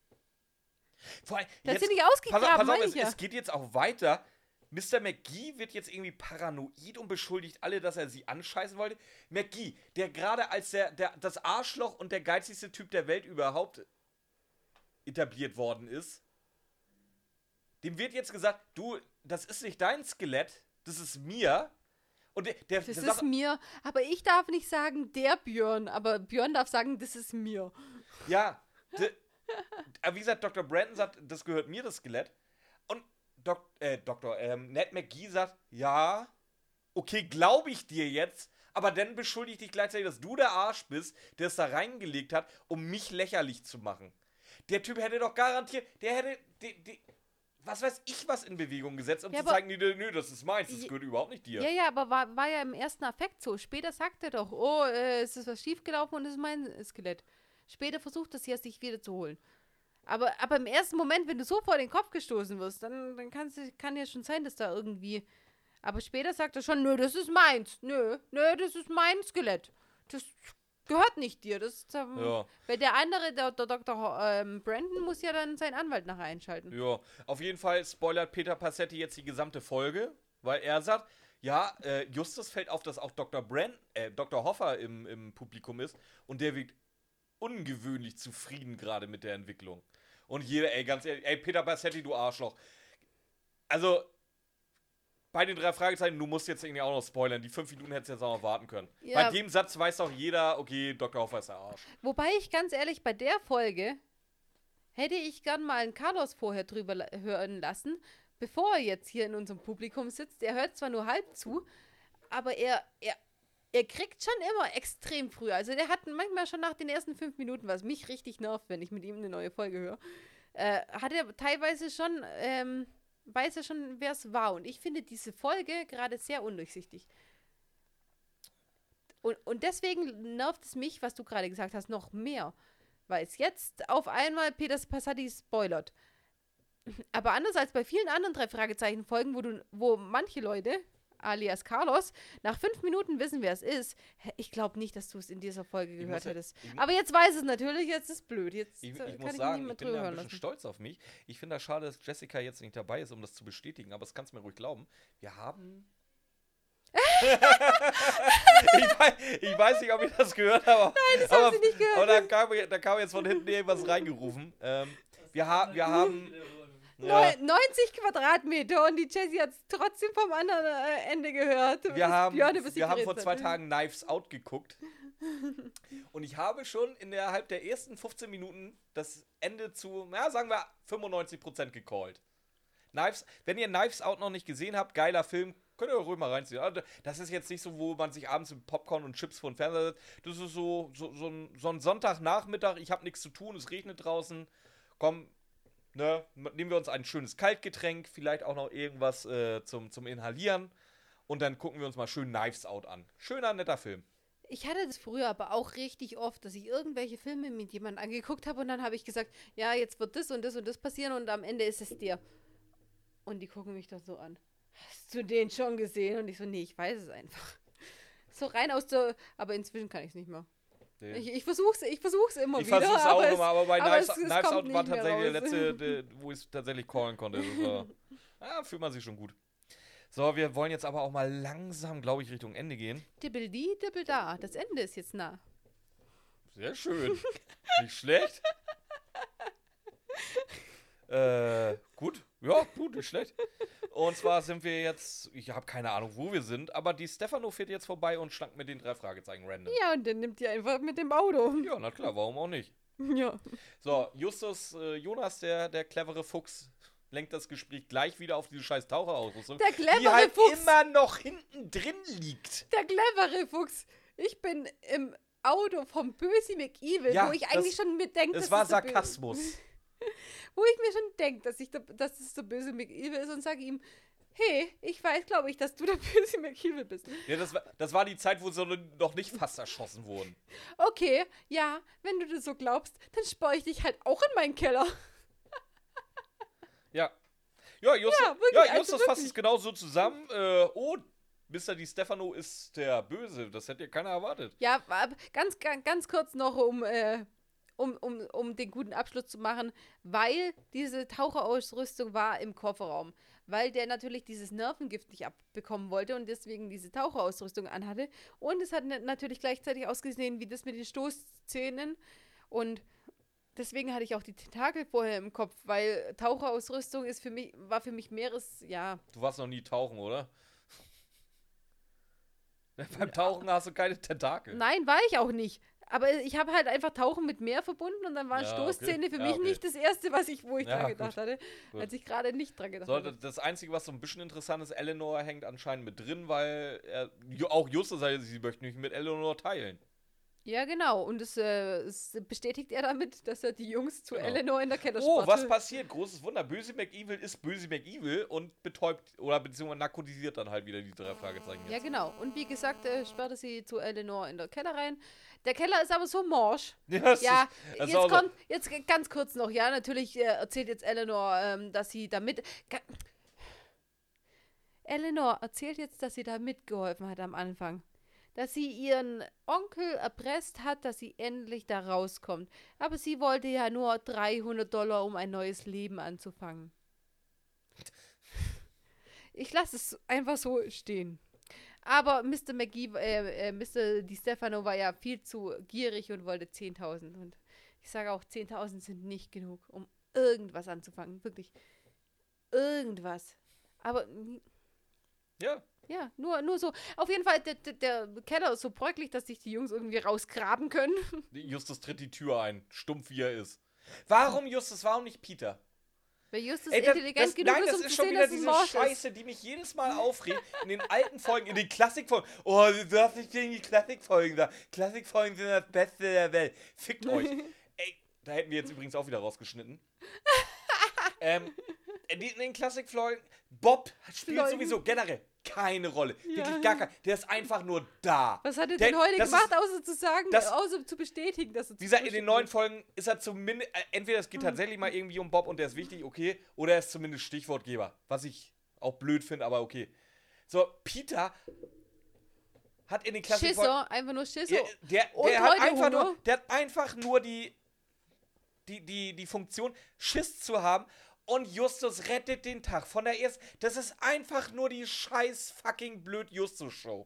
[SPEAKER 1] Vor allem,
[SPEAKER 2] das
[SPEAKER 1] jetzt,
[SPEAKER 2] sind nicht
[SPEAKER 1] pass auf,
[SPEAKER 2] ausgegraben,
[SPEAKER 1] pass auf
[SPEAKER 2] meine
[SPEAKER 1] es,
[SPEAKER 2] ich ja.
[SPEAKER 1] es geht jetzt auch weiter. Mister McGee wird jetzt irgendwie paranoid und beschuldigt alle, dass er sie anscheißen wollte. McGee, der gerade als der, der, das Arschloch und der geizigste Typ der Welt überhaupt etabliert worden ist, dem wird jetzt gesagt, du, das ist nicht dein Skelett, das ist mir. Und der, der,
[SPEAKER 2] Das
[SPEAKER 1] der
[SPEAKER 2] ist
[SPEAKER 1] sagt,
[SPEAKER 2] mir, aber ich darf nicht sagen, der Björn, aber Björn darf sagen, das ist mir.
[SPEAKER 1] ja, de, aber wie gesagt, Doktor Brandon sagt, das gehört mir, das Skelett. Und Dok, äh, Doktor, ähm, Ned McGee sagt, ja, okay, glaube ich dir jetzt, aber dann beschuldigt dich gleichzeitig, dass du der Arsch bist, der es da reingelegt hat, um mich lächerlich zu machen. Der Typ hätte doch garantiert, der hätte, die, die, was weiß ich, was in Bewegung gesetzt, um
[SPEAKER 2] Ja,
[SPEAKER 1] zu
[SPEAKER 2] aber-
[SPEAKER 1] zeigen, nö, nö, das ist meins, das
[SPEAKER 2] Ja-
[SPEAKER 1] gehört überhaupt nicht dir.
[SPEAKER 2] Ja, ja, aber war, war ja im ersten Affekt so. Später sagt er doch, oh, äh, es ist was schiefgelaufen und es ist mein Skelett. Später versucht das ja, sich wieder zu holen. Aber, aber im ersten Moment, wenn du so vor den Kopf gestoßen wirst, dann, dann kann's, kann ja schon sein, dass da irgendwie... Aber später sagt er schon, nö, das ist meins. Nö, nö, das ist mein Skelett. Das gehört nicht dir. Das, ähm,
[SPEAKER 1] Ja.
[SPEAKER 2] Weil der andere, der, der Doktor Ho- ähm, Brandon, muss ja dann seinen Anwalt nachher einschalten.
[SPEAKER 1] Ja, auf jeden Fall spoilert Peter Passetti jetzt die gesamte Folge. weil er sagt, ja, äh, Justus fällt auf, dass auch Doktor Brand, äh, Doktor Hoffer im, im Publikum ist und der wirkt ungewöhnlich zufrieden gerade mit der Entwicklung. Und jeder, ey, ganz ehrlich, ey, Peter Bassetti, du Arschloch. Also, bei den drei Fragezeichen, du musst jetzt irgendwie auch noch spoilern. Die fünf Minuten hättest du jetzt auch noch warten können.
[SPEAKER 2] Ja.
[SPEAKER 1] Bei dem Satz weiß doch jeder, okay, Doktor Hoffer ist der Arsch.
[SPEAKER 2] Wobei ich ganz ehrlich, bei der Folge hätte ich gern mal einen Carlos vorher drüber la- hören lassen, bevor er jetzt hier in unserem Publikum sitzt. Er hört zwar nur halb zu, aber er, er, er kriegt schon immer extrem früh. Also der hat manchmal schon nach den ersten fünf Minuten, was mich richtig nervt, wenn ich mit ihm eine neue Folge höre, äh, hat er teilweise schon, ähm, weiß er schon, wer es war. Und ich finde diese Folge gerade sehr undurchsichtig. Und, und deswegen nervt es mich, was du gerade gesagt hast, noch mehr. Weil es jetzt auf einmal Peters Passati spoilert. Aber anders als bei vielen anderen drei Fragezeichen-Folgen, wo, du, wo manche Leute, alias Carlos, nach fünf Minuten wissen, wer es ist, ich glaube nicht, dass du es in dieser Folge gehört
[SPEAKER 1] ja,
[SPEAKER 2] hättest.
[SPEAKER 1] ich,
[SPEAKER 2] Aber jetzt weiß es natürlich, jetzt ist es blöd. Jetzt
[SPEAKER 1] ich, ich,
[SPEAKER 2] kann
[SPEAKER 1] ich muss
[SPEAKER 2] ich
[SPEAKER 1] sagen, ich
[SPEAKER 2] niemand
[SPEAKER 1] bin
[SPEAKER 2] drüber
[SPEAKER 1] da ein
[SPEAKER 2] hören
[SPEAKER 1] bisschen
[SPEAKER 2] lassen.
[SPEAKER 1] stolz auf mich. Ich finde das schade, dass Jessica jetzt nicht dabei ist, um das zu bestätigen, aber das kannst du mir ruhig glauben. Wir haben... ich, weiß, ich weiß nicht, ob ich das gehört habe.
[SPEAKER 2] Nein, das
[SPEAKER 1] aber,
[SPEAKER 2] haben sie nicht gehört.
[SPEAKER 1] Aber da kam, da kam jetzt von hinten irgendwas reingerufen. Ähm, wir, ha wir haben...
[SPEAKER 2] Ja. neunzig Quadratmeter und die Jessie hat es trotzdem vom anderen äh, Ende gehört.
[SPEAKER 1] Wir haben,
[SPEAKER 2] Björn über sie
[SPEAKER 1] wir haben
[SPEAKER 2] geredet
[SPEAKER 1] vor zwei
[SPEAKER 2] hat.
[SPEAKER 1] Tagen Knives Out geguckt. Und ich habe schon innerhalb der ersten fünfzehn Minuten das Ende zu, na, sagen wir, fünfundneunzig Prozent gecallt. Knives, wenn ihr Knives Out noch nicht gesehen habt, geiler Film, könnt ihr ruhig mal reinziehen. Also, das ist jetzt nicht so, wo man sich abends mit Popcorn und Chips vor den Fernseher setzt. Das ist so, so, so, ein, so ein Sonntagnachmittag, ich habe nichts zu tun, es regnet draußen. Komm, ne, nehmen wir uns ein schönes Kaltgetränk, vielleicht auch noch irgendwas äh, zum, zum Inhalieren. Und dann gucken wir uns mal schön Knives Out an. Schöner, netter Film.
[SPEAKER 2] Ich hatte das früher aber auch richtig oft, dass ich irgendwelche Filme mit jemandem angeguckt habe und dann habe ich gesagt, ja, jetzt wird das und das und das passieren und am Ende ist es dir. Und die gucken mich dann so an. Hast du den schon gesehen? Und ich so, nee, ich weiß es einfach. So rein aus der, aber inzwischen kann ich es nicht mehr. Nee. Ich, ich versuch's, ich versuch's immer
[SPEAKER 1] ich
[SPEAKER 2] wieder.
[SPEAKER 1] Ich versuch's auch
[SPEAKER 2] aber
[SPEAKER 1] immer, aber bei
[SPEAKER 2] aber
[SPEAKER 1] Knives,
[SPEAKER 2] es, es
[SPEAKER 1] Knives Out war
[SPEAKER 2] nicht mehr
[SPEAKER 1] tatsächlich der
[SPEAKER 2] raus.
[SPEAKER 1] letzte, der, wo ich es tatsächlich callen konnte. Das war, ja, fühlt man sich schon gut. So, wir wollen jetzt aber auch mal langsam, glaube ich, Richtung Ende gehen.
[SPEAKER 2] Dibbel die, dibbel da. Das Ende ist jetzt nah.
[SPEAKER 1] Sehr schön. Nicht schlecht. äh, gut. Ja, gut, nicht schlecht. Und zwar sind wir jetzt, ich habe keine Ahnung, wo wir sind, aber die Stefano fährt jetzt vorbei und schlankt mit den drei Fragezeichen random.
[SPEAKER 2] Ja, und dann nimmt die einfach mit dem Auto.
[SPEAKER 1] Ja, na klar, warum auch nicht?
[SPEAKER 2] Ja.
[SPEAKER 1] So, Justus, äh, Jonas, der, der clevere Fuchs, lenkt das Gespräch gleich wieder auf diese scheiß Taucherausrüstung,
[SPEAKER 2] Der clevere
[SPEAKER 1] die halt
[SPEAKER 2] Fuchs.
[SPEAKER 1] immer noch hinten drin liegt.
[SPEAKER 2] Der clevere Fuchs. Ich bin im Auto vom Bösi McEvil,
[SPEAKER 1] Ja,
[SPEAKER 2] wo ich eigentlich
[SPEAKER 1] das-
[SPEAKER 2] schon mit denke,
[SPEAKER 1] Es
[SPEAKER 2] das
[SPEAKER 1] war
[SPEAKER 2] ist der Bö-
[SPEAKER 1] Sarkasmus.
[SPEAKER 2] Wo ich mir schon denke, dass, ich der, dass es der böse McEvil ist und sage ihm, hey, ich weiß, glaube ich, dass du der böse McEvil bist.
[SPEAKER 1] Ja, das war, das war die Zeit, wo sie noch nicht fast erschossen wurden.
[SPEAKER 2] Okay, ja, wenn du das so glaubst, dann spare ich dich halt auch in meinen Keller.
[SPEAKER 1] Ja. Ja, Justus,
[SPEAKER 2] Ja, wirklich,
[SPEAKER 1] ja,
[SPEAKER 2] also
[SPEAKER 1] Justus fasst
[SPEAKER 2] wirklich.
[SPEAKER 1] es genau so zusammen. Äh, oh, Mister Di Stefano ist der Böse. Das hätte ja keiner erwartet.
[SPEAKER 2] Ja, aber ganz, ganz, ganz kurz noch, um, äh, um, um, um den guten Abschluss zu machen, weil diese Taucherausrüstung war im Kofferraum. Weil der natürlich dieses Nervengift nicht abbekommen wollte und deswegen diese Taucherausrüstung anhatte. Und es hat na- natürlich gleichzeitig ausgesehen wie das mit den Stoßzähnen. Und deswegen hatte ich auch die Tentakel vorher im Kopf, weil Taucherausrüstung ist für mich, war für mich Meeres, ja,
[SPEAKER 1] Du warst noch nie tauchen, oder? Beim Tauchen hast du keine Tentakel.
[SPEAKER 2] nein, war ich auch nicht. Aber ich habe halt einfach Tauchen mit Meer verbunden und dann waren
[SPEAKER 1] Ja,
[SPEAKER 2] Stoßzähne
[SPEAKER 1] okay.
[SPEAKER 2] für
[SPEAKER 1] Ja,
[SPEAKER 2] mich
[SPEAKER 1] okay.
[SPEAKER 2] nicht das Erste, was ich, wo ich
[SPEAKER 1] Ja,
[SPEAKER 2] dran gedacht
[SPEAKER 1] gut.
[SPEAKER 2] hatte,
[SPEAKER 1] Gut.
[SPEAKER 2] als ich gerade nicht dran gedacht
[SPEAKER 1] So,
[SPEAKER 2] hatte.
[SPEAKER 1] das Einzige, was so ein bisschen interessant ist, Eleanor hängt anscheinend mit drin, weil er, Ju- auch Justus sagt, sie möchte nicht mit Eleanor teilen.
[SPEAKER 2] Ja, genau. Und es, äh, es bestätigt er damit, dass er die Jungs zu
[SPEAKER 1] Genau.
[SPEAKER 2] Eleanor in der Kette
[SPEAKER 1] Oh, was
[SPEAKER 2] spottet.
[SPEAKER 1] passiert? Großes Wunder. Böse McEvil ist Böse McEvil und betäubt oder beziehungsweise narkotisiert dann halt wieder die drei Fragezeichen
[SPEAKER 2] Ja,
[SPEAKER 1] jetzt.
[SPEAKER 2] genau. Und wie gesagt, äh, sperrte sie zu Eleanor in der Keller rein. Der Keller ist aber so morsch.
[SPEAKER 1] Ja, das
[SPEAKER 2] Ja,
[SPEAKER 1] ist, das ist
[SPEAKER 2] jetzt
[SPEAKER 1] auch so.
[SPEAKER 2] kommt, jetzt g- ganz kurz noch, ja, natürlich äh, erzählt jetzt Eleanor, ähm, dass sie damit. Ga Eleanor erzählt jetzt, dass sie da mitgeholfen hat am Anfang. Dass sie ihren Onkel erpresst hat, dass sie endlich da rauskommt. Aber sie wollte ja nur dreihundert Dollar, um ein neues Leben anzufangen. Ich lasse es einfach so stehen. Aber Mister McGee, äh, äh, Mister Di Stefano war ja viel zu gierig und wollte zehntausend. Und ich sage auch, zehntausend sind nicht genug, um irgendwas anzufangen. Wirklich. Irgendwas. Aber,
[SPEAKER 1] Ja.
[SPEAKER 2] ja, nur, nur so. Auf jeden Fall, der, der, der Keller ist so bröcklig, dass sich die Jungs irgendwie rausgraben können.
[SPEAKER 1] Justus tritt die Tür ein, stumpf wie er ist. Warum Justus, warum nicht Peter?
[SPEAKER 2] Weil Justus
[SPEAKER 1] Ey, das,
[SPEAKER 2] intelligent
[SPEAKER 1] das,
[SPEAKER 2] genug
[SPEAKER 1] nein,
[SPEAKER 2] ist,
[SPEAKER 1] das
[SPEAKER 2] um
[SPEAKER 1] ist
[SPEAKER 2] zu
[SPEAKER 1] schon
[SPEAKER 2] sehen,
[SPEAKER 1] wieder
[SPEAKER 2] dass es
[SPEAKER 1] diese
[SPEAKER 2] Morsch
[SPEAKER 1] Scheiße,
[SPEAKER 2] ist.
[SPEAKER 1] die mich jedes Mal aufregt. In den alten Folgen, in den Klassikfolgen. Oh, du darfst nicht gegen die Klassikfolgen da. Klassikfolgen sind das Beste der Welt. Fickt euch. Ey, da hätten wir jetzt übrigens auch wieder rausgeschnitten. ähm, in den Klassikfolgen, Bob spielt
[SPEAKER 2] Leuten.
[SPEAKER 1] sowieso generell keine Rolle.
[SPEAKER 2] Ja.
[SPEAKER 1] Wirklich gar keine. Der ist einfach nur da.
[SPEAKER 2] Was hat er
[SPEAKER 1] Der-
[SPEAKER 2] denn heute
[SPEAKER 1] das
[SPEAKER 2] gemacht,
[SPEAKER 1] ist-
[SPEAKER 2] außer zu sagen,
[SPEAKER 1] das-
[SPEAKER 2] außer zu bestätigen, dass er
[SPEAKER 1] Wie gesagt, in den neuen Folgen ist er zumindest, äh, entweder es geht
[SPEAKER 2] Mhm.
[SPEAKER 1] tatsächlich mal irgendwie um Bob und der ist wichtig, okay, oder er ist zumindest Stichwortgeber, was ich auch blöd finde, aber okay. So, Peter hat in den Klassikfolgen...
[SPEAKER 2] Schisser, einfach nur Schisser.
[SPEAKER 1] Der, der,
[SPEAKER 2] Und
[SPEAKER 1] der, hat
[SPEAKER 2] heute
[SPEAKER 1] einfach
[SPEAKER 2] Hunger.
[SPEAKER 1] nur, der hat einfach nur die, die, die, die Funktion, Schiss zu haben und Justus rettet den Tag von der ersten... Das ist einfach nur die scheiß fucking blöd Justus-Show.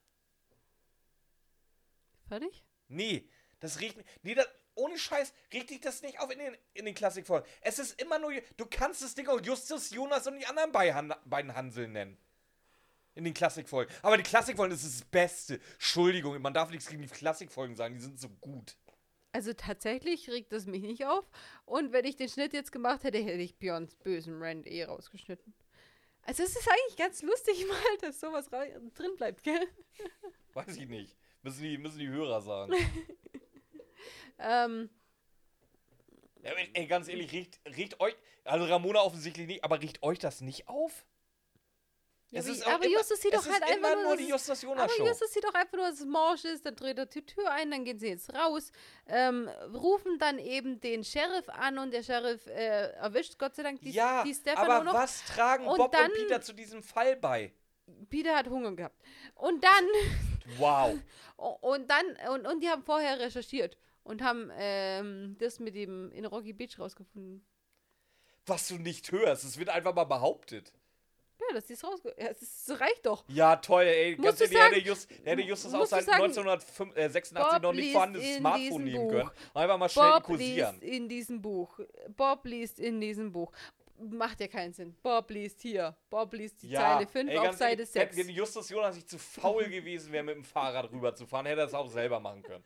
[SPEAKER 2] Fertig?
[SPEAKER 1] Nee, das riecht. Nee, das, ohne Scheiß riecht dich das nicht auf in den, in den Klassikfolgen. Es ist immer nur. Du kannst das Ding auch Justus, Jonas und die anderen beiden, Han beiden Hansel nennen. In den Klassikfolgen. Aber die Klassikfolgen, das ist das Beste. Entschuldigung, man darf nichts gegen die Klassikfolgen sagen, die sind so gut.
[SPEAKER 2] Also tatsächlich regt es mich nicht auf. Und wenn ich den Schnitt jetzt gemacht hätte, hätte ich Björns bösen Rant eh rausgeschnitten. Also es ist eigentlich ganz lustig mal, dass sowas drin bleibt, gell?
[SPEAKER 1] Weiß ich nicht. Müssen die, müssen die Hörer sagen.
[SPEAKER 2] ähm,
[SPEAKER 1] Ja, ey, ganz ehrlich, riecht, riecht euch. Also Ramona offensichtlich nicht, aber riecht euch das nicht auf?
[SPEAKER 2] ja,
[SPEAKER 1] Es
[SPEAKER 2] wie,
[SPEAKER 1] ist auch
[SPEAKER 2] aber
[SPEAKER 1] immer-
[SPEAKER 2] Justus sieht
[SPEAKER 1] es
[SPEAKER 2] doch
[SPEAKER 1] ist
[SPEAKER 2] halt einfach
[SPEAKER 1] immer
[SPEAKER 2] nur,
[SPEAKER 1] nur
[SPEAKER 2] dass
[SPEAKER 1] die
[SPEAKER 2] es-
[SPEAKER 1] Justus
[SPEAKER 2] aber
[SPEAKER 1] Jonas Show.
[SPEAKER 2] Justus sieht doch einfach nur, dass es morsch ist, dann dreht er die Tür ein, dann gehen sie jetzt raus, ähm, rufen dann eben den Sheriff an und der Sheriff äh, erwischt Gott sei Dank die,
[SPEAKER 1] Ja,
[SPEAKER 2] die Stefano
[SPEAKER 1] aber
[SPEAKER 2] noch.
[SPEAKER 1] was tragen
[SPEAKER 2] Und
[SPEAKER 1] Bob
[SPEAKER 2] dann-
[SPEAKER 1] und Peter zu diesem Fall bei?
[SPEAKER 2] Peter hat Hunger gehabt. Und dann,
[SPEAKER 1] Wow.
[SPEAKER 2] und dann, und, und die haben vorher recherchiert und haben ähm, das mit dem in Rocky Beach rausgefunden.
[SPEAKER 1] Was du nicht hörst, es wird einfach mal behauptet.
[SPEAKER 2] Ja, dass die es rausge... Ja, das reicht doch.
[SPEAKER 1] Ja, toll, ey.
[SPEAKER 2] Musst
[SPEAKER 1] Ganz
[SPEAKER 2] du
[SPEAKER 1] ehrlich,
[SPEAKER 2] sagen-
[SPEAKER 1] hätte, Just, hätte Justus auch
[SPEAKER 2] musst du
[SPEAKER 1] sein
[SPEAKER 2] sagen,
[SPEAKER 1] neunzehnhundertsechsundachtzig
[SPEAKER 2] Bob
[SPEAKER 1] noch nicht
[SPEAKER 2] liest
[SPEAKER 1] vorhandenes
[SPEAKER 2] in
[SPEAKER 1] Smartphone
[SPEAKER 2] diesem
[SPEAKER 1] nehmen
[SPEAKER 2] Buch.
[SPEAKER 1] können. Und einfach mal schnell
[SPEAKER 2] Bob
[SPEAKER 1] kursieren.
[SPEAKER 2] liest in diesem Buch. Bob liest in diesem Buch. Macht ja keinen Sinn. Bob liest hier. Bob liest die Zeile fünf
[SPEAKER 1] ey,
[SPEAKER 2] auf
[SPEAKER 1] ganz
[SPEAKER 2] Seite
[SPEAKER 1] ehrlich,
[SPEAKER 2] sechs.
[SPEAKER 1] Wenn Justus Jonas nicht zu faul gewesen wäre, mit dem Fahrrad rüberzufahren, hätte er das auch selber machen können.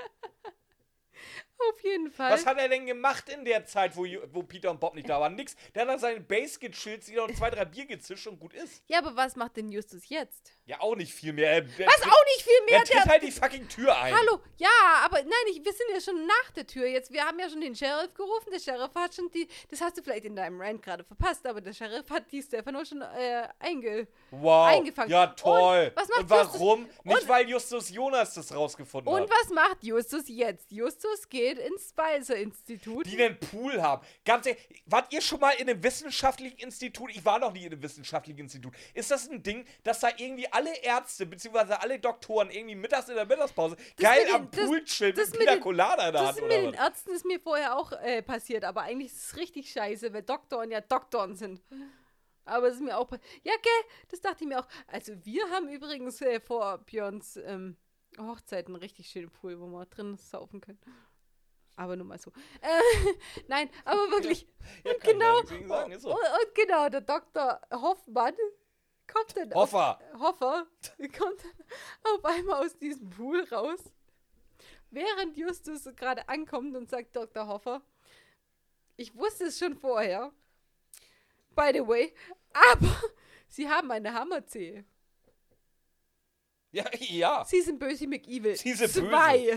[SPEAKER 2] Auf jeden Fall.
[SPEAKER 1] Was hat er denn gemacht in der Zeit, wo, Ju- wo Peter und Bob nicht da waren? Nix. Der hat dann seine Base gechillt, sich noch zwei, drei Bier gezischt und gut ist.
[SPEAKER 2] Ja, aber was macht denn Justus jetzt?
[SPEAKER 1] Ja, auch nicht viel mehr. Er, er
[SPEAKER 2] Was
[SPEAKER 1] tritt-
[SPEAKER 2] auch nicht viel mehr.
[SPEAKER 1] Er tritt
[SPEAKER 2] Der,
[SPEAKER 1] halt die fucking Tür ein.
[SPEAKER 2] hallo, ja, aber nein, ich, wir sind ja schon nach der Tür jetzt. Wir haben ja schon den Sheriff gerufen. Der Sheriff hat schon die, das hast du vielleicht in deinem Rant gerade verpasst, aber der Sheriff hat die Stefano schon äh, einge...
[SPEAKER 1] Wow.
[SPEAKER 2] eingefangen.
[SPEAKER 1] Ja, toll.
[SPEAKER 2] Und was macht
[SPEAKER 1] und warum?
[SPEAKER 2] Justus?
[SPEAKER 1] Nicht,
[SPEAKER 2] Und-
[SPEAKER 1] weil Justus Jonas das rausgefunden
[SPEAKER 2] Und
[SPEAKER 1] hat.
[SPEAKER 2] was macht Justus jetzt? Justus geht ins Spicer-Institut.
[SPEAKER 1] Die einen Pool haben. Ganz ehrlich, wart ihr schon mal in einem wissenschaftlichen Institut? Ich war noch nie in einem wissenschaftlichen Institut. Ist das ein Ding, dass da irgendwie alle Ärzte bzw. alle Doktoren irgendwie mittags in der Mittagspause geil
[SPEAKER 2] mit
[SPEAKER 1] am
[SPEAKER 2] den- das-
[SPEAKER 1] Pool chillen
[SPEAKER 2] das
[SPEAKER 1] mit
[SPEAKER 2] mit
[SPEAKER 1] Pina
[SPEAKER 2] den-
[SPEAKER 1] Colada in der
[SPEAKER 2] Das
[SPEAKER 1] Hand
[SPEAKER 2] mit
[SPEAKER 1] oder
[SPEAKER 2] den
[SPEAKER 1] was?
[SPEAKER 2] Ärzten ist mir vorher auch äh, passiert, aber eigentlich ist es richtig scheiße, weil Doktoren ja Doktoren sind. Aber es ist mir auch... pa- Ja, gell, das dachte ich mir auch. Also wir haben übrigens äh, vor Björns ähm, Hochzeit einen richtig schönen Pool, wo wir drin saufen können. Aber nur mal so. Äh, nein, aber wirklich.
[SPEAKER 1] Ja,
[SPEAKER 2] und
[SPEAKER 1] kann
[SPEAKER 2] genau,
[SPEAKER 1] ich deswegen sagen, ist so.
[SPEAKER 2] und, und genau, der Doktor Hoffmann kommt dann
[SPEAKER 1] Hoffer.
[SPEAKER 2] Auf, Hoffer kommt dann auf einmal aus diesem Pool raus, während Justus gerade ankommt und sagt Doktor Hoffer, ich wusste es schon vorher, by the way, aber Sie haben eine Hammerzehe.
[SPEAKER 1] Ja, ja.
[SPEAKER 2] Sie sind böse McEvil.
[SPEAKER 1] Sie sind
[SPEAKER 2] Zwei.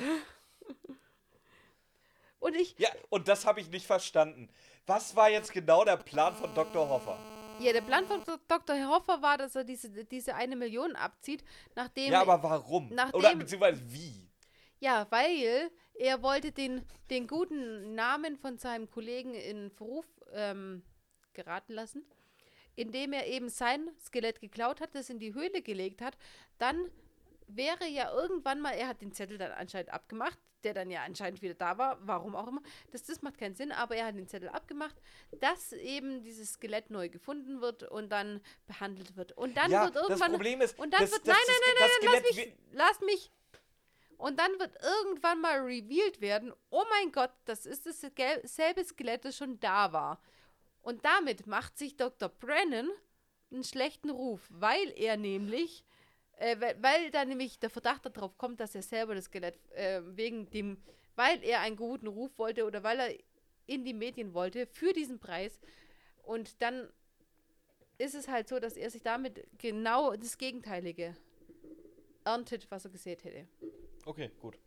[SPEAKER 2] Und ich,
[SPEAKER 1] Ja, und das habe ich nicht verstanden. Was war jetzt genau der Plan von Doktor Hoffer?
[SPEAKER 2] ja, der Plan von Doktor Hoffer war, dass er diese, diese eine Million abzieht, nachdem...
[SPEAKER 1] Ja, aber warum?
[SPEAKER 2] nachdem-
[SPEAKER 1] Oder beziehungsweise wie?
[SPEAKER 2] Ja, weil er wollte den, den guten Namen von seinem Kollegen in Verruf ähm, geraten lassen, indem er eben sein Skelett geklaut hat, das in die Höhle gelegt hat. Dann wäre ja irgendwann mal, er hat den Zettel dann anscheinend abgemacht, der dann ja anscheinend wieder da war, warum auch immer. Das, das macht keinen Sinn, aber er hat den Zettel abgemacht, dass eben dieses Skelett neu gefunden wird und dann behandelt wird. Und dann
[SPEAKER 1] ja,
[SPEAKER 2] wird irgendwann...
[SPEAKER 1] das Problem ist,
[SPEAKER 2] und dann
[SPEAKER 1] das,
[SPEAKER 2] wird,
[SPEAKER 1] das,
[SPEAKER 2] nein,
[SPEAKER 1] das,
[SPEAKER 2] nein,
[SPEAKER 1] das,
[SPEAKER 2] nein, nein,
[SPEAKER 1] das
[SPEAKER 2] lass mich, lass mich. Und dann wird irgendwann mal revealed werden, oh mein Gott, das ist dasselbe Skelett, das schon da war. Und damit macht sich Doktor Brennan einen schlechten Ruf, weil er nämlich, äh, weil, weil da nämlich der Verdacht darauf kommt, dass er selber das Skelett, äh, wegen dem, weil er einen guten Ruf wollte oder weil er in die Medien wollte, für diesen Preis. Und dann ist es halt so, dass er sich damit genau das Gegenteilige erntet, was er gesät hätte.
[SPEAKER 1] Okay, gut.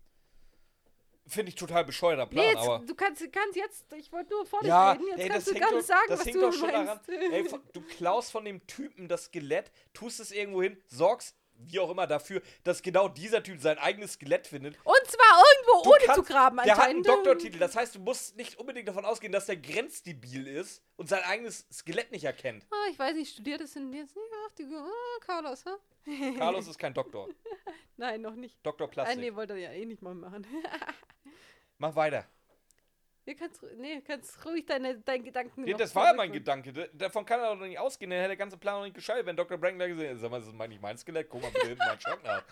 [SPEAKER 1] Finde ich total bescheuerter Plan,
[SPEAKER 2] Nee, jetzt,
[SPEAKER 1] aber...
[SPEAKER 2] du kannst, kannst jetzt, ich wollte nur vor
[SPEAKER 1] Ja,
[SPEAKER 2] dich reden, jetzt
[SPEAKER 1] ey,
[SPEAKER 2] kannst
[SPEAKER 1] das
[SPEAKER 2] du
[SPEAKER 1] hängt
[SPEAKER 2] gar
[SPEAKER 1] doch,
[SPEAKER 2] nicht sagen,
[SPEAKER 1] das
[SPEAKER 2] was
[SPEAKER 1] hängt
[SPEAKER 2] du
[SPEAKER 1] doch schon
[SPEAKER 2] meinst.
[SPEAKER 1] daran. Ey, von- du klaust von dem Typen das Skelett, tust es irgendwo hin, sorgst, wie auch immer, dafür, dass genau dieser Typ sein eigenes Skelett findet.
[SPEAKER 2] Und zwar irgendwo
[SPEAKER 1] Du
[SPEAKER 2] ohne
[SPEAKER 1] kannst-
[SPEAKER 2] zu graben
[SPEAKER 1] Der hat einen
[SPEAKER 2] anscheinend.
[SPEAKER 1] Doktortitel, das heißt, du musst nicht unbedingt davon ausgehen, dass der grenzdebil ist und sein eigenes Skelett nicht erkennt.
[SPEAKER 2] Ah, ich weiß nicht, studiert es sind jetzt nicht auch die ah, Carlos, ha?
[SPEAKER 1] Carlos ist kein Doktor.
[SPEAKER 2] Nein, noch nicht.
[SPEAKER 1] Doktor
[SPEAKER 2] Ah,
[SPEAKER 1] Plastik.
[SPEAKER 2] nee, wollte er ja eh nicht mal machen.
[SPEAKER 1] Mach weiter.
[SPEAKER 2] Du kannst, nee, kannst ruhig deine, deinen Gedanken
[SPEAKER 1] Nee,
[SPEAKER 2] noch
[SPEAKER 1] das war ja mein
[SPEAKER 2] fortführen.
[SPEAKER 1] Gedanke. Da- Davon kann er doch nicht ausgehen, dann hätte der ganze Plan noch nicht gescheitert, wenn Doktor Brank da gesehen hätte. Sag mal, das ist mein- nicht mein Skelett, guck mal bitte hinten meinen Schrank nach.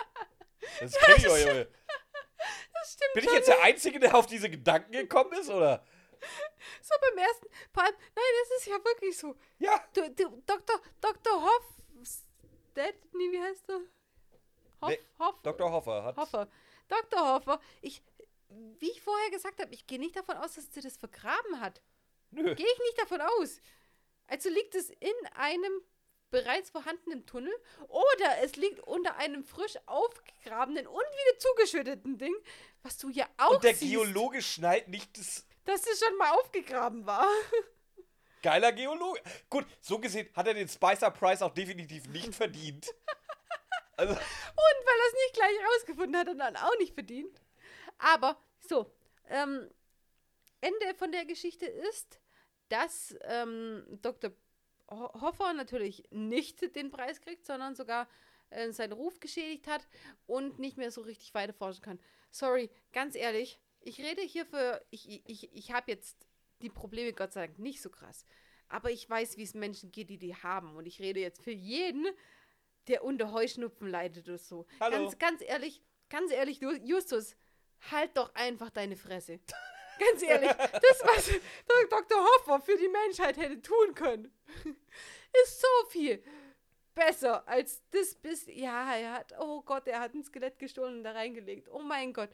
[SPEAKER 1] Das kenn ich euch, Junge.
[SPEAKER 2] Das stimmt
[SPEAKER 1] Bin ich
[SPEAKER 2] schon.
[SPEAKER 1] jetzt der Einzige, der auf diese Gedanken gekommen ist, oder?
[SPEAKER 2] So beim ersten, vor allem, nein, das ist ja wirklich so.
[SPEAKER 1] Ja.
[SPEAKER 2] Du, du, Doktor, Doktor Hofstad, nee, wie heißt er? Hoff,
[SPEAKER 1] Nee,
[SPEAKER 2] Hoff,
[SPEAKER 1] Doktor Hoffer hat...
[SPEAKER 2] Hoffer. Doktor Hoffer, ich, wie ich vorher gesagt habe, ich gehe nicht davon aus, dass sie das vergraben hat.
[SPEAKER 1] Nö.
[SPEAKER 2] Gehe ich nicht davon aus. Also liegt es in einem bereits vorhandenen Tunnel oder es liegt unter einem frisch aufgegrabenen und wieder zugeschütteten Ding, was du ja auch
[SPEAKER 1] Und der
[SPEAKER 2] siehst,
[SPEAKER 1] Geologe schneidet nicht das...
[SPEAKER 2] dass es schon mal aufgegraben war.
[SPEAKER 1] Geiler Geologe. Gut, so gesehen hat er den Spicer Prize auch definitiv nicht verdient. Also,
[SPEAKER 2] Und weil er es nicht gleich rausgefunden hat, hat er dann auch nicht verdient. Aber so, ähm, Ende von der Geschichte ist, dass ähm, Doktor Ho- Hoffer natürlich nicht den Preis kriegt, sondern sogar äh, seinen Ruf geschädigt hat und nicht mehr so richtig weiter forschen kann. Sorry, ganz ehrlich, ich rede hier für, ich, ich, ich habe jetzt die Probleme Gott sei Dank nicht so krass, aber ich weiß, wie es Menschen geht, die die haben und ich rede jetzt für jeden, der unter Heuschnupfen leidet oder so.
[SPEAKER 1] Hallo.
[SPEAKER 2] Ganz, ganz ehrlich, ganz ehrlich, du, Justus, halt doch einfach deine Fresse. Ganz ehrlich, das, was Doktor Hoffer für die Menschheit hätte tun können, ist so viel besser als das bis... Ja, er hat... Oh Gott, er hat ein Skelett gestohlen und da reingelegt. Oh mein Gott.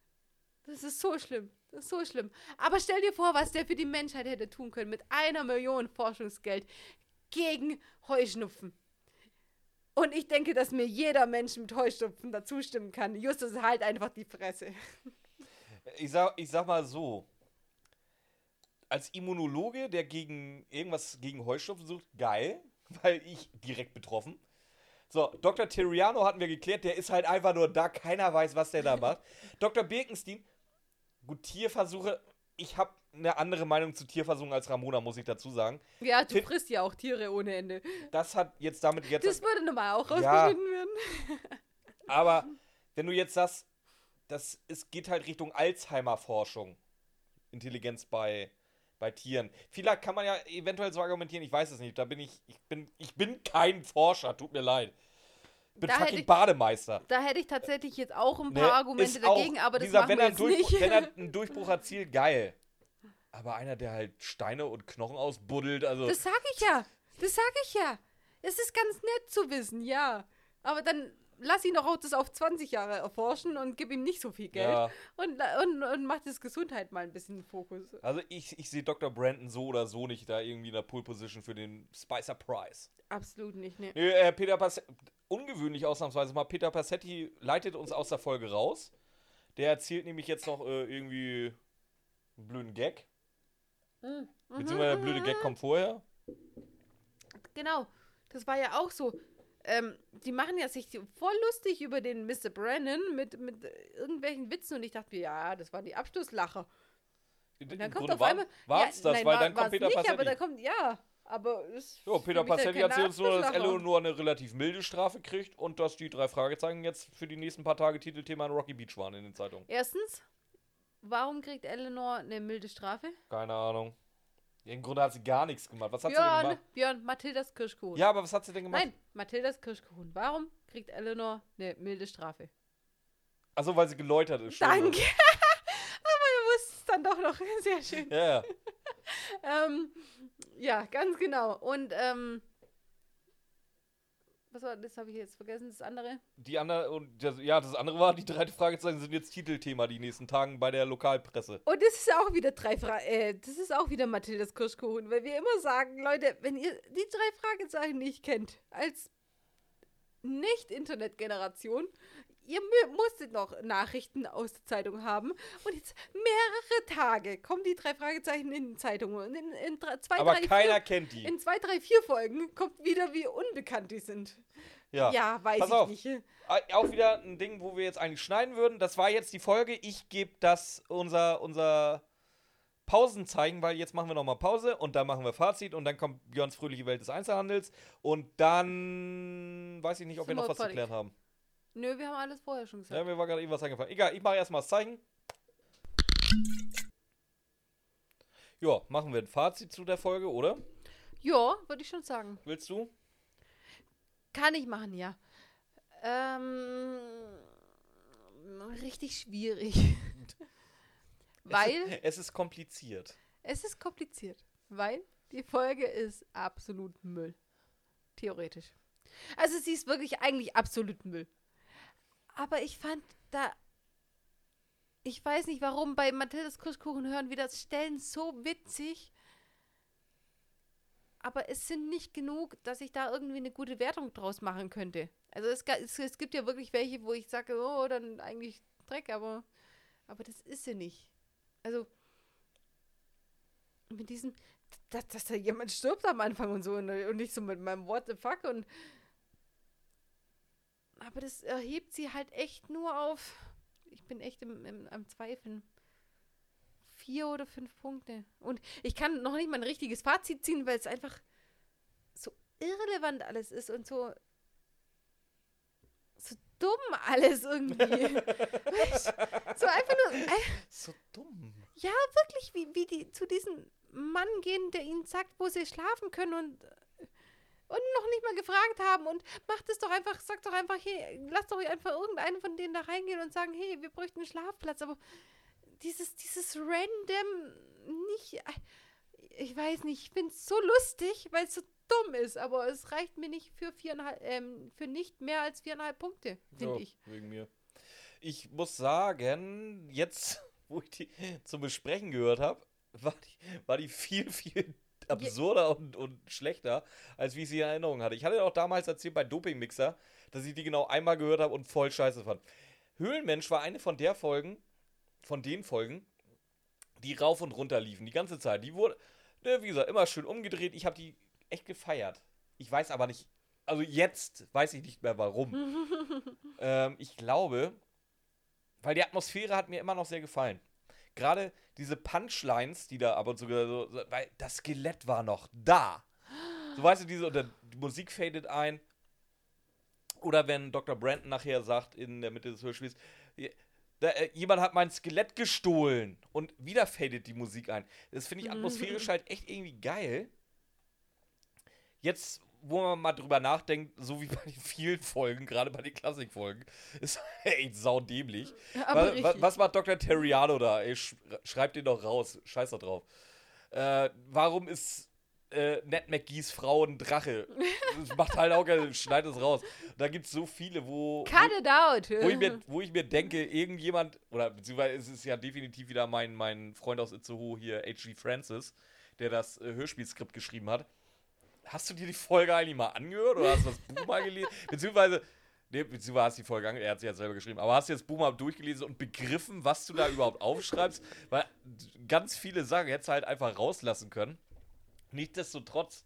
[SPEAKER 2] Das ist so schlimm. Das ist so schlimm. Aber stell dir vor, was der für die Menschheit hätte tun können mit einer Million Forschungsgeld gegen Heuschnupfen. Und ich denke, dass mir jeder Mensch mit Heuschnupfen dazu stimmen kann. Justus, halt einfach die Fresse.
[SPEAKER 1] ich sag, ich sag mal so. Als Immunologe, der gegen irgendwas gegen Heuschnupfen sucht, geil, weil ich direkt betroffen. So, Doktor Terriano hatten wir geklärt, der ist halt einfach nur da, keiner weiß, was der da macht. Doktor Birkenstein, gut, Tierversuche, ich habe eine andere Meinung zu Tierversuchen als Ramona, muss ich dazu sagen.
[SPEAKER 2] Ja, du
[SPEAKER 1] Fin-
[SPEAKER 2] frisst ja auch Tiere ohne Ende.
[SPEAKER 1] Das hat jetzt damit jetzt...
[SPEAKER 2] Das würde normal auch
[SPEAKER 1] Ja.
[SPEAKER 2] rausgeschnitten werden.
[SPEAKER 1] Aber wenn du jetzt sagst, das es geht halt Richtung Alzheimer-Forschung, Intelligenz bei, bei Tieren. Vielleicht kann man ja eventuell so argumentieren, ich weiß es nicht, da bin ich, ich bin, ich bin kein Forscher, tut mir leid. Ich bin
[SPEAKER 2] Da hätte
[SPEAKER 1] fucking
[SPEAKER 2] ich-
[SPEAKER 1] Bademeister.
[SPEAKER 2] Da hätte ich tatsächlich jetzt auch ein
[SPEAKER 1] Ne,
[SPEAKER 2] paar Argumente
[SPEAKER 1] ist auch-
[SPEAKER 2] dagegen, aber
[SPEAKER 1] wie
[SPEAKER 2] das
[SPEAKER 1] gesagt,
[SPEAKER 2] machen
[SPEAKER 1] wenn
[SPEAKER 2] wir
[SPEAKER 1] er
[SPEAKER 2] jetzt
[SPEAKER 1] einen Durchbruch,
[SPEAKER 2] nicht.
[SPEAKER 1] wenn er einen Durchbruch erzielt, geil. Aber einer, der halt Steine und Knochen ausbuddelt, also...
[SPEAKER 2] Das sag ich ja. Das sag ich ja. Es ist ganz nett zu wissen, ja. Aber dann lass ihn doch auch das auf zwanzig Jahre erforschen und gib ihm nicht so viel Geld.
[SPEAKER 1] Ja.
[SPEAKER 2] Und, und, und mach das Gesundheit mal ein bisschen in den Fokus.
[SPEAKER 1] Also ich, ich sehe Doktor Brandon so oder so nicht da irgendwie in der Pole Position für den Spicer Prize.
[SPEAKER 2] Absolut nicht, ne.
[SPEAKER 1] Nö, äh, Peter Passetti, ungewöhnlich ausnahmsweise mal, Peter Passetti leitet uns aus der Folge raus. Der erzählt nämlich jetzt noch äh, irgendwie einen blöden Gag.
[SPEAKER 2] Mhm.
[SPEAKER 1] Beziehungsweise der blöde Gag kommt vorher.
[SPEAKER 2] Genau, das war ja auch so. Ähm, die machen ja sich voll lustig über den Mister Brennan mit, mit irgendwelchen Witzen und ich dachte mir, ja, das waren die Abschlusslacher. Und dann kommt auf einmal...
[SPEAKER 1] War's
[SPEAKER 2] ja,
[SPEAKER 1] das,
[SPEAKER 2] nein,
[SPEAKER 1] weil
[SPEAKER 2] war,
[SPEAKER 1] dann kommt
[SPEAKER 2] war's
[SPEAKER 1] Peter
[SPEAKER 2] nicht,
[SPEAKER 1] Passetti.
[SPEAKER 2] aber da kommt, ja, Aber ist
[SPEAKER 1] So, Peter
[SPEAKER 2] für mich
[SPEAKER 1] Passetti
[SPEAKER 2] kein
[SPEAKER 1] erzählt uns nur, dass
[SPEAKER 2] Nachtbeschlager.
[SPEAKER 1] Eleanor eine relativ milde Strafe kriegt und dass die drei Fragezeichen jetzt für die nächsten paar Tage Titelthema in Rocky Beach waren in den Zeitungen.
[SPEAKER 2] Erstens, warum kriegt Eleanor eine milde Strafe?
[SPEAKER 1] Keine Ahnung. Im Grunde hat sie gar nichts gemacht. Was hat sie denn
[SPEAKER 2] Björn,
[SPEAKER 1] gemacht?
[SPEAKER 2] Björn, Mathildas Kirschkuchen.
[SPEAKER 1] Ja, aber was hat sie denn gemacht?
[SPEAKER 2] Nein, Mathildas Kirschkuchen. Warum kriegt Eleanor eine milde Strafe?
[SPEAKER 1] Achso, weil sie geläutert ist. schon.
[SPEAKER 2] Danke. Aber du wusstest es dann doch noch. Sehr schön.
[SPEAKER 1] Ja, ja.
[SPEAKER 2] Ähm, ja, ganz genau. Und, ähm, was war das? Habe ich jetzt vergessen, das andere?
[SPEAKER 1] Die andere, und das, ja, das andere war, die drei Fragezeichen sind jetzt Titelthema die nächsten Tagen bei der Lokalpresse.
[SPEAKER 2] Und das ist auch wieder drei Fra äh, das ist auch wieder Mathildas Kirschkuchen, weil wir immer sagen, Leute, wenn ihr die drei Fragezeichen nicht kennt, als Nicht-Internet-Generation, ihr mü- musstet noch Nachrichten aus der Zeitung haben und jetzt mehrere Tage kommen die drei Fragezeichen in die Zeitung und in, in drei, zwei,
[SPEAKER 1] Aber
[SPEAKER 2] drei,
[SPEAKER 1] keiner
[SPEAKER 2] vier,
[SPEAKER 1] kennt die.
[SPEAKER 2] in zwei, drei, vier Folgen kommt wieder, wie unbekannt die sind.
[SPEAKER 1] Ja,
[SPEAKER 2] Ja, weiß
[SPEAKER 1] Pass
[SPEAKER 2] ich
[SPEAKER 1] auf.
[SPEAKER 2] nicht.
[SPEAKER 1] Äh, Auch wieder ein Ding, wo wir jetzt eigentlich schneiden würden. Das war jetzt die Folge. Ich gebe das unser, unser Pausenzeichen, weil jetzt machen wir nochmal Pause und dann machen wir Fazit und dann kommt Björns fröhliche Welt des Einzelhandels und dann weiß ich nicht, ob
[SPEAKER 2] Sind
[SPEAKER 1] wir noch
[SPEAKER 2] wir
[SPEAKER 1] was zu
[SPEAKER 2] fertig.
[SPEAKER 1] klären haben.
[SPEAKER 2] Nö, wir haben alles vorher schon gesagt.
[SPEAKER 1] Ja, mir war gerade irgendwas eingefallen. Egal, ich mache erstmal das Zeichen. Ja, machen wir ein Fazit zu der Folge, oder?
[SPEAKER 2] Ja, würde ich schon sagen.
[SPEAKER 1] Willst du?
[SPEAKER 2] Kann ich machen, ja. Ähm, richtig schwierig. Weil
[SPEAKER 1] Es ist kompliziert.
[SPEAKER 2] es ist kompliziert. Weil die Folge ist absolut Müll. Theoretisch. Also sie ist wirklich eigentlich absolut Müll. Aber ich fand da. Ich weiß nicht warum, bei Mathildas Kirschkuchen hören wir das Stellen so witzig. Aber es sind nicht genug, dass ich da irgendwie eine gute Wertung draus machen könnte. Also es, ga- es, es gibt ja wirklich welche, wo ich sage, oh, dann eigentlich Dreck, aber, aber das ist sie nicht. Also mit diesem, dass, dass da jemand stirbt am Anfang und so und, und nicht so mit meinem What the fuck und aber das erhebt sie halt echt nur auf, ich bin echt im, im, am Zweifeln. Vier oder fünf Punkte. Und ich kann noch nicht mal ein richtiges Fazit ziehen, weil es einfach so irrelevant alles ist und so, so dumm alles irgendwie. Weißt, so einfach nur, äh,
[SPEAKER 1] So dumm.
[SPEAKER 2] ja, wirklich, wie, wie die zu diesem Mann gehen, der ihnen sagt, wo sie schlafen können und, und noch nicht mal gefragt haben und macht es doch einfach, sagt doch einfach, hey, lass doch einfach irgendeinen von denen da reingehen und sagen, hey, wir bräuchten einen Schlafplatz, aber dieses, dieses random, nicht, ich weiß nicht, ich finde es so lustig, weil es so dumm ist, aber es reicht mir nicht für viereinhalb, ähm, für nicht mehr als viereinhalb Punkte, finde
[SPEAKER 1] Ja,
[SPEAKER 2] ich.
[SPEAKER 1] wegen mir. Ich muss sagen, jetzt, wo ich die zum Besprechen gehört habe, war die, war die viel, viel absurder und, und schlechter, als wie ich sie in Erinnerung hatte. Ich hatte auch damals erzählt bei Dopingmixer, dass ich die genau einmal gehört habe und voll scheiße fand. Höhlenmensch war eine von der Folgen, von den Folgen, die rauf und runter liefen, die ganze Zeit. Die wurde, ne, wie gesagt, immer schön umgedreht. Ich habe die echt gefeiert. Ich weiß aber nicht, also jetzt weiß ich nicht mehr warum. ähm, ich glaube, weil die Atmosphäre hat mir immer noch sehr gefallen. Gerade diese Punchlines, die da ab und zu, so, so, weil das Skelett war noch da. So, weißt du, diese, oder die Musik fadet ein. Oder wenn Doktor Brandon nachher sagt, in der Mitte des Hörspiels, da, äh, jemand hat mein Skelett gestohlen. Und wieder fadet die Musik ein. Das finde ich atmosphärisch halt echt irgendwie geil. Jetzt, wo man mal drüber nachdenkt, so wie bei den vielen Folgen, gerade bei den Klassikfolgen, ist echt saudämlich.
[SPEAKER 2] Aber
[SPEAKER 1] Was,
[SPEAKER 2] richtig.
[SPEAKER 1] was, was macht Doktor Terriano da? Ey, sch schreibt den doch raus. Scheiß da drauf. Äh, warum ist äh, Ned McGees Frau ein Drache? Das macht halt auch keinen, schneid es raus. Da gibt es so viele, wo,
[SPEAKER 2] Cut it out!
[SPEAKER 1] wo, ich mir, wo ich mir denke, irgendjemand, oder beziehungsweise es ist ja definitiv wieder mein, mein Freund aus Itzehoe hier, H G Francis, der das äh, Hörspielskript geschrieben hat. Hast du dir die Folge eigentlich mal angehört oder hast du das Buch mal gelesen? Beziehungsweise, nee, beziehungsweise hast du die Folge angehört, er hat sie ja selber geschrieben, aber hast du das Buch mal durchgelesen und begriffen, was du da überhaupt aufschreibst? Weil ganz viele Sachen hättest du halt einfach rauslassen können. Nichtsdestotrotz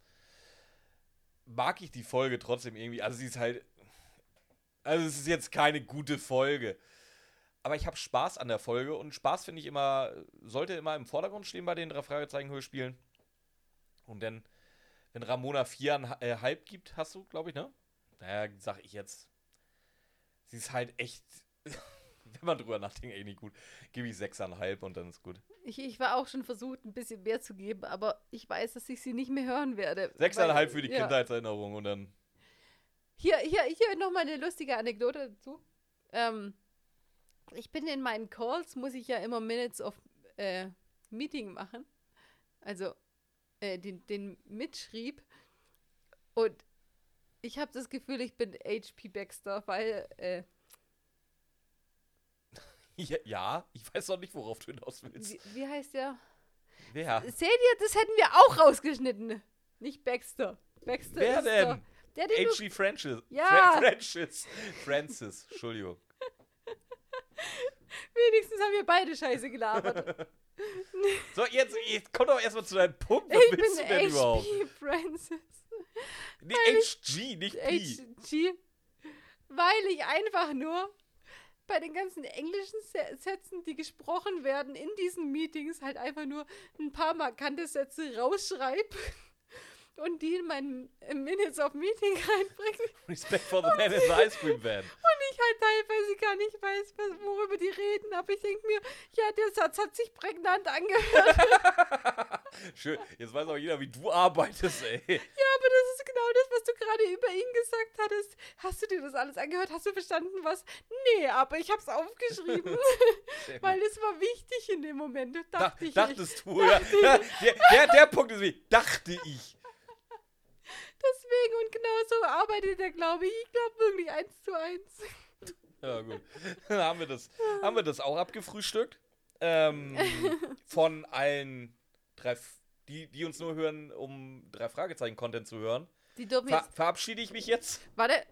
[SPEAKER 1] mag ich die Folge trotzdem irgendwie. Also sie ist halt, also es ist jetzt keine gute Folge. Aber ich habe Spaß an der Folge und Spaß finde ich immer, sollte immer im Vordergrund stehen bei den drei Fragezeichen-Hörspielen. Und dann wenn Ramona viereinhalb gibt, hast du, glaube ich, ne? Naja, sag ich jetzt. Sie ist halt echt, wenn man drüber nachdenkt, echt nicht gut. Gebe ich sechseinhalb und dann ist gut.
[SPEAKER 2] Ich, ich war auch schon versucht, ein bisschen mehr zu geben, aber ich weiß, dass ich sie nicht mehr hören werde.
[SPEAKER 1] Sechseinhalb
[SPEAKER 2] weil,
[SPEAKER 1] für die
[SPEAKER 2] ja.
[SPEAKER 1] Kindheitserinnerung und dann.
[SPEAKER 2] Hier, hier, hier nochmal eine lustige Anekdote dazu. Ähm, ich bin in meinen Calls, muss ich ja immer Minutes of äh, Meeting machen. Also äh, den, den Mitschrieb. Und ich habe das Gefühl, ich bin H P Baxter, weil äh,
[SPEAKER 1] Ja, ja, ich weiß noch nicht, worauf du hinaus willst.
[SPEAKER 2] wie, wie heißt der?
[SPEAKER 1] Wer?
[SPEAKER 2] Seht ihr, das hätten wir auch rausgeschnitten. Nicht Baxter. Baxter
[SPEAKER 1] Wer
[SPEAKER 2] ist
[SPEAKER 1] denn?
[SPEAKER 2] Der, der den
[SPEAKER 1] H G Francis.
[SPEAKER 2] Ja.
[SPEAKER 1] Fra- Francis. Francis, Entschuldigung.
[SPEAKER 2] Wenigstens haben wir beide Scheiße gelabert.
[SPEAKER 1] So, jetzt, jetzt komm doch erstmal zu deinem Punkt. Was
[SPEAKER 2] Ich
[SPEAKER 1] willst
[SPEAKER 2] bin
[SPEAKER 1] du denn überhaupt?
[SPEAKER 2] H P Francis.
[SPEAKER 1] Nee, H G, nicht P.
[SPEAKER 2] H G. Weil ich einfach nur bei den ganzen englischen Se- Sätzen, die gesprochen werden in diesen Meetings, halt einfach nur ein paar markante Sätze rausschreibe und die in meinen äh, Minutes of Meeting reinbringe.
[SPEAKER 1] Respect for the man in the ice cream van.
[SPEAKER 2] Und ich halt teilweise gar nicht weiß, was, worüber die reden. Aber ich denke mir, ja, der Satz hat sich prägnant angehört.
[SPEAKER 1] Schön, jetzt weiß auch jeder, wie du arbeitest, ey.
[SPEAKER 2] Ja, aber das ist genau das, was du gerade über ihn gesagt hattest. Hast du dir das alles angehört? Hast du verstanden, was? Nee, aber ich hab's aufgeschrieben. Weil es war wichtig in dem Moment, dachte
[SPEAKER 1] Da,
[SPEAKER 2] ich.
[SPEAKER 1] dachtest du, ja. Der, der, der Punkt ist wie, dachte ich.
[SPEAKER 2] Deswegen, und genau so arbeitet er, glaube ich. Ich glaube wirklich eins zu eins.
[SPEAKER 1] Ja, gut. Dann haben wir das, haben wir das auch abgefrühstückt. Ähm, von allen drei, die, die uns nur hören, um drei Fragezeichen-Content zu hören.
[SPEAKER 2] Die dürfen
[SPEAKER 1] Ver
[SPEAKER 2] jetzt...
[SPEAKER 1] verabschiede ich mich jetzt.
[SPEAKER 2] Warte.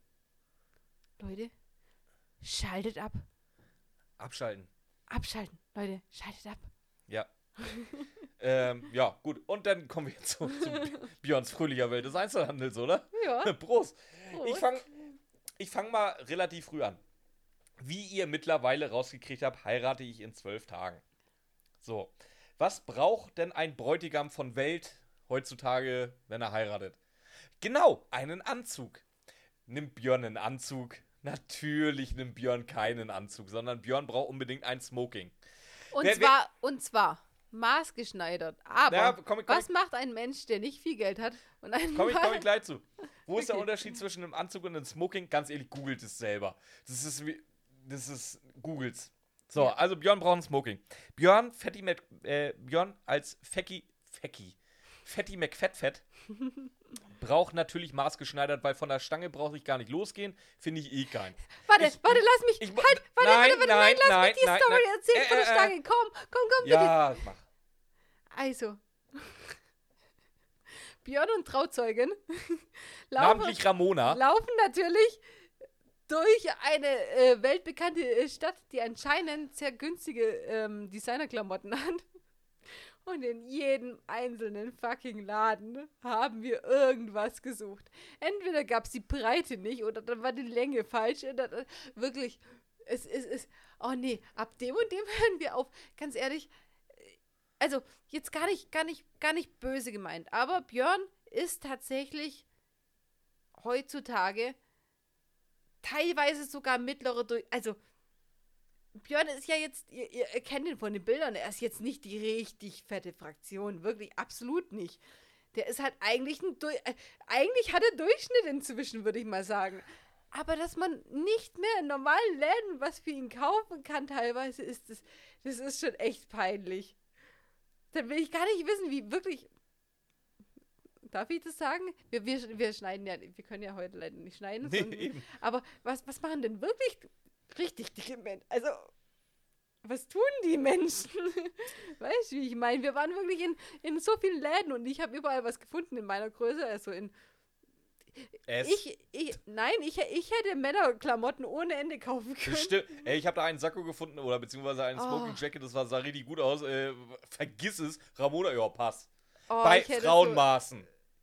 [SPEAKER 2] Leute, schaltet ab.
[SPEAKER 1] Abschalten.
[SPEAKER 2] Abschalten. Leute, schaltet ab.
[SPEAKER 1] Ja. ähm, ja, gut. Und dann kommen wir jetzt zu, zu Björns fröhlicher Welt des Einzelhandels, oder?
[SPEAKER 2] Ja.
[SPEAKER 1] Prost.
[SPEAKER 2] Prost.
[SPEAKER 1] Ich fange ich fang mal relativ früh an. Wie ihr mittlerweile rausgekriegt habt, heirate ich in zwölf Tagen. So. Was braucht denn ein Bräutigam von Welt heutzutage, wenn er heiratet? Genau, einen Anzug. Nimmt Björn einen Anzug? Natürlich nimmt Björn keinen Anzug, sondern Björn braucht unbedingt ein Smoking.
[SPEAKER 2] Und
[SPEAKER 1] Wer-
[SPEAKER 2] zwar, und zwar maßgeschneidert. Aber
[SPEAKER 1] Ja, komm, komm,
[SPEAKER 2] was macht ein Mensch, der nicht viel Geld hat und einen
[SPEAKER 1] Komm ich, komm ich gleich zu. Wo ist der
[SPEAKER 2] Okay.
[SPEAKER 1] Unterschied zwischen einem Anzug und einem Smoking? Ganz ehrlich, googelt es selber. Das ist wie, das ist, googelt's. So,
[SPEAKER 2] Ja.
[SPEAKER 1] also Björn braucht ein Smoking. Björn, Fetti Mac, äh, Björn als Fecki, Fecki, Fetti McFettfett braucht natürlich maßgeschneidert, weil von der Stange braucht ich gar nicht losgehen. Finde ich eh keinen.
[SPEAKER 2] Warte,
[SPEAKER 1] Ich-
[SPEAKER 2] warte, lass mich.
[SPEAKER 1] ich-
[SPEAKER 2] halt, warte,
[SPEAKER 1] nein,
[SPEAKER 2] warte, warte,
[SPEAKER 1] nein,
[SPEAKER 2] nein, lass
[SPEAKER 1] nein,
[SPEAKER 2] mich die
[SPEAKER 1] nein,
[SPEAKER 2] Story
[SPEAKER 1] nein.
[SPEAKER 2] erzählen
[SPEAKER 1] Äh,
[SPEAKER 2] von der
[SPEAKER 1] äh, äh.
[SPEAKER 2] Stange. Komm, komm, komm, bitte.
[SPEAKER 1] Ja, mach.
[SPEAKER 2] Also. Björn und Trauzeugin laufen,
[SPEAKER 1] Namentlich Ramona.
[SPEAKER 2] laufen natürlich durch eine äh, weltbekannte äh, Stadt, die anscheinend sehr günstige ähm, Designerklamotten hat. Und in jedem einzelnen fucking Laden haben wir irgendwas gesucht. Entweder gab es die Breite nicht oder dann war die Länge falsch. Oder, äh, wirklich, es ist, es, oh nee, ab dem und dem hören wir auf. Ganz ehrlich, äh, also jetzt gar nicht, gar nicht, gar nicht böse gemeint, aber Björn ist tatsächlich heutzutage teilweise sogar mittlere durch, also Björn ist ja jetzt, ihr, ihr kennt ihn von den Bildern, er ist jetzt nicht die richtig fette Fraktion, wirklich absolut nicht. Der ist halt eigentlich ein, Dur- äh, eigentlich hat er Durchschnitt inzwischen, würde ich mal sagen. Aber dass man nicht mehr in normalen Läden was für ihn kaufen kann teilweise, ist das, das ist schon echt peinlich. Da will ich gar nicht wissen, wie wirklich, darf ich das sagen? Wir, wir, wir schneiden ja, wir können ja heute leider nicht schneiden.
[SPEAKER 1] Nee,
[SPEAKER 2] sondern-
[SPEAKER 1] eben.
[SPEAKER 2] aber was, was machen denn wirklich richtig dicke Menschen? Also, was tun die Menschen? Weißt du, wie ich meine? Wir waren wirklich in, in so vielen Läden und ich habe überall was gefunden in meiner Größe. Also in.
[SPEAKER 1] Es
[SPEAKER 2] Ich, ich, nein, ich, ich hätte Männerklamotten ohne Ende kaufen können.
[SPEAKER 1] Stimmt. Ey, ich habe da einen Sakko gefunden oder beziehungsweise einen
[SPEAKER 2] Oh.
[SPEAKER 1] Smoking Jacket, das war, sah richtig gut aus. Äh, vergiss es. Ramona, ja, passt.
[SPEAKER 2] Oh,
[SPEAKER 1] Bei
[SPEAKER 2] ich hätte
[SPEAKER 1] Frauenmaßen.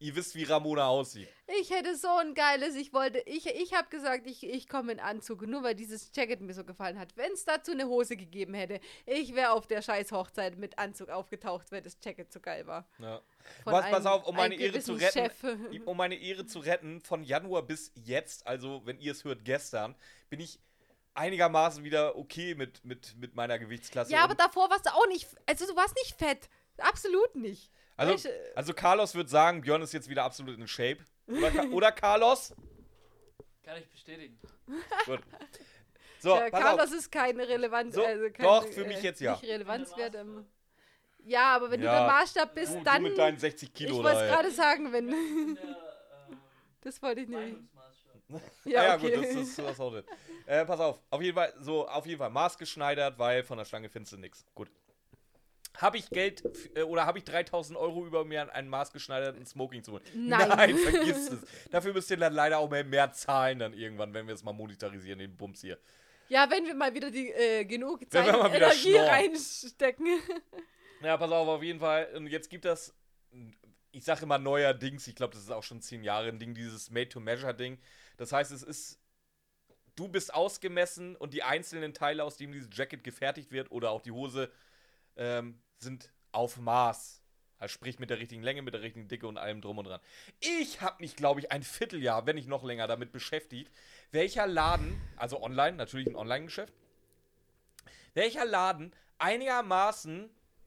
[SPEAKER 1] Ihr wisst, wie Ramona aussieht.
[SPEAKER 2] Ich hätte so ein geiles, ich wollte, ich, ich habe gesagt, ich, ich komme in Anzug, nur weil dieses Jacket mir so gefallen hat. Wenn es dazu eine Hose gegeben hätte, ich wäre auf der scheiß Hochzeit mit Anzug aufgetaucht, weil das Jacket so geil war.
[SPEAKER 1] Ja.
[SPEAKER 2] Von
[SPEAKER 1] Was,
[SPEAKER 2] einem-
[SPEAKER 1] pass auf, um meine
[SPEAKER 2] einem
[SPEAKER 1] Ehre zu
[SPEAKER 2] gewissen
[SPEAKER 1] retten,
[SPEAKER 2] Chef.
[SPEAKER 1] um meine Ehre zu retten, von Januar bis jetzt, also wenn ihr es hört, gestern, bin ich einigermaßen wieder okay mit, mit, mit meiner Gewichtsklasse.
[SPEAKER 2] Ja, aber
[SPEAKER 1] Und-
[SPEAKER 2] davor warst du auch nicht, also du warst nicht fett. Absolut nicht.
[SPEAKER 1] also,
[SPEAKER 2] Ich, äh,
[SPEAKER 1] also Carlos wird sagen, Björn ist jetzt wieder absolut in Shape. Oder, Ka- oder Carlos?
[SPEAKER 3] Kann ich bestätigen.
[SPEAKER 1] Gut. So,
[SPEAKER 2] ja,
[SPEAKER 1] pass
[SPEAKER 2] Carlos
[SPEAKER 1] auf.
[SPEAKER 2] ist keine Relevant,
[SPEAKER 1] So,
[SPEAKER 2] also keine,
[SPEAKER 1] doch, für mich
[SPEAKER 2] äh,
[SPEAKER 1] jetzt ja.
[SPEAKER 2] Nicht Relevanzwert. Ähm, ja, aber wenn
[SPEAKER 1] Ja.
[SPEAKER 2] du der Maßstab bist,
[SPEAKER 1] Du, du
[SPEAKER 2] dann.
[SPEAKER 1] mit deinen sechzig
[SPEAKER 2] Ich
[SPEAKER 1] Kilo
[SPEAKER 2] wollte
[SPEAKER 1] da,
[SPEAKER 2] es
[SPEAKER 1] ey.
[SPEAKER 2] gerade sagen, wenn.
[SPEAKER 3] In der, ähm,
[SPEAKER 2] Das wollte ich nicht.
[SPEAKER 3] Meinungsmaßstab.
[SPEAKER 1] Ja, ja, gut,
[SPEAKER 2] okay.
[SPEAKER 1] das ist das auch nicht. Äh, pass auf, auf jeden Fall, so, auf jeden Fall maßgeschneidert, weil von der Stange findest du nix. Gut. Habe ich Geld f- äh, oder habe ich dreitausend Euro über mir an einen maßgeschneiderten Smoking zu holen?
[SPEAKER 2] Nein.
[SPEAKER 1] Nein, vergiss es. Dafür müsst ihr dann leider auch mehr, mehr zahlen dann irgendwann, wenn wir es mal monetarisieren, den Bums hier.
[SPEAKER 2] Ja, wenn wir mal wieder die äh, genug
[SPEAKER 1] Wenn
[SPEAKER 2] Zeit
[SPEAKER 1] wir mal
[SPEAKER 2] und
[SPEAKER 1] wieder
[SPEAKER 2] Energie
[SPEAKER 1] schnorren.
[SPEAKER 2] reinstecken.
[SPEAKER 1] Ja, pass auf, auf jeden Fall. Und jetzt gibt das, ich sage immer neuerdings, ich glaube, das ist auch schon zehn Jahre ein Ding, dieses Made-to-Measure-Ding. Das heißt, es ist, du bist ausgemessen und die einzelnen Teile, aus denen dieses Jacket gefertigt wird oder auch die Hose, ähm, sind auf Maß. Also sprich mit der richtigen Länge, mit der richtigen Dicke und allem drum und dran. Ich habe mich, glaube ich, ein Vierteljahr, wenn nicht noch länger, damit beschäftigt, welcher Laden, also online, natürlich ein Online-Geschäft, welcher Laden einigermaßen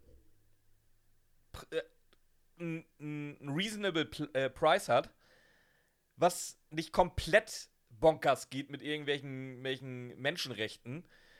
[SPEAKER 1] pr- äh, ein ein reasonable pl- äh, Price hat, was nicht komplett bonkers geht mit irgendwelchen welchen Menschenrechten,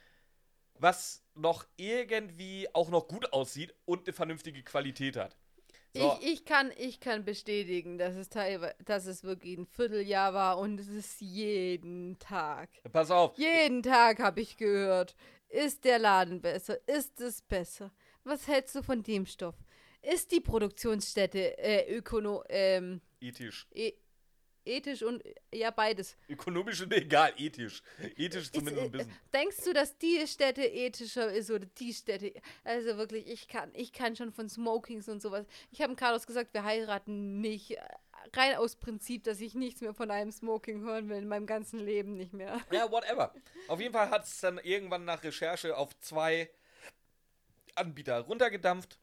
[SPEAKER 1] was noch irgendwie auch noch gut aussieht und eine vernünftige Qualität hat. So,
[SPEAKER 2] Ich, ich, kann, ich kann bestätigen, dass es teilweise, dass es wirklich ein Vierteljahr war und es ist jeden Tag.
[SPEAKER 1] pass auf.
[SPEAKER 2] Jeden Tag habe ich gehört. Ist der Laden besser? Ist es besser? Was hältst du von dem Stoff? Ist die Produktionsstätte äh, ökono, ähm,
[SPEAKER 1] Ethisch.
[SPEAKER 2] e ethisch und ja beides?
[SPEAKER 1] Ökonomisch und egal, ethisch. Ethisch
[SPEAKER 2] Ist,
[SPEAKER 1] zumindest ein
[SPEAKER 2] äh,
[SPEAKER 1] bisschen.
[SPEAKER 2] denkst du, dass die Stätte ethischer ist oder die Stätte? Also wirklich, ich kann, ich kann schon von Smokings und sowas. Ich habe Carlos gesagt, wir heiraten nicht. äh, Rein aus Prinzip, dass ich nichts mehr von einem Smoking hören will in meinem ganzen Leben nicht mehr.
[SPEAKER 1] Ja, whatever. Auf jeden Fall hat es dann irgendwann nach Recherche auf zwei Anbieter runtergedampft.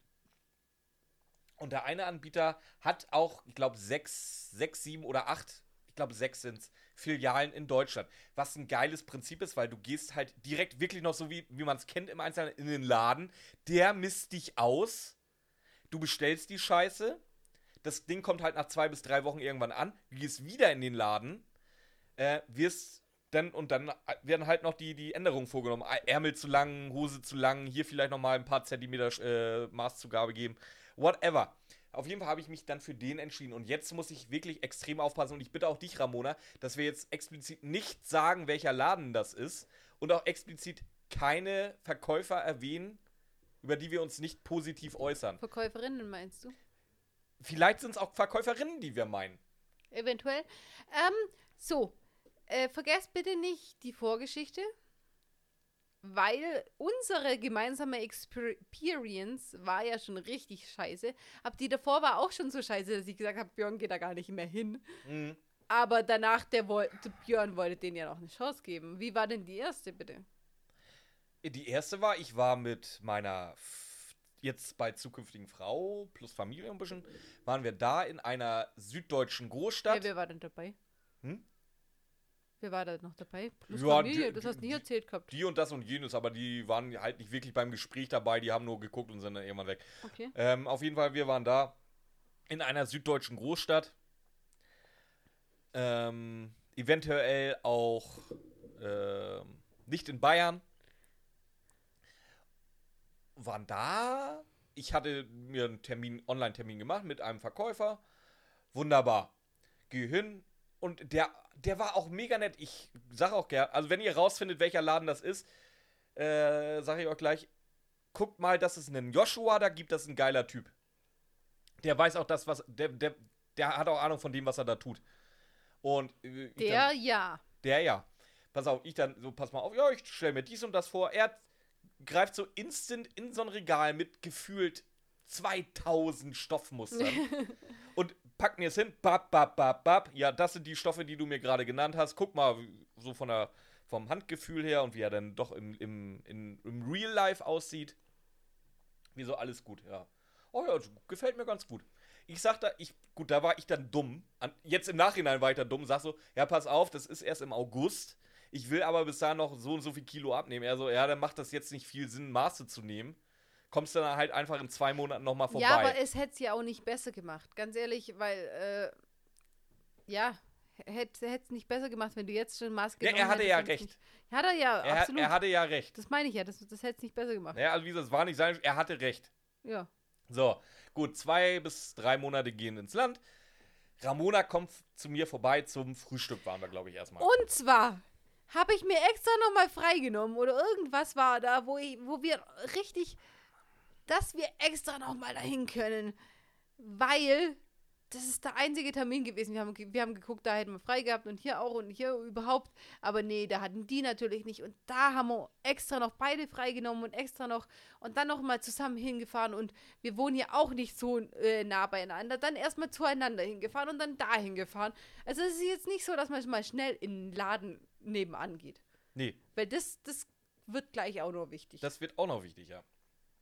[SPEAKER 1] Und der eine Anbieter hat auch, ich glaube, sechs, sechs, sieben oder acht, ich glaube, sechs sind es, Filialen in Deutschland. Was ein geiles Prinzip ist, weil du gehst halt direkt wirklich noch so, wie, wie man es kennt im Einzelnen, in den Laden. Der misst dich aus. Du bestellst die Scheiße. Das Ding kommt halt nach zwei bis drei Wochen irgendwann an. Du gehst wieder in den Laden. Äh, wirst dann, und dann werden halt noch die, die Änderungen vorgenommen. Ärmel zu lang, Hose zu lang, hier vielleicht nochmal ein paar Zentimeter äh, Maßzugabe geben. Whatever. Auf jeden Fall habe ich mich dann für den entschieden. Und jetzt muss ich wirklich extrem aufpassen. Und ich bitte auch dich, Ramona, dass wir jetzt explizit nicht sagen, welcher Laden das ist. Und auch explizit keine Verkäufer erwähnen, über die wir uns nicht positiv äußern.
[SPEAKER 2] Verkäuferinnen meinst du?
[SPEAKER 1] Vielleicht sind es auch Verkäuferinnen, die wir meinen.
[SPEAKER 2] Eventuell. Ähm, so. Äh, vergesst bitte nicht die Vorgeschichte. Weil unsere gemeinsame Experience war ja schon richtig scheiße. Aber die davor war auch schon so scheiße, dass ich gesagt habe, Björn geht da gar nicht mehr hin.
[SPEAKER 1] Mhm.
[SPEAKER 2] Aber danach, der wollte, Björn wollte denen ja noch eine Chance geben. Wie war denn die erste, bitte?
[SPEAKER 1] Die erste war, ich war mit meiner F- jetzt bei zukünftigen Frau plus Familie ein bisschen, waren wir da in einer süddeutschen Großstadt.
[SPEAKER 2] Ja, wer war denn dabei?
[SPEAKER 1] Hm?
[SPEAKER 2] Wer war da noch dabei? Plus
[SPEAKER 1] Ja,
[SPEAKER 2] Familie,
[SPEAKER 1] die-
[SPEAKER 2] das hast du
[SPEAKER 1] die-
[SPEAKER 2] nie erzählt gehabt.
[SPEAKER 1] Die und das und jenes, aber die waren halt nicht wirklich beim Gespräch dabei, die haben nur geguckt und sind dann irgendwann weg.
[SPEAKER 2] Okay.
[SPEAKER 1] Ähm, auf jeden Fall, wir waren da in einer süddeutschen Großstadt. Ähm, eventuell auch ähm, nicht in Bayern. Waren da. Ich hatte mir einen Termin, Online-Termin gemacht mit einem Verkäufer. Wunderbar. Gehe hin und der, der war auch mega nett. Ich sage auch gern, also wenn ihr rausfindet, welcher Laden das ist, äh, sage ich euch gleich, guckt mal, dass es einen Joshua da gibt, das ist ein geiler Typ. Der weiß auch das, was, der, der, der hat auch Ahnung von dem, was er da tut. Und äh, ich
[SPEAKER 2] Der,
[SPEAKER 1] dann,
[SPEAKER 2] ja.
[SPEAKER 1] der ja. Pass auf, ich dann so, pass mal auf, ja, ich stelle mir dies und das vor. Er greift so instant in so ein Regal mit gefühlt zweitausend Stoffmustern und packt mir es hin, bap, bap, bap, bap. Ja, das sind die Stoffe, die du mir gerade genannt hast. Guck mal, so von der, vom Handgefühl her und wie er dann doch im, im, in, im Real Life aussieht. Wieso alles gut, ja. Oh ja, gefällt mir ganz gut. Ich sag da, ich, gut, da war ich dann dumm. An, jetzt im Nachhinein weiter dumm. Sag so, ja, pass auf, das ist erst im August. Ich will aber bis dahin noch so und so viel Kilo abnehmen. Er so, ja, dann macht das jetzt nicht viel Sinn, Maße zu nehmen. Kommst dann halt einfach in zwei Monaten nochmal vorbei.
[SPEAKER 2] Ja, aber es hätte es ja auch nicht besser gemacht. Ganz ehrlich, weil, äh, ja, hätte es nicht besser gemacht, wenn du jetzt schon Maß
[SPEAKER 1] Ja,
[SPEAKER 2] genommen
[SPEAKER 1] er hatte ja
[SPEAKER 2] hättest.
[SPEAKER 1] recht.
[SPEAKER 2] Nicht, hat er ja,
[SPEAKER 1] Er,
[SPEAKER 2] absolut.
[SPEAKER 1] er hatte ja recht.
[SPEAKER 2] Das meine ich ja, das, das hätte es nicht besser gemacht.
[SPEAKER 1] Ja, also wie gesagt, es war nicht sein, er hatte recht.
[SPEAKER 2] Ja.
[SPEAKER 1] So, gut, zwei bis drei Monate gehen ins Land. Ramona kommt zu mir vorbei zum Frühstück, waren wir, glaube ich, erstmal.
[SPEAKER 2] Und zwar habe ich mir extra nochmal freigenommen oder irgendwas war da, wo, ich, wo wir richtig, dass wir extra nochmal dahin können, weil das ist der einzige Termin gewesen. Wir haben, wir haben geguckt, da hätten wir frei gehabt und hier auch und hier überhaupt. Aber nee, da hatten die natürlich nicht. Und da haben wir extra noch beide freigenommen und extra noch und dann noch mal zusammen hingefahren. Und wir wohnen ja auch nicht so äh, nah beieinander. Dann erstmal zueinander hingefahren und dann dahin gefahren. Also es ist jetzt nicht so, dass man mal schnell in den Laden nebenan geht.
[SPEAKER 1] Nee,
[SPEAKER 2] Weil das, das wird gleich auch noch wichtig.
[SPEAKER 1] das wird auch noch wichtig, ja.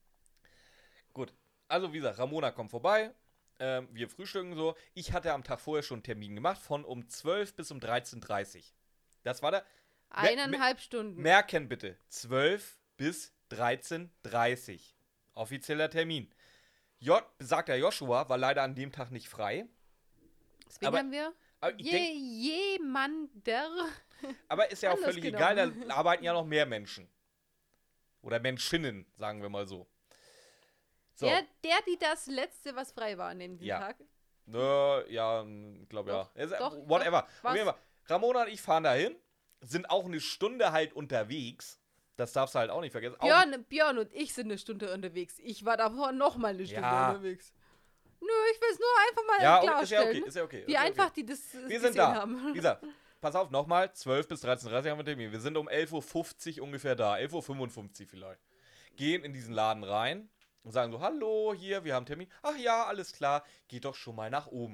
[SPEAKER 1] Gut, also wie gesagt, Ramona kommt vorbei. Ähm, wir frühstücken so. Ich hatte am Tag vorher schon einen Termin gemacht, von um zwölf bis um dreizehn Uhr dreißig. Das war der.
[SPEAKER 2] Eineinhalb Stunden.
[SPEAKER 1] Merken bitte, zwölf bis dreizehn Uhr dreißig. Offizieller Termin. J, besagter Joshua war leider an dem Tag nicht frei.
[SPEAKER 2] Deswegen
[SPEAKER 1] aber-
[SPEAKER 2] haben wir
[SPEAKER 1] Aber, ich
[SPEAKER 2] je,
[SPEAKER 1] denk,
[SPEAKER 2] jemander.
[SPEAKER 1] aber ist ja auch
[SPEAKER 2] Anders
[SPEAKER 1] völlig
[SPEAKER 2] genommen.
[SPEAKER 1] egal, da arbeiten ja noch mehr Menschen. Oder Menschinnen, sagen wir mal so. So.
[SPEAKER 2] Der, der, die das letzte, was frei war an dem
[SPEAKER 1] Ja.
[SPEAKER 2] Tag.
[SPEAKER 1] Nö, ja, ich glaube ja.
[SPEAKER 2] Doch,
[SPEAKER 1] Es-
[SPEAKER 2] doch,
[SPEAKER 1] Whatever.
[SPEAKER 2] doch,
[SPEAKER 1] Auf
[SPEAKER 2] was?
[SPEAKER 1] jeden Fall. Ramona und ich fahren dahin, sind auch eine Stunde halt unterwegs. Das darfst du halt auch nicht vergessen. Auch,
[SPEAKER 2] Björn, Björn und ich sind eine Stunde unterwegs. Ich war davor noch mal eine Stunde
[SPEAKER 1] Ja.
[SPEAKER 2] unterwegs. Nö, ich will es nur einfach mal
[SPEAKER 1] ja, ist
[SPEAKER 2] klarstellen.
[SPEAKER 1] ja okay, ist ja okay.
[SPEAKER 2] Wie
[SPEAKER 1] ist ja
[SPEAKER 2] einfach
[SPEAKER 1] okay.
[SPEAKER 2] die das äh,
[SPEAKER 1] Wir
[SPEAKER 2] gesehen
[SPEAKER 1] sind da.
[SPEAKER 2] haben.
[SPEAKER 1] Wie gesagt, pass auf, nochmal, zwölf bis dreizehn Uhr dreißig haben wir Termin. Wir sind um elf Uhr fünfzig ungefähr da, elf Uhr fünfundfünfzig vielleicht. Gehen in diesen Laden rein und sagen so, hallo, hier, wir haben Termin. Ach ja, alles klar, geht doch schon mal nach oben.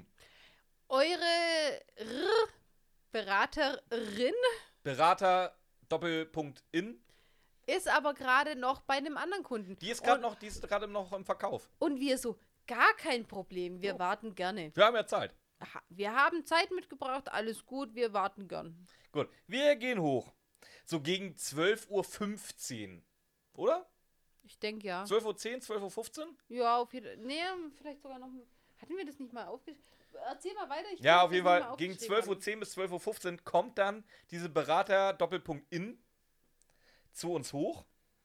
[SPEAKER 2] Eure R Beraterin
[SPEAKER 1] Berater, Doppelpunkt in,
[SPEAKER 2] ist aber gerade noch bei einem anderen Kunden.
[SPEAKER 1] die ist gerade
[SPEAKER 2] Und-
[SPEAKER 1] noch, die ist gerade noch im Verkauf.
[SPEAKER 2] Und wir so, gar kein Problem, wir
[SPEAKER 1] Oh.
[SPEAKER 2] warten gerne.
[SPEAKER 1] Wir haben ja Zeit.
[SPEAKER 2] Aha, wir haben Zeit mitgebracht, alles gut, wir warten gern.
[SPEAKER 1] Gut, wir gehen hoch. So gegen zwölf Uhr fünfzehn. Oder?
[SPEAKER 2] Ich denke ja.
[SPEAKER 1] zwölf Uhr zehn, zwölf Uhr fünfzehn?
[SPEAKER 2] Ja, auf jeden Fall. Nee, vielleicht sogar noch. Hatten wir das nicht mal aufgeschrieben? Erzähl mal weiter. Ich
[SPEAKER 1] Ja,
[SPEAKER 2] weiß,
[SPEAKER 1] auf
[SPEAKER 2] dass
[SPEAKER 1] jeden
[SPEAKER 2] wir das
[SPEAKER 1] Fall.
[SPEAKER 2] mal
[SPEAKER 1] Gegen
[SPEAKER 2] aufgeschrieben
[SPEAKER 1] zwölf Uhr
[SPEAKER 2] haben.
[SPEAKER 1] zehn bis zwölf Uhr fünfzehn kommt dann diese Berater Doppelpunkt in zu uns hoch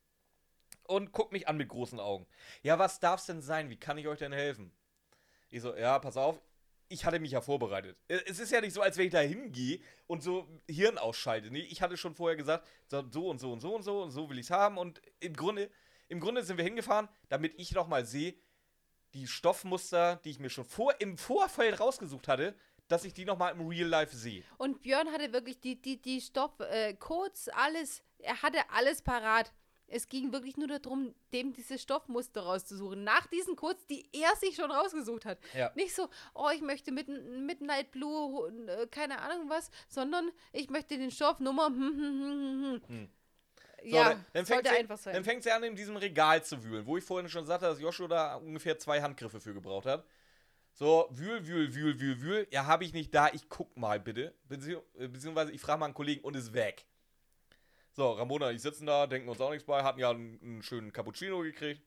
[SPEAKER 1] und guckt mich an mit großen Augen. Ja, was darf's denn sein? Wie kann ich euch denn helfen? Ich so, ja, pass auf. Ich hatte mich ja vorbereitet. Es ist ja nicht so, als wenn ich da hingehe und so Hirn ausschalte. Nee, ich hatte schon vorher gesagt, so, so und so und so und so und so will ich's haben. Und im Grunde, im Grunde sind wir hingefahren, damit ich noch mal sehe, die Stoffmuster, die ich mir schon vor, im Vorfeld rausgesucht hatte, dass ich die noch mal im Real Life sehe.
[SPEAKER 2] Und Björn hatte wirklich die, die, die Stoffcodes, alles. Er hatte alles parat. Es ging wirklich nur darum, dem diese Stoffmuster rauszusuchen. Nach diesen Codes, die er sich schon rausgesucht hat.
[SPEAKER 1] Ja.
[SPEAKER 2] Nicht so, oh, ich möchte mit, Midnight Blue, äh, keine Ahnung was, sondern ich möchte den Stoff Nummer. Hm, hm, hm, hm, hm.
[SPEAKER 1] Hm. So,
[SPEAKER 2] Ja,
[SPEAKER 1] dann, dann
[SPEAKER 2] sollte
[SPEAKER 1] fängt sie,
[SPEAKER 2] einfach sein.
[SPEAKER 1] Dann fängt sie an, in diesem Regal zu wühlen, wo ich vorhin schon sagte, dass Joshua da ungefähr zwei Handgriffe für gebraucht hat. So, wühl, wühl, wühl, wühl, wühl. Ja, habe ich nicht da. Ich guck mal bitte. Bezieh beziehungsweise ich frage mal einen Kollegen und ist weg. So, Ramona und ich sitzen da, denken uns auch nichts bei, hatten ja einen, einen schönen Cappuccino gekriegt.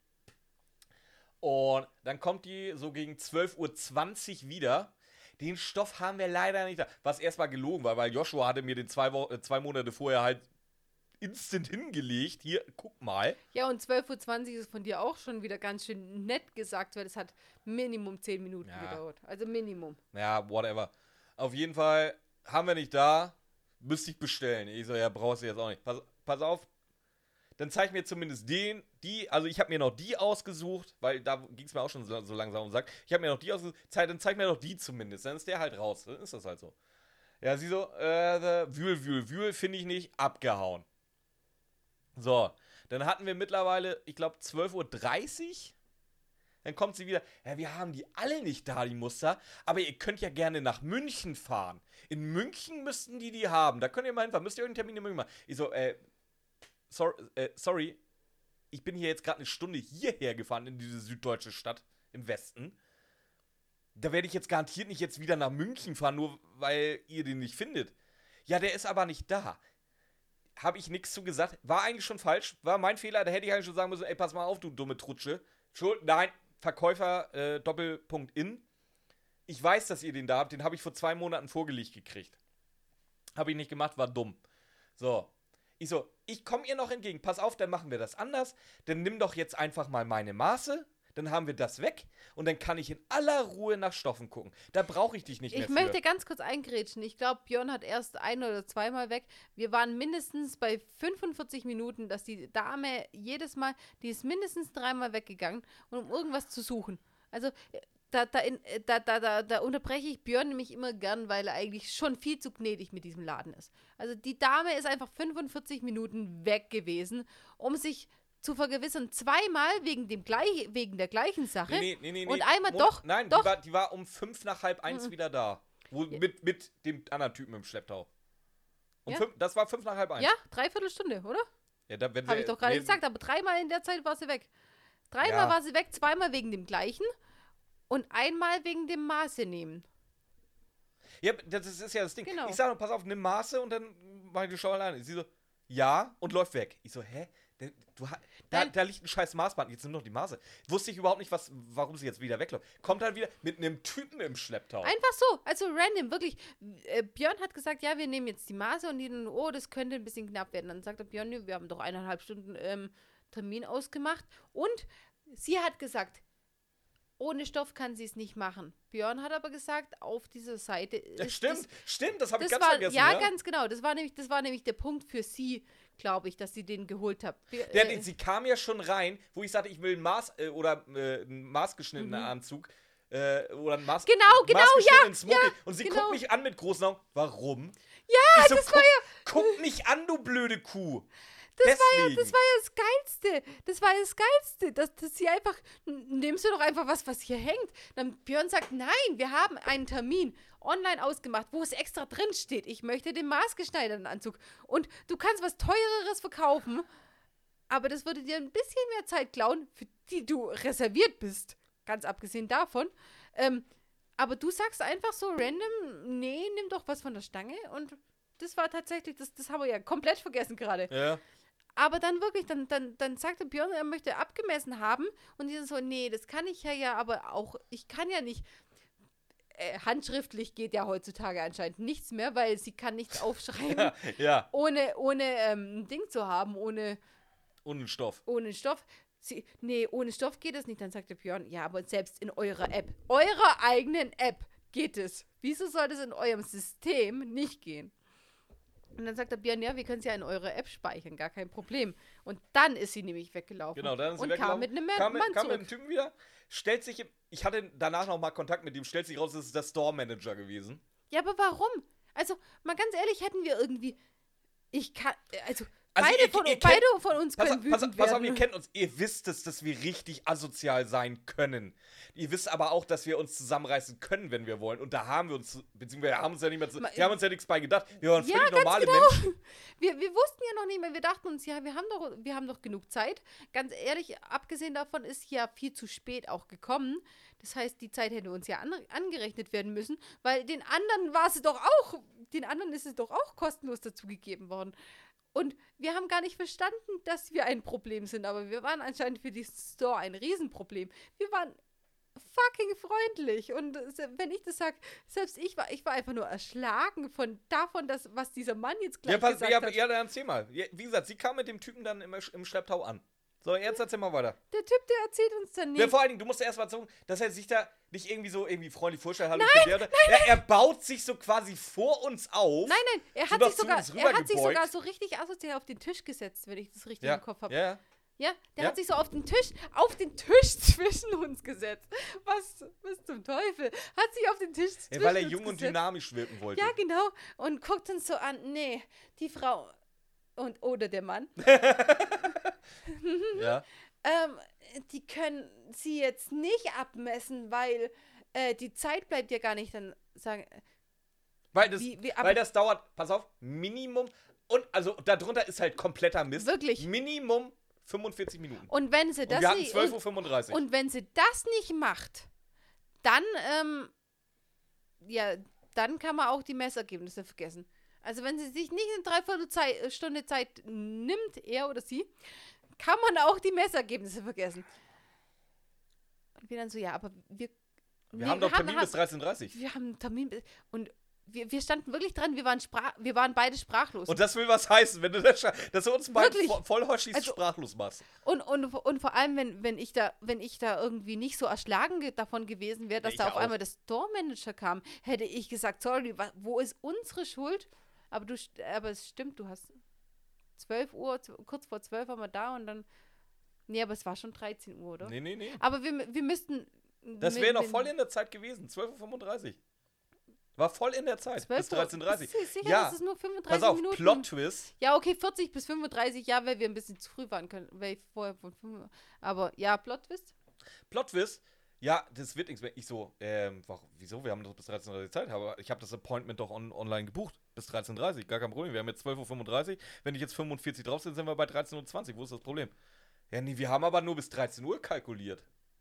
[SPEAKER 1] Und dann kommt die so gegen zwölf Uhr zwanzig wieder. Den Stoff haben wir leider nicht da. Was erstmal gelogen war, weil Joshua hatte mir den zwei, Wo äh, zwei Monate vorher halt instant hingelegt. Hier, guck mal.
[SPEAKER 2] Ja, und zwölf Uhr zwanzig ist von dir auch schon wieder ganz schön nett gesagt, weil es hat Minimum zehn Minuten
[SPEAKER 1] Ja.
[SPEAKER 2] gedauert. Also Minimum.
[SPEAKER 1] Ja, whatever. Auf jeden Fall haben wir nicht da. Müsste ich bestellen. Ich so, ja, brauchst du jetzt auch nicht. Pass, pass auf. Dann zeig mir zumindest den, die, also ich habe mir noch die ausgesucht, weil da ging es mir auch schon so, so langsam um den Sack. Ich habe mir noch die ausgesucht. Zeig, dann zeig mir doch die zumindest. Dann ist der halt raus. Dann ist das halt so. Ja, sie so, äh, wühl, wühl, wühl, finde ich nicht. Abgehauen. So, dann hatten wir mittlerweile, ich glaube, zwölf Uhr dreißig. Dann kommt sie wieder, ja, wir haben die alle nicht da, die Muster, aber ihr könnt ja gerne nach München fahren. In München müssten die die haben, da könnt ihr mal hinfahren, müsst ihr euch einen Termin in München machen. Ich so, äh, sorry, äh, sorry, ich bin hier jetzt gerade eine Stunde hierher gefahren in diese süddeutsche Stadt im Westen. Da werde ich jetzt garantiert nicht jetzt wieder nach München fahren, nur weil ihr den nicht findet. Ja, der ist aber nicht da. Habe ich nichts zu gesagt. War eigentlich schon falsch. War mein Fehler. Da hätte ich eigentlich schon sagen müssen, ey, pass mal auf, du dumme Trutsche. Schuld, nein, Verkäufer, äh, Doppelpunkt in. Ich weiß, dass ihr den da habt. Den habe ich vor zwei Monaten vorgelegt gekriegt. Habe ich nicht gemacht, war dumm. So. Ich so, ich komme ihr noch entgegen. Pass auf, dann machen wir das anders. Dann nimm doch jetzt einfach mal meine Maße. Dann haben wir das weg und dann kann ich in aller Ruhe nach Stoffen gucken. Da brauche ich dich nicht mehr
[SPEAKER 2] Ich
[SPEAKER 1] für.
[SPEAKER 2] möchte ganz kurz eingrätschen. Ich glaube, Björn hat erst ein- oder zweimal weg. Wir waren mindestens bei fünfundvierzig Minuten, dass die Dame jedes Mal, die ist mindestens dreimal weggegangen, um irgendwas zu suchen. Also da, da, in, da, da, da, da unterbreche ich Björn nämlich immer gern, weil er eigentlich schon viel zu gnädig mit diesem Laden ist. Also die Dame ist einfach fünfundvierzig Minuten weg gewesen, um sich zu vergewissern, zweimal wegen dem gleich, wegen der gleichen Sache.
[SPEAKER 1] Nee, nee, nee, nee,
[SPEAKER 2] und
[SPEAKER 1] nee.
[SPEAKER 2] einmal
[SPEAKER 1] Mo-
[SPEAKER 2] doch.
[SPEAKER 1] Nein,
[SPEAKER 2] doch.
[SPEAKER 1] Die, war, die war um fünf nach halb eins
[SPEAKER 2] Mhm.
[SPEAKER 1] wieder da. Wo,
[SPEAKER 2] Ja.
[SPEAKER 1] mit, mit dem anderen Typen im Schlepptau. Um
[SPEAKER 2] Ja.
[SPEAKER 1] fünf, das war fünf nach halb eins.
[SPEAKER 2] Ja, dreiviertel Stunde, oder?
[SPEAKER 1] Ja, da, wenn
[SPEAKER 2] Habe
[SPEAKER 1] sie-
[SPEAKER 2] ich doch gerade
[SPEAKER 1] nee,
[SPEAKER 2] gesagt, aber dreimal in der Zeit war sie weg. Dreimal
[SPEAKER 1] Ja.
[SPEAKER 2] war sie weg, zweimal wegen dem gleichen und einmal wegen dem Maße nehmen.
[SPEAKER 1] Ja, das ist ja das Ding.
[SPEAKER 2] Genau.
[SPEAKER 1] Ich sage nur, pass auf, nimm Maße und dann mach ich die Schau alleine. Sie so, ja, und läuft weg. Ich so, hä? Der- Du, ha- da,
[SPEAKER 2] Nein.
[SPEAKER 1] da liegt ein scheiß Maßband, jetzt nimm doch die Maße. Wusste ich überhaupt nicht, was, warum sie jetzt wieder wegläuft. Kommt dann wieder mit einem Typen im Schlepptau.
[SPEAKER 2] Einfach so, also random, wirklich. Äh, Björn hat gesagt, ja, wir nehmen jetzt die Maße und die dann, oh, das könnte ein bisschen knapp werden. Dann sagt der Björn, nö, wir haben doch eineinhalb Stunden ähm, Termin ausgemacht. Und sie hat gesagt, ohne Stoff kann sie es nicht machen. Björn hat aber gesagt, auf dieser Seite ist
[SPEAKER 1] Ja, stimmt,
[SPEAKER 2] das,
[SPEAKER 1] stimmt, das habe ich
[SPEAKER 2] das
[SPEAKER 1] ganz
[SPEAKER 2] war,
[SPEAKER 1] vergessen.
[SPEAKER 2] ja,
[SPEAKER 1] Ja,
[SPEAKER 2] ganz genau. Das war nämlich, das war nämlich der Punkt für sie, glaube ich, dass sie den geholt hat. Wir-
[SPEAKER 1] Der,
[SPEAKER 2] äh,
[SPEAKER 1] sie kam ja schon rein, wo ich sagte, ich will einen Maß äh, oder äh, einen maßgeschnittenen
[SPEAKER 2] Mhm.
[SPEAKER 1] Anzug äh, oder einen Maß
[SPEAKER 2] Genau, genau,
[SPEAKER 1] maßgeschnittenen
[SPEAKER 2] ja,
[SPEAKER 1] Smoking.
[SPEAKER 2] ja,
[SPEAKER 1] und sie
[SPEAKER 2] genau.
[SPEAKER 1] guckt mich an mit großen Augen. Warum?
[SPEAKER 2] Ja,
[SPEAKER 1] ich so,
[SPEAKER 2] das
[SPEAKER 1] guck,
[SPEAKER 2] war ja,
[SPEAKER 1] guck mich an, du blöde Kuh.
[SPEAKER 2] das
[SPEAKER 1] Deswegen.
[SPEAKER 2] war ja, das war ja das Geilste. Das war ja das Geilste, dass, dass sie einfach, n- nimmst du doch einfach was, was hier hängt. Dann Björn sagt, nein, wir haben einen Termin online ausgemacht, wo es extra drin steht. Ich möchte den maßgeschneiderten Anzug. Und du kannst was Teureres verkaufen, aber das würde dir ein bisschen mehr Zeit klauen, für die du reserviert bist. Ganz abgesehen davon. Ähm, aber du sagst einfach so random, nee, nimm doch was von der Stange. Und das war tatsächlich, das, das haben wir ja komplett vergessen gerade.
[SPEAKER 1] Ja.
[SPEAKER 2] Aber dann wirklich, dann, dann, dann sagte Björn, er möchte abgemessen haben. Und die so, nee, das kann ich ja ja, aber auch, ich kann ja nicht. Äh, handschriftlich geht ja heutzutage anscheinend nichts mehr, weil sie kann nichts aufschreiben,
[SPEAKER 1] Ja, ja,
[SPEAKER 2] ohne, ohne ähm, ein Ding zu haben, ohne,
[SPEAKER 1] ohne Stoff.
[SPEAKER 2] ohne Stoff. Sie, nee, ohne Stoff geht es nicht. Dann sagte Björn, ja, aber selbst in eurer App, eurer eigenen App geht es. Wieso soll das in eurem System nicht gehen? Und dann sagt der Björn, ja, wir können es ja in eure App speichern, gar kein Problem. Und dann ist sie nämlich weggelaufen.
[SPEAKER 1] Genau, dann ist sie
[SPEAKER 2] und
[SPEAKER 1] weggelaufen.
[SPEAKER 2] kam mit einem
[SPEAKER 1] kam,
[SPEAKER 2] Mann
[SPEAKER 1] mit, kam mit
[SPEAKER 2] zurück.
[SPEAKER 1] einem Typen wieder, stellt sich, im, ich hatte danach noch mal Kontakt mit ihm, stellt sich raus, das ist der Store-Manager gewesen.
[SPEAKER 2] Ja, aber warum? Also, mal ganz ehrlich, hätten wir irgendwie, ich kann, also,
[SPEAKER 1] Also
[SPEAKER 2] beide,
[SPEAKER 1] ihr-
[SPEAKER 2] von,
[SPEAKER 1] ihr
[SPEAKER 2] beide
[SPEAKER 1] kennt-
[SPEAKER 2] von uns
[SPEAKER 1] Pass,
[SPEAKER 2] können
[SPEAKER 1] auf, pass, auf,
[SPEAKER 2] wütend
[SPEAKER 1] pass auf,
[SPEAKER 2] werden.
[SPEAKER 1] ihr kennt uns, ihr wisst es, dass wir richtig asozial sein können. Ihr wisst aber auch, dass wir uns zusammenreißen können, wenn wir wollen. Und da haben wir uns, beziehungsweise haben uns ja nicht mehr, zu-
[SPEAKER 2] Ma-
[SPEAKER 1] wir haben uns ja nichts bei gedacht. Wir waren
[SPEAKER 2] Ja,
[SPEAKER 1] völlig
[SPEAKER 2] ganz
[SPEAKER 1] normale
[SPEAKER 2] genau.
[SPEAKER 1] Menschen.
[SPEAKER 2] Wir, wir wussten ja noch nicht mehr, wir dachten uns, ja, wir haben doch, wir haben doch genug Zeit. Ganz ehrlich, abgesehen davon ist ja viel zu spät auch gekommen. Das heißt, die Zeit hätte uns ja an, angerechnet werden müssen, weil den anderen war es doch auch, den anderen ist es doch auch kostenlos dazugegeben worden. Und wir haben gar nicht verstanden, dass wir ein Problem sind, aber wir waren anscheinend für diesen Store ein Riesenproblem. Wir waren fucking freundlich und se- wenn ich das sage, selbst ich war, ich war einfach nur erschlagen von davon, dass, was dieser Mann jetzt gleich
[SPEAKER 1] Ja, pass,
[SPEAKER 2] gesagt
[SPEAKER 1] ja,
[SPEAKER 2] hat.
[SPEAKER 1] ja, dann erzähl mal. Ja, wie gesagt, sie kam mit dem Typen dann im, im Schlepptau an. So, jetzt erzähl mal weiter.
[SPEAKER 2] Der Typ, der erzählt uns dann nicht.
[SPEAKER 1] Ja, vor allen Dingen, du musst erst mal sagen, dass er sich da nicht irgendwie so irgendwie freundlich vorstellt. Hallo, ich bin der, oder- er, er baut sich so quasi vor uns auf.
[SPEAKER 2] Nein, nein, er
[SPEAKER 1] so
[SPEAKER 2] hat,
[SPEAKER 1] noch
[SPEAKER 2] sich
[SPEAKER 1] zu
[SPEAKER 2] sogar,
[SPEAKER 1] uns
[SPEAKER 2] er hat sich
[SPEAKER 1] rübergebeugt.
[SPEAKER 2] sogar so richtig asozial auf den Tisch gesetzt, wenn ich das richtig
[SPEAKER 1] Ja,
[SPEAKER 2] im Kopf habe.
[SPEAKER 1] ja.
[SPEAKER 2] Ja, der
[SPEAKER 1] Ja.
[SPEAKER 2] hat sich so auf den Tisch, auf den Tisch zwischen uns gesetzt. Was, was zum Teufel? Hat sich auf den Tisch
[SPEAKER 1] Ja,
[SPEAKER 2] zwischen
[SPEAKER 1] weil er
[SPEAKER 2] uns
[SPEAKER 1] jung und
[SPEAKER 2] gesetzt.
[SPEAKER 1] dynamisch wirken wollte.
[SPEAKER 2] Ja, genau. Und guckt uns so an, nee, die Frau und oder der Mann
[SPEAKER 1] Ja.
[SPEAKER 2] ähm, die können sie jetzt nicht abmessen, weil äh, die Zeit bleibt ja gar nicht dann sagen.
[SPEAKER 1] Weil das,
[SPEAKER 2] Wie, wie,
[SPEAKER 1] weil das dauert, pass auf, Minimum, und also darunter ist halt kompletter Mist.
[SPEAKER 2] Wirklich.
[SPEAKER 1] Minimum fünfundvierzig Minuten.
[SPEAKER 2] Und wenn sie
[SPEAKER 1] Und
[SPEAKER 2] das
[SPEAKER 1] wir hatten
[SPEAKER 2] nicht,
[SPEAKER 1] zwölf
[SPEAKER 2] und,
[SPEAKER 1] Uhr fünfunddreißig.
[SPEAKER 2] und wenn sie das nicht macht, dann, ähm, ja, dann kann man auch die Messergebnisse vergessen. Also wenn sie sich nicht eine Dreiviertelstunde Zeit nimmt, er oder sie, kann man auch die Messergebnisse vergessen. Und wir dann so, ja, aber wir...
[SPEAKER 1] wir
[SPEAKER 2] nee,
[SPEAKER 1] haben doch
[SPEAKER 2] wir
[SPEAKER 1] Termin bis dreizehn Uhr dreißig.
[SPEAKER 2] Wir haben einen Termin bis... Und wir, wir standen wirklich dran, wir waren, sprach, wir waren beide sprachlos.
[SPEAKER 1] Und das will was heißen, wenn du das, dass du uns beide
[SPEAKER 2] Wirklich?
[SPEAKER 1] vo vollhoschig
[SPEAKER 2] Also-
[SPEAKER 1] sprachlos machst.
[SPEAKER 2] Und, und, und vor allem, wenn, wenn, ich da, wenn ich da irgendwie nicht so erschlagen ge davon gewesen wäre, dass
[SPEAKER 1] Ich
[SPEAKER 2] da auf
[SPEAKER 1] auch.
[SPEAKER 2] einmal der Store-Manager kam, hätte ich gesagt, sorry, wa- wo ist unsere Schuld? Aber, du, st- aber es stimmt, du hast zwölf Uhr, z- kurz vor zwölf waren wir da und dann, nee, aber es war schon dreizehn Uhr, oder?
[SPEAKER 1] Nee, nee, nee.
[SPEAKER 2] Aber wir, wir müssten...
[SPEAKER 1] Das
[SPEAKER 2] mit-
[SPEAKER 1] wäre noch
[SPEAKER 2] mit-
[SPEAKER 1] voll in der Zeit gewesen. zwölf Uhr fünfunddreißig. War voll in der Zeit.
[SPEAKER 2] zwölf
[SPEAKER 1] Bis dreizehn Uhr dreißig.
[SPEAKER 2] Bist du sicher,
[SPEAKER 1] Ja.
[SPEAKER 2] dass es nur
[SPEAKER 1] Pass
[SPEAKER 2] fünfunddreißig
[SPEAKER 1] auf,
[SPEAKER 2] Minuten?
[SPEAKER 1] Plot-Twist.
[SPEAKER 2] Ja, okay, vierzig bis fünfunddreißig, ja, weil wir ein bisschen zu früh waren können, weil ich vorher von fünf, aber ja, Plot-Twist.
[SPEAKER 1] Plot-Twist. Ja, das wird nichts mehr. Ich so, ähm, warum, wieso? Wir haben doch bis dreizehn Uhr dreißig Zeit. Aber ich habe das Appointment doch on online gebucht. Bis dreizehn Uhr dreißig. Gar kein Problem. Wir haben jetzt zwölf Uhr fünfunddreißig. Wenn ich jetzt fünfundvierzig drauf sind, sind wir bei dreizehn Uhr zwanzig. Wo ist das Problem? Ja, nee, wir haben aber nur bis dreizehn Uhr kalkuliert.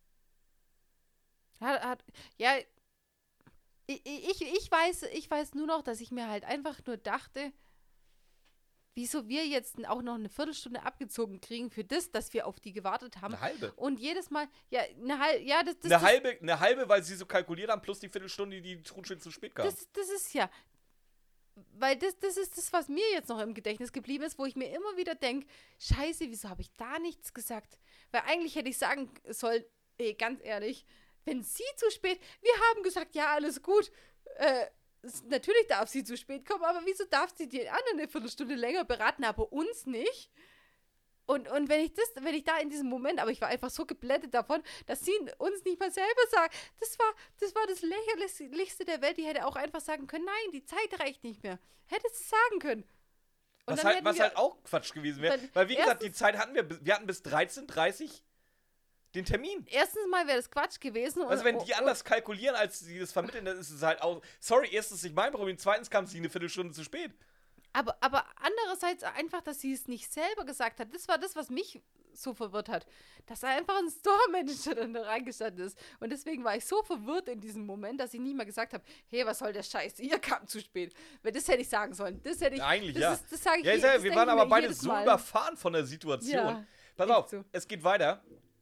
[SPEAKER 2] Hat, hat, ja, ich, ich, ich, weiß, ich weiß nur noch, dass ich mir halt einfach nur dachte, wieso wir jetzt auch noch eine Viertelstunde abgezogen kriegen für das, dass wir auf die gewartet haben.
[SPEAKER 1] Eine halbe.
[SPEAKER 2] Und jedes Mal, ja, eine halbe, ja, das, das,
[SPEAKER 1] Eine
[SPEAKER 2] das,
[SPEAKER 1] halbe, eine halbe, weil sie so kalkuliert haben, plus die Viertelstunde, die schon zu spät kam.
[SPEAKER 2] das, das ist ja, weil das, das ist das, was mir jetzt noch im Gedächtnis geblieben ist, wo ich mir immer wieder denke, scheiße, wieso habe ich da nichts gesagt? Weil eigentlich hätte ich sagen sollen, ey, ganz ehrlich, wenn sie zu spät, wir haben gesagt, ja, alles gut, äh, s- natürlich darf sie zu spät kommen, aber wieso darf sie die anderen eine Viertelstunde länger beraten, aber uns nicht? Und, und wenn ich das, wenn ich da in diesem Moment, aber ich war einfach so geblendet davon, dass sie uns nicht mal selber sagt, das war, das war das Lächerlichste der Welt, die hätte auch einfach sagen können, nein, die Zeit reicht nicht mehr. Hätte sie sagen können. Und
[SPEAKER 1] Was,
[SPEAKER 2] dann
[SPEAKER 1] halt,
[SPEAKER 2] hätten
[SPEAKER 1] was
[SPEAKER 2] wir-
[SPEAKER 1] halt auch Quatsch gewesen wäre.
[SPEAKER 2] Weil
[SPEAKER 1] Weil, wie gesagt, die
[SPEAKER 2] erstens-
[SPEAKER 1] Zeit hatten wir, bis- wir hatten bis dreizehn Uhr dreißig den Termin.
[SPEAKER 2] Erstens mal wäre das Quatsch gewesen. Und,
[SPEAKER 1] Also wenn
[SPEAKER 2] und-
[SPEAKER 1] die anders kalkulieren, als sie das vermitteln, dann ist es halt auch, sorry, erstens nicht mein Problem, zweitens kam sie eine Viertelstunde zu spät.
[SPEAKER 2] Aber, aber andererseits einfach, dass sie es nicht selber gesagt hat. Das war das, was mich so verwirrt hat. Dass da einfach ein Store-Manager dann da reingestanden ist. Und deswegen war ich so verwirrt in diesem Moment, dass ich nie mal gesagt habe, hey, was soll der Scheiß? Ihr kam zu spät. Weil das hätte ich sagen sollen. Das hätte ich...
[SPEAKER 1] Eigentlich
[SPEAKER 2] das
[SPEAKER 1] ja.
[SPEAKER 2] Ist, das sage ich
[SPEAKER 1] Ja, ich
[SPEAKER 2] je-
[SPEAKER 1] sag,
[SPEAKER 2] das
[SPEAKER 1] wir
[SPEAKER 2] denk
[SPEAKER 1] waren
[SPEAKER 2] ich
[SPEAKER 1] aber
[SPEAKER 2] mir
[SPEAKER 1] beide
[SPEAKER 2] jedes
[SPEAKER 1] so
[SPEAKER 2] Mal.
[SPEAKER 1] überfahren von der Situation.
[SPEAKER 2] Ja,
[SPEAKER 1] Pass
[SPEAKER 2] echt
[SPEAKER 1] auf,
[SPEAKER 2] so.
[SPEAKER 1] es geht weiter.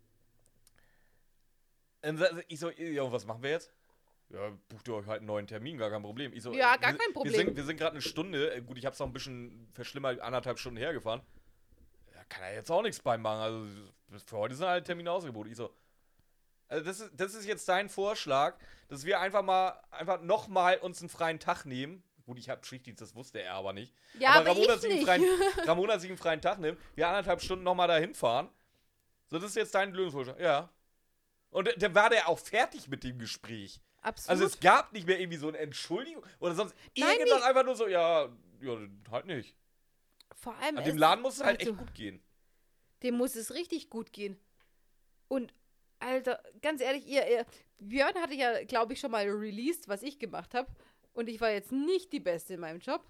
[SPEAKER 1] Dann sa- Ich so, ja, was machen wir jetzt? Ja, bucht ihr euch halt einen neuen Termin, gar kein Problem. Ich so,
[SPEAKER 2] Ja,
[SPEAKER 1] äh,
[SPEAKER 2] gar
[SPEAKER 1] wir,
[SPEAKER 2] kein Problem.
[SPEAKER 1] Wir sind, wir sind gerade eine Stunde, äh, gut, ich hab's noch ein bisschen verschlimmert, anderthalb Stunden hergefahren. Ja, kann er jetzt auch nichts bei machen. Also, für heute sind halt Termine ausgebucht. Ich so, also das ist, das ist jetzt dein Vorschlag, dass wir einfach mal, einfach nochmal uns einen freien Tag nehmen. Gut, ich hab Schichtdienst, das wusste er aber nicht.
[SPEAKER 2] Ja, aber
[SPEAKER 1] Ramona
[SPEAKER 2] ich
[SPEAKER 1] sich einen
[SPEAKER 2] nicht.
[SPEAKER 1] freien, Ramona sich einen freien Tag nimmt, wir anderthalb Stunden nochmal dahin fahren. So, das ist jetzt dein Lösungsvorschlag. Ja. Und d- dann war der auch fertig mit dem Gespräch.
[SPEAKER 2] Absolut.
[SPEAKER 1] Also es gab nicht mehr irgendwie so eine Entschuldigung oder sonst
[SPEAKER 2] Nein,
[SPEAKER 1] irgendwas einfach nur so, ja, ja, halt nicht.
[SPEAKER 2] Vor allem
[SPEAKER 1] An dem
[SPEAKER 2] ist-
[SPEAKER 1] Laden muss es halt
[SPEAKER 2] also,
[SPEAKER 1] echt gut gehen.
[SPEAKER 2] Dem muss es richtig gut gehen. Und, Alter, ganz ehrlich, ihr, ihr Björn hatte ja, glaube ich, schon mal released, was ich gemacht habe. Und ich war jetzt nicht die Beste in meinem Job.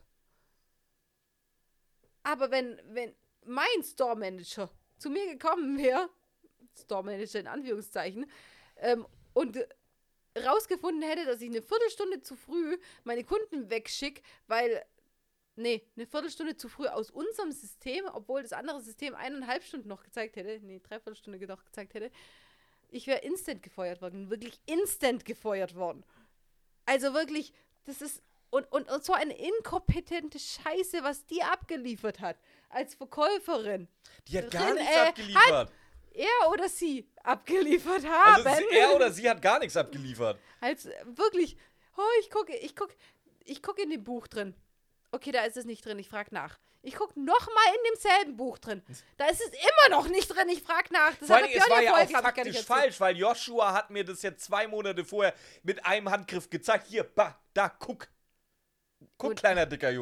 [SPEAKER 2] Aber wenn, wenn mein Store-Manager zu mir gekommen wäre, Store-Manager in Anführungszeichen, ähm, und rausgefunden hätte, dass ich eine Viertelstunde zu früh meine Kunden wegschicke, weil, nee, eine Viertelstunde zu früh aus unserem System, obwohl das andere System eineinhalb Stunden noch gezeigt hätte, nee, dreiviertel Stunde noch gezeigt hätte, ich wäre instant gefeuert worden, wirklich instant gefeuert worden. Also wirklich, das ist, und, und, und so eine inkompetente Scheiße, was die abgeliefert hat, als Verkäuferin.
[SPEAKER 1] Die hat gar
[SPEAKER 2] Drin,
[SPEAKER 1] nichts
[SPEAKER 2] äh,
[SPEAKER 1] abgeliefert.
[SPEAKER 2] Er oder sie abgeliefert haben.
[SPEAKER 1] Also sie- er oder sie hat gar nichts abgeliefert.
[SPEAKER 2] Als äh, wirklich, oh, ich gucke, ich gucke, ich gucke in dem Buch drin. Okay, da ist es nicht drin, ich frage nach. Ich gucke nochmal in demselben Buch drin. Da ist es immer noch nicht drin, ich frage nach. Das
[SPEAKER 1] Vor
[SPEAKER 2] hat
[SPEAKER 1] allem,
[SPEAKER 2] der
[SPEAKER 1] es
[SPEAKER 2] Björn
[SPEAKER 1] war ja
[SPEAKER 2] vorher,
[SPEAKER 1] auch
[SPEAKER 2] glaub ich, gar
[SPEAKER 1] faktisch
[SPEAKER 2] nicht erzählt.
[SPEAKER 1] falsch, weil Joshua hat mir das jetzt zwei Monate vorher mit einem Handgriff gezeigt. Hier, bah, da, guck. Guck,
[SPEAKER 2] Gut.
[SPEAKER 1] kleiner, dicker Junge.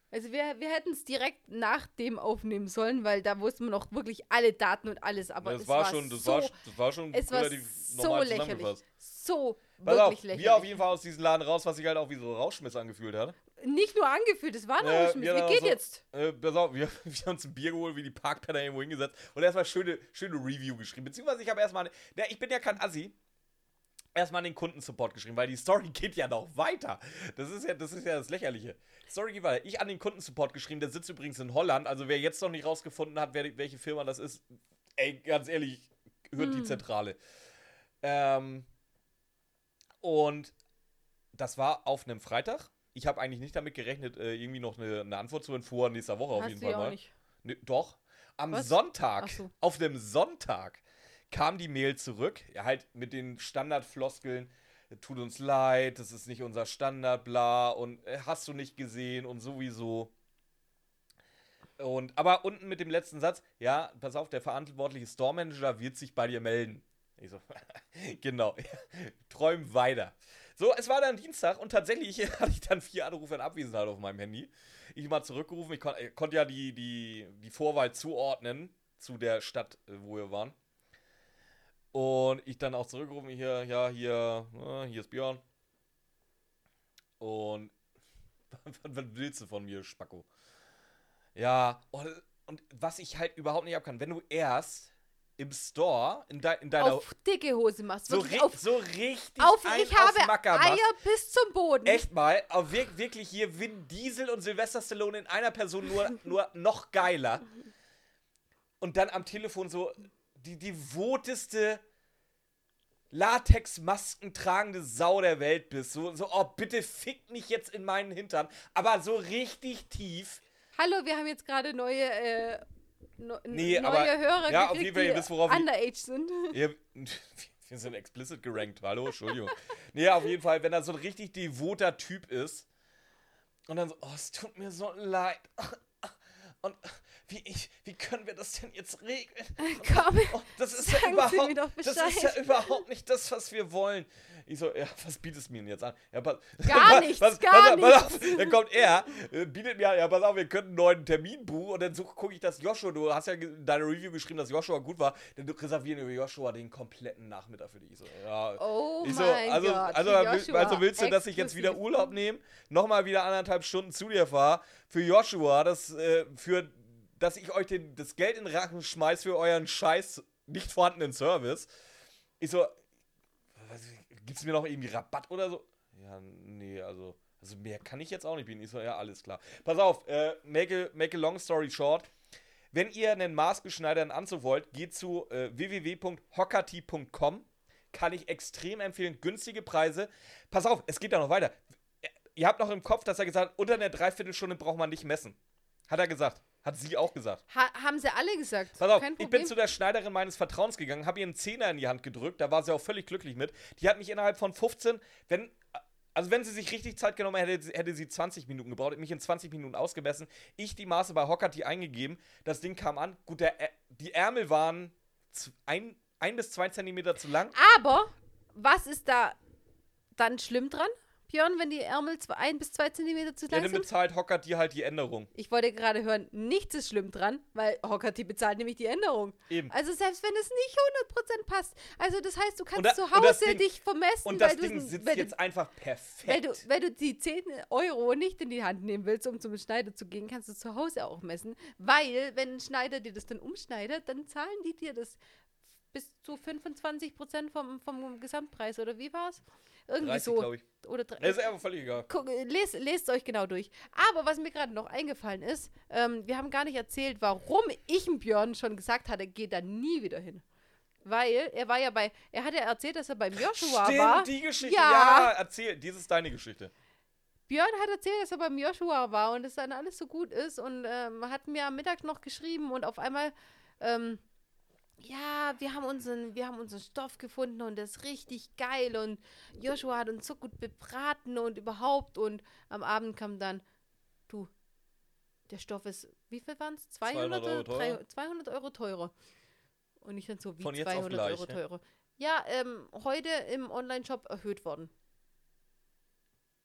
[SPEAKER 2] Also wir, wir hätten es direkt nach dem aufnehmen sollen, weil da wussten wir noch wirklich alle Daten und alles. Aber
[SPEAKER 1] das
[SPEAKER 2] es
[SPEAKER 1] war
[SPEAKER 2] war
[SPEAKER 1] schon, das
[SPEAKER 2] so,
[SPEAKER 1] war, das war schon
[SPEAKER 2] es war
[SPEAKER 1] relativ
[SPEAKER 2] so
[SPEAKER 1] normal
[SPEAKER 2] lächerlich.
[SPEAKER 1] zusammengefasst.
[SPEAKER 2] So
[SPEAKER 1] Pass auf,
[SPEAKER 2] wirklich lächerlich.
[SPEAKER 1] wir auf jeden Fall aus diesem Laden raus, was sich halt auch wie so Rauschmiss angefühlt hat.
[SPEAKER 2] Nicht nur angefühlt, es war noch
[SPEAKER 1] Äh,
[SPEAKER 2] nicht mit.
[SPEAKER 1] wir
[SPEAKER 2] Wie
[SPEAKER 1] dann
[SPEAKER 2] geht
[SPEAKER 1] auch so,
[SPEAKER 2] jetzt?
[SPEAKER 1] Äh, pass auf, wir, wir haben uns ein Bier geholt, wie die Parkpenner irgendwo hingesetzt und erstmal schöne, schöne Review geschrieben. Beziehungsweise ich habe erstmal, ja, ich bin ja kein Assi, erstmal den Kundensupport geschrieben, weil die Story geht ja noch weiter. Das ist ja das, ist ja das Lächerliche. Die Story geht weiter. Ich an den Kundensupport geschrieben, der sitzt übrigens in Holland, also wer jetzt noch nicht rausgefunden hat, wer, welche Firma das ist, ey, ganz ehrlich, hört die
[SPEAKER 2] Hm.
[SPEAKER 1] Zentrale. Ähm, und das war auf einem Freitag. Ich habe eigentlich nicht damit gerechnet, äh, irgendwie noch eine, eine Antwort zu hören, vor nächster Woche auf
[SPEAKER 2] Hast
[SPEAKER 1] jeden
[SPEAKER 2] du
[SPEAKER 1] Fall
[SPEAKER 2] ja auch
[SPEAKER 1] mal.
[SPEAKER 2] nicht.
[SPEAKER 1] Ne, doch. Am
[SPEAKER 2] Was?
[SPEAKER 1] Sonntag,
[SPEAKER 2] Ach so.
[SPEAKER 1] auf dem Sonntag, kam die Mail zurück. Ja, halt mit den Standardfloskeln. Tut uns leid, das ist nicht unser Standard, bla. Und äh, hast du nicht gesehen und sowieso. Und, aber unten mit dem letzten Satz, ja, pass auf, der verantwortliche Store Manager wird sich bei dir melden. Ich so, genau, träum weiter. So, es war dann Dienstag und tatsächlich hatte ich dann vier Anrufe in Abwesenheit auf meinem Handy. Ich mal zurückgerufen, ich kon äh, konnte ja die, die, die Vorwahl zuordnen zu der Stadt, äh, wo wir waren. Und ich dann auch zurückgerufen, hier, ja, hier, äh, hier ist Björn. Und was willst du von mir, Spacko? Ja, und, und was ich halt überhaupt nicht abkann, wenn du erst im Store, in, de, in deiner...
[SPEAKER 2] Auf dicke Hose machst.
[SPEAKER 1] so,
[SPEAKER 2] Wirklich
[SPEAKER 1] ri
[SPEAKER 2] auf,
[SPEAKER 1] so richtig
[SPEAKER 2] auf
[SPEAKER 1] einen
[SPEAKER 2] ich habe
[SPEAKER 1] Macker machst.
[SPEAKER 2] Eier bis zum Boden.
[SPEAKER 1] Echt mal, aber wir, wirklich hier Vin Diesel und Sylvester Stallone in einer Person, nur, nur noch geiler. Und dann am Telefon so die devoteste Latex-Masken tragende Sau der Welt bist. So, so, oh, bitte fick mich jetzt in meinen Hintern. Aber so richtig tief.
[SPEAKER 2] Hallo, wir haben jetzt gerade neue, äh, no,
[SPEAKER 1] Nee,
[SPEAKER 2] neue
[SPEAKER 1] aber-
[SPEAKER 2] Hörer
[SPEAKER 1] ja, auf
[SPEAKER 2] gekriegt,
[SPEAKER 1] jeden Fall, ihr
[SPEAKER 2] die
[SPEAKER 1] wisst, worauf ich-
[SPEAKER 2] underage sind.
[SPEAKER 1] Ja, wir sind explicit gerankt. Hallo, Entschuldigung. Nee, auf jeden Fall, wenn er so ein richtig devoter Typ ist und dann so, oh, es tut mir so leid. Und wie, ich, wie können wir das denn jetzt regeln?
[SPEAKER 2] Komm,
[SPEAKER 1] Oh, das ist ja
[SPEAKER 2] sagen
[SPEAKER 1] überhaupt,
[SPEAKER 2] Sie mir doch
[SPEAKER 1] das ist
[SPEAKER 2] Bescheid.
[SPEAKER 1] ja überhaupt nicht das, was wir wollen. Ich so, ja, was bietest du mir denn jetzt an? Ja, pass,
[SPEAKER 2] Gar
[SPEAKER 1] pass,
[SPEAKER 2] nichts,
[SPEAKER 1] pass,
[SPEAKER 2] gar
[SPEAKER 1] pass, pass auf,
[SPEAKER 2] nichts.
[SPEAKER 1] dann kommt er, äh, bietet mir, ja, pass auf, wir können einen neuen Termin buchen und dann gucke ich, dass Joshua, du hast ja in deiner Review geschrieben, dass Joshua gut war, dann reservieren wir Joshua den kompletten Nachmittag für dich. Ich so, ja.
[SPEAKER 2] oh
[SPEAKER 1] Ich so,
[SPEAKER 2] mein
[SPEAKER 1] also,
[SPEAKER 2] Gott.
[SPEAKER 1] also,
[SPEAKER 2] Joshua,
[SPEAKER 1] also willst du, dass ich jetzt wieder
[SPEAKER 2] exklusiv.
[SPEAKER 1] Urlaub nehme, nochmal wieder anderthalb Stunden zu dir fahre, für Joshua, das, äh, für, dass ich euch den, das Geld in den Rachen schmeiß für euren scheiß nicht vorhandenen Service. Ich so, was, gibt's mir noch irgendwie Rabatt oder so? Ja, nee, also, also mehr kann ich jetzt auch nicht bieten. Ich so, ja, alles klar. Pass auf, äh, make, a, make a long story short. Wenn ihr einen maßgeschneiderten Anzug wollt, geht zu äh, w w w punkt hockerty punkt com. Kann ich extrem empfehlen. Günstige Preise. Pass auf, es geht da noch weiter. Ihr habt noch im Kopf, dass er gesagt hat, unter einer Dreiviertelstunde braucht man nicht messen. Hat er gesagt. Hat sie auch gesagt.
[SPEAKER 2] Ha haben sie alle gesagt.
[SPEAKER 1] Pass auf,
[SPEAKER 2] Kein
[SPEAKER 1] ich
[SPEAKER 2] Problem.
[SPEAKER 1] bin zu der Schneiderin meines Vertrauens gegangen, habe ihr einen Zehner in die Hand gedrückt, da war sie auch völlig glücklich mit. Die hat mich innerhalb von fünfzehn, wenn, also wenn sie sich richtig Zeit genommen hätte, hätte sie zwanzig Minuten gebraucht, hat mich in zwanzig Minuten ausgemessen. Ich die Maße bei Hockerty eingegeben, das Ding kam an. Gut, der, Ä- die Ärmel waren z- ein, ein bis zwei Zentimeter zu lang.
[SPEAKER 2] Aber, was ist da dann schlimm dran, Björn, wenn die Ärmel zwei, ein bis zwei Zentimeter zu
[SPEAKER 1] Ja,
[SPEAKER 2] lang
[SPEAKER 1] dann
[SPEAKER 2] sind?
[SPEAKER 1] bezahlt Hockerty halt die Änderung.
[SPEAKER 2] Ich wollte gerade hören, nichts ist schlimm dran, weil Hockerty bezahlt nämlich die Änderung.
[SPEAKER 1] Eben.
[SPEAKER 2] Also selbst wenn es nicht hundert Prozent passt. Also das heißt, du kannst
[SPEAKER 1] Und da-
[SPEAKER 2] zu
[SPEAKER 1] und das
[SPEAKER 2] Hause
[SPEAKER 1] Ding-
[SPEAKER 2] dich vermessen,
[SPEAKER 1] Und das
[SPEAKER 2] weil,
[SPEAKER 1] Ding
[SPEAKER 2] du,
[SPEAKER 1] sitzt
[SPEAKER 2] weil,
[SPEAKER 1] jetzt
[SPEAKER 2] du,
[SPEAKER 1] einfach
[SPEAKER 2] weil,
[SPEAKER 1] perfekt.
[SPEAKER 2] du, weil du die zehn Euro nicht in die Hand nehmen willst, um zum Schneider zu gehen, kannst du zu Hause auch messen. Weil, wenn ein Schneider dir das dann umschneidet, dann zahlen die dir das bis zu fünfundzwanzig Prozent vom, vom Gesamtpreis, oder wie war's? Irgendwie
[SPEAKER 1] dreißig,
[SPEAKER 2] so.
[SPEAKER 1] glaube ich.
[SPEAKER 2] Oder dre-
[SPEAKER 1] Das ist einfach völlig egal.
[SPEAKER 2] Guck, lest, lest euch genau durch. Aber was mir gerade noch eingefallen ist, ähm, wir haben gar nicht erzählt, warum ich dem Björn schon gesagt hatte, geh da nie wieder hin. Weil er war ja bei, er hat ja erzählt, dass er beim Joshua
[SPEAKER 1] Stimmt,
[SPEAKER 2] war.
[SPEAKER 1] die Geschichte.
[SPEAKER 2] Ja.
[SPEAKER 1] Ja, erzähl, dies ist deine Geschichte.
[SPEAKER 2] Björn hat erzählt, dass er beim Joshua war und dass dann alles so gut ist und ähm, hat mir am Mittag noch geschrieben und auf einmal, ähm, ja, wir haben unseren, wir haben unseren Stoff gefunden und das ist richtig geil und Joshua hat uns so gut bebraten und überhaupt und am Abend kam dann, du, der Stoff ist, wie viel waren es? zweihundert,
[SPEAKER 1] Euro
[SPEAKER 2] oder
[SPEAKER 1] teurer.
[SPEAKER 2] dreihundert, zweihundert Euro teurer. Und ich dann so, wie
[SPEAKER 1] Von jetzt auf
[SPEAKER 2] zweihundert
[SPEAKER 1] gleich,
[SPEAKER 2] Euro
[SPEAKER 1] ja.
[SPEAKER 2] teurer? Ja, ähm, heute im Online-Shop erhöht worden.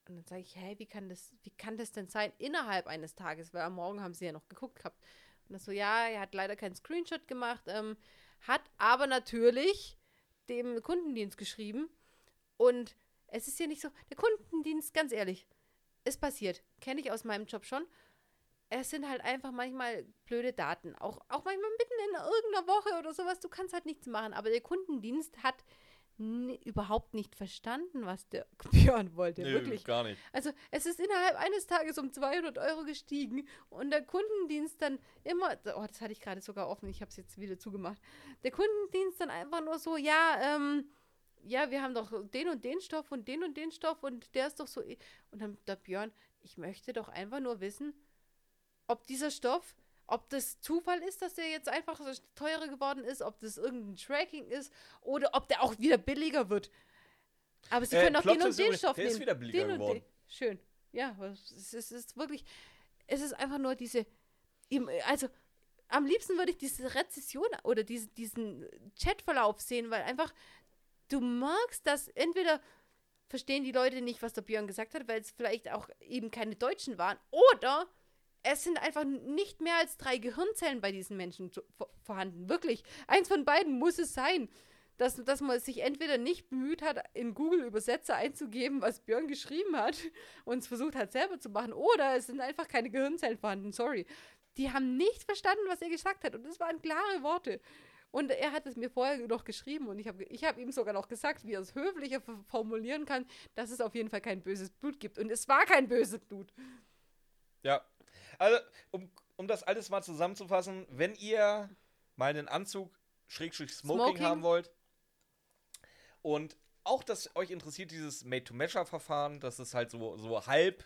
[SPEAKER 2] Und dann sage ich, hä, wie kann das, wie kann das denn sein innerhalb eines Tages? Weil am Morgen haben sie ja noch geguckt gehabt. Und dann so, ja, er hat leider keinen Screenshot gemacht, ähm, hat aber natürlich dem Kundendienst geschrieben. Und es ist ja nicht so, der Kundendienst, ganz ehrlich, ist passiert. Kenne ich aus meinem Job schon. Es sind halt einfach manchmal blöde Daten. Auch, auch manchmal mitten in irgendeiner Woche oder sowas. Du kannst halt nichts machen. Aber der Kundendienst hat n- überhaupt nicht verstanden, was der Björn wollte.
[SPEAKER 1] Nö,
[SPEAKER 2] Wirklich.
[SPEAKER 1] gar nicht.
[SPEAKER 2] Also es ist innerhalb eines Tages um zweihundert Euro gestiegen. Und der Kundendienst dann immer, oh, das hatte ich gerade sogar offen. Ich habe es jetzt wieder zugemacht. Der Kundendienst dann einfach nur so, ja, ähm, ja, wir haben doch den und den Stoff und den und den Stoff und der ist doch so. Und dann der Björn, ich möchte doch einfach nur wissen, ob dieser Stoff, ob das Zufall ist, dass der jetzt einfach so teurer geworden ist, ob das irgendein Tracking ist oder ob der auch wieder billiger wird. Aber sie
[SPEAKER 1] Äh,
[SPEAKER 2] können auch den
[SPEAKER 1] Plot
[SPEAKER 2] und
[SPEAKER 1] ist
[SPEAKER 2] den
[SPEAKER 1] übrigens-
[SPEAKER 2] Stoff
[SPEAKER 1] der
[SPEAKER 2] nehmen.
[SPEAKER 1] ist wieder billiger
[SPEAKER 2] den und
[SPEAKER 1] geworden.
[SPEAKER 2] den. Schön. Ja, es ist, es ist wirklich, es ist einfach nur diese, also am liebsten würde ich diese Rezession oder diese, diesen Chatverlauf sehen, weil einfach du merkst, dass entweder verstehen die Leute nicht, was der Björn gesagt hat, weil es vielleicht auch eben keine Deutschen waren, oder es sind einfach nicht mehr als drei Gehirnzellen bei diesen Menschen zu, vor, vorhanden. Wirklich. Eins von beiden muss es sein. Dass, dass man sich entweder nicht bemüht hat, in Google-Übersetzer einzugeben, was Björn geschrieben hat und es versucht hat, selber zu machen, oder es sind einfach keine Gehirnzellen vorhanden. Sorry. Die haben nicht verstanden, was er gesagt hat. Und das waren klare Worte. Und er hat es mir vorher noch geschrieben und ich habe ich hab ihm sogar noch gesagt, wie er es höflicher f- formulieren kann, dass es auf jeden Fall kein böses Blut gibt. Und es war kein böses Blut.
[SPEAKER 1] Ja. Also, um, um das alles mal zusammenzufassen, wenn ihr mal einen Anzug Schrägstrich Smoking,
[SPEAKER 2] Smoking.
[SPEAKER 1] haben wollt und auch, dass euch interessiert dieses Made-to-Measure-Verfahren, dass es halt so, so halb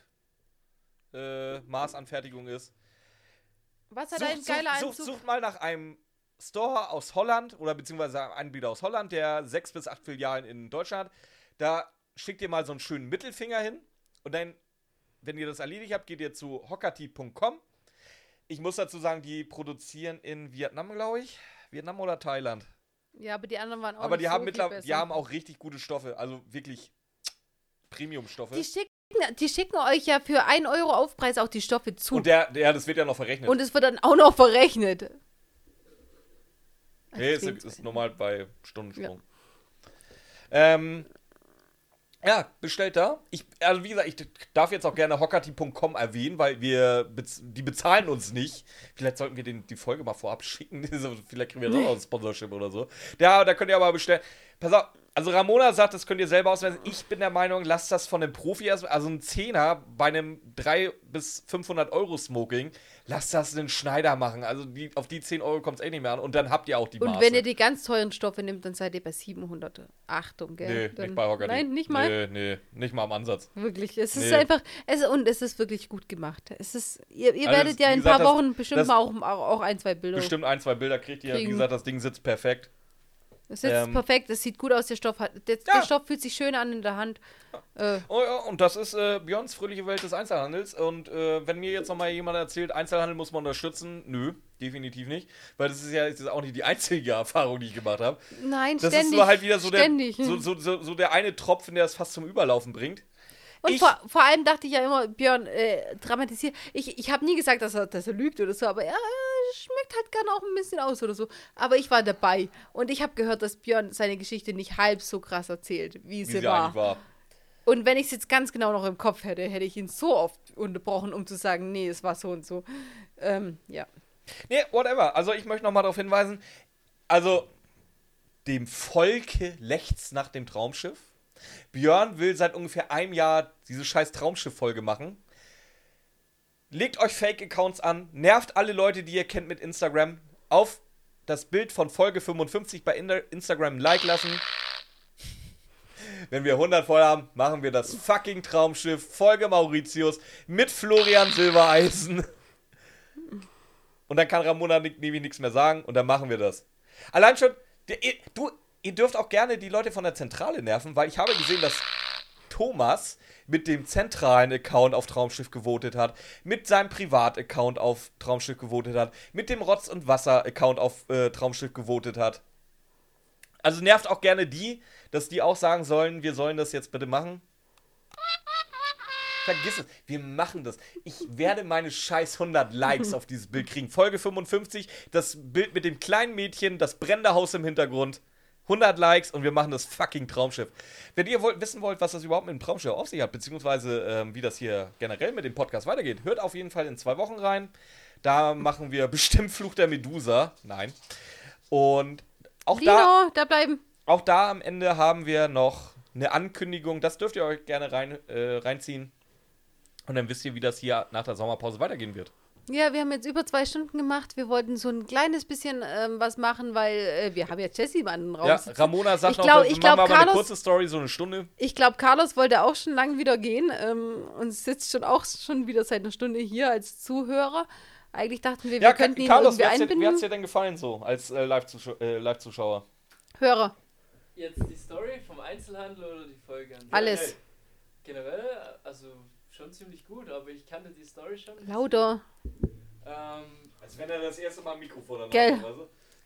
[SPEAKER 1] äh, Maßanfertigung ist.
[SPEAKER 2] Was hat
[SPEAKER 1] Sucht,
[SPEAKER 2] ein geiler
[SPEAKER 1] sucht,
[SPEAKER 2] Anzug?
[SPEAKER 1] sucht, sucht mal nach einem Store aus Holland oder beziehungsweise einem Anbieter aus Holland, der sechs bis acht Filialen in Deutschland hat. Da schickt ihr mal so einen schönen Mittelfinger hin und dann, wenn ihr das erledigt habt, geht ihr zu hockati punkt com. Ich muss dazu sagen, die produzieren in Vietnam, glaube ich. Vietnam oder Thailand.
[SPEAKER 2] Ja, aber die anderen waren auch
[SPEAKER 1] Aber
[SPEAKER 2] nicht
[SPEAKER 1] die
[SPEAKER 2] so
[SPEAKER 1] haben
[SPEAKER 2] viel
[SPEAKER 1] mittlerweile, die
[SPEAKER 2] besser.
[SPEAKER 1] haben auch richtig gute Stoffe, also wirklich Premium-Stoffe.
[SPEAKER 2] Die schicken, die schicken euch ja für einen Euro Aufpreis auch die Stoffe zu.
[SPEAKER 1] Und der, der, das wird ja noch verrechnet.
[SPEAKER 2] Und es wird dann auch noch verrechnet.
[SPEAKER 1] Nee, ist,
[SPEAKER 2] Extrem
[SPEAKER 1] ist
[SPEAKER 2] zu-
[SPEAKER 1] normal bei Stundensprung. Ja. Ähm, ja, bestellt da. Ich, also wie gesagt, ich darf jetzt auch gerne hockati punkt com erwähnen, weil wir bez- die bezahlen uns nicht. Vielleicht sollten wir den, die Folge mal vorab schicken. Vielleicht kriegen wir doch noch ein Sponsorship oder so. Ja, da könnt ihr aber bestellen. Pass auf, also Ramona sagt, das könnt ihr selber auswählen. Ich bin der Meinung, lasst das von einem Profi erst, also ein Zehner bei einem dreihundert bis fünfhundert Euro Smoking, lasst das einen Schneider machen. Also die, auf die zehn Euro kommt es eh nicht mehr an und dann habt ihr auch die Maße.
[SPEAKER 2] Und wenn ihr die ganz teuren Stoffe nehmt, dann seid ihr bei siebenhundert. Achtung,
[SPEAKER 1] Nee,
[SPEAKER 2] gell? Dann,
[SPEAKER 1] nicht bei Hockati.
[SPEAKER 2] Nein, nicht mal.
[SPEAKER 1] Nee, nee, nicht mal am Ansatz.
[SPEAKER 2] Wirklich, es ist
[SPEAKER 1] Nee.
[SPEAKER 2] einfach, es, und es ist wirklich gut gemacht. Es ist, ihr, ihr
[SPEAKER 1] Also
[SPEAKER 2] werdet
[SPEAKER 1] das-
[SPEAKER 2] ja
[SPEAKER 1] wie
[SPEAKER 2] in ein
[SPEAKER 1] gesagt,
[SPEAKER 2] paar
[SPEAKER 1] das-
[SPEAKER 2] Wochen bestimmt
[SPEAKER 1] das-
[SPEAKER 2] mal auch, auch, auch ein, zwei Bilder.
[SPEAKER 1] Bestimmt ein, zwei Bilder kriegt ihr. Wie
[SPEAKER 2] Kriegen.
[SPEAKER 1] gesagt, das Ding sitzt perfekt.
[SPEAKER 2] Es sitzt
[SPEAKER 1] ähm,
[SPEAKER 2] perfekt, es sieht gut aus, der Stoff hat, der,
[SPEAKER 1] Ja.
[SPEAKER 2] der Stoff fühlt sich schön an in der Hand. Äh,
[SPEAKER 1] Oh, ja, und das ist äh, Björns fröhliche Welt des Einzelhandels. Und äh, wenn mir jetzt nochmal jemand erzählt, Einzelhandel muss man unterstützen, nö, definitiv nicht. Weil das ist ja das ist auch nicht die einzige Erfahrung, die ich gemacht habe.
[SPEAKER 2] nein,
[SPEAKER 1] Das
[SPEAKER 2] ständig.
[SPEAKER 1] ist so halt wieder so der,
[SPEAKER 2] ständig.
[SPEAKER 1] so, so, so, so der eine Tropfen, der es fast zum Überlaufen bringt.
[SPEAKER 2] Und
[SPEAKER 1] ich-
[SPEAKER 2] vor, vor allem dachte ich ja immer, Björn äh, dramatisiert. Ich, ich habe nie gesagt, dass er, dass er lügt oder so, aber er äh, schmeckt halt gerne auch ein bisschen aus oder so. Aber ich war dabei und ich habe gehört, dass Björn seine Geschichte nicht halb so krass erzählt, wie,
[SPEAKER 1] Wie
[SPEAKER 2] sie
[SPEAKER 1] sie
[SPEAKER 2] war.
[SPEAKER 1] eigentlich war.
[SPEAKER 2] Und wenn ich es jetzt ganz genau noch im Kopf hätte, hätte ich ihn so oft unterbrochen, um zu sagen, nee, es war so und so. Ähm, ja.
[SPEAKER 1] Nee, whatever. Also ich möchte nochmal darauf hinweisen, also dem Volke lechzt nach dem Traumschiff. Björn will seit ungefähr einem Jahr diese scheiß Traumschiff-Folge machen. Legt euch Fake-Accounts an, nervt alle Leute, die ihr kennt mit Instagram. Auf das Bild von Folge fünfundfünfzig bei Instagram ein Like lassen. Wenn wir hundert voll haben, machen wir das fucking Traumschiff, Folge Mauritius, mit Florian Silbereisen. Und dann kann Ramona nämlich nichts mehr sagen und dann machen wir das. Allein schon, der, ihr, du, ihr dürft auch gerne die Leute von der Zentrale nerven, weil ich habe gesehen, dass Thomas mit dem zentralen Account auf Traumschiff gewotet hat, mit seinem Privataccount auf Traumschiff gewotet hat, mit dem Rotz- und Wasser-Account auf äh, Traumschiff gewotet hat. Also nervt auch gerne die, dass die auch sagen sollen, wir sollen das jetzt bitte machen. Vergiss es. Wir machen das. Ich werde meine scheiß hundert Likes auf dieses Bild kriegen. Folge fünfundfünfzig, das Bild mit dem kleinen Mädchen, das brennende Haus im Hintergrund. hundert Likes und wir machen das fucking Traumschiff. Wenn ihr wollt, wissen wollt, was das überhaupt mit dem Traumschiff auf sich hat, beziehungsweise ähm, wie das hier generell mit dem Podcast weitergeht, hört auf jeden Fall in zwei Wochen rein. Da machen wir bestimmt Fluch der Medusa. Nein. Und auch
[SPEAKER 2] Lino,
[SPEAKER 1] da,
[SPEAKER 2] da bleiben.
[SPEAKER 1] auch da am Ende haben wir noch eine Ankündigung. Das dürft ihr euch gerne rein, äh, reinziehen. Und dann wisst ihr, wie das hier nach der Sommerpause weitergehen wird.
[SPEAKER 2] Ja, wir haben jetzt über zwei Stunden gemacht. Wir wollten so ein kleines bisschen ähm, was machen, weil äh, wir haben ja Jessie mal in den Raum
[SPEAKER 1] Ja,
[SPEAKER 2] sitzen.
[SPEAKER 1] Ramona sagt
[SPEAKER 2] Ich
[SPEAKER 1] noch,
[SPEAKER 2] glaub-
[SPEAKER 1] wir
[SPEAKER 2] ich glaub,
[SPEAKER 1] machen mal eine
[SPEAKER 2] Carlos-
[SPEAKER 1] kurze Story, so eine Stunde.
[SPEAKER 2] Ich glaube, Carlos wollte auch schon lange wieder gehen ähm, und sitzt schon auch schon wieder seit einer Stunde hier als Zuhörer. Eigentlich dachten wir, wir
[SPEAKER 1] Ja,
[SPEAKER 2] könnten ihn
[SPEAKER 1] Carlos,
[SPEAKER 2] irgendwie
[SPEAKER 1] wie hat's, dir, wie
[SPEAKER 2] einbinden.
[SPEAKER 1] hat's dir denn gefallen so, als äh, Live-Zuschauer? Äh, Live-Zuschauer?
[SPEAKER 2] Hörer,
[SPEAKER 3] Jetzt die Story vom Einzelhandel oder die Folge an sich?
[SPEAKER 2] alles.
[SPEAKER 3] Generell, also schon ziemlich gut, aber ich kannte die Story schon.
[SPEAKER 2] Lauter.
[SPEAKER 3] Ähm,
[SPEAKER 1] Als wenn er das erste Mal ein Mikrofon an
[SPEAKER 2] Gell.
[SPEAKER 1] weißt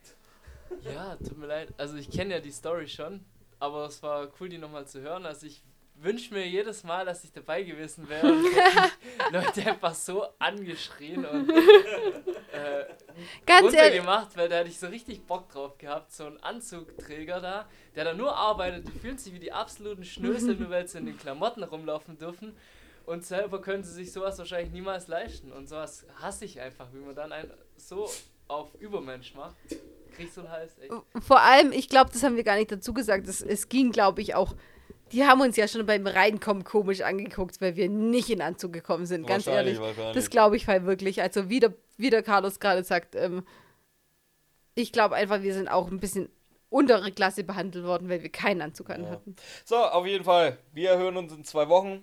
[SPEAKER 1] du?
[SPEAKER 3] ja, tut mir leid. Also ich kenne ja die Story schon, aber es war cool, die nochmal zu hören. Also ich wünsche mir jedes Mal, dass ich dabei gewesen wäre und hätte die Leute einfach so angeschrien und äh,
[SPEAKER 2] Ganz ehrlich,
[SPEAKER 3] runtergemacht, weil da hätte ich so richtig Bock drauf gehabt. So ein Anzugträger da, der da nur arbeitet, die fühlen sich wie die absoluten Schnösel, nur weil sie in den Klamotten rumlaufen dürfen. Und selber können sie sich sowas wahrscheinlich niemals leisten. Und sowas hasse ich einfach, wie man dann ein so auf Übermensch macht. Kriegst du einen Hals, echt.
[SPEAKER 2] vor allem, ich glaube, das haben wir gar nicht dazu gesagt. Es, es ging, glaube ich, auch. Die haben uns ja schon beim Reinkommen komisch angeguckt, weil wir nicht in Anzug gekommen sind, ganz
[SPEAKER 1] Wahrscheinlich,
[SPEAKER 2] ehrlich.
[SPEAKER 1] wahrscheinlich.
[SPEAKER 2] Das glaube ich halt wirklich. Also, wie der, wie der Carlos gerade sagt, ähm, ich glaube einfach, wir sind auch ein bisschen untere Klasse behandelt worden, weil wir keinen Anzug an
[SPEAKER 1] Ja.
[SPEAKER 2] hatten.
[SPEAKER 1] So, auf jeden Fall. Wir hören uns in zwei Wochen.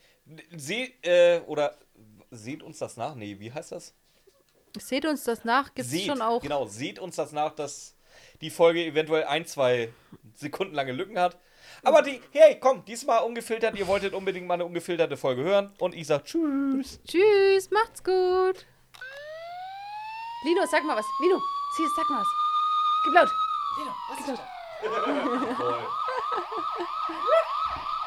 [SPEAKER 1] Seht, äh, oder seht uns das nach? Nee, wie heißt das?
[SPEAKER 2] Seht uns das nach, gibt es
[SPEAKER 1] Seht,
[SPEAKER 2] schon auch.
[SPEAKER 1] genau, seht uns das nach, dass die Folge eventuell ein, zwei Sekunden lange Lücken hat. Aber die, hey, komm, diesmal ungefiltert. Ihr wolltet unbedingt mal eine ungefilterte Folge hören. Und ich sag Tschüss.
[SPEAKER 2] Tschüss, macht's gut. Lino, sag mal was. Lino, sieh, sag mal was. Gib laut.
[SPEAKER 3] Lino, was ist das?
[SPEAKER 1] Toll.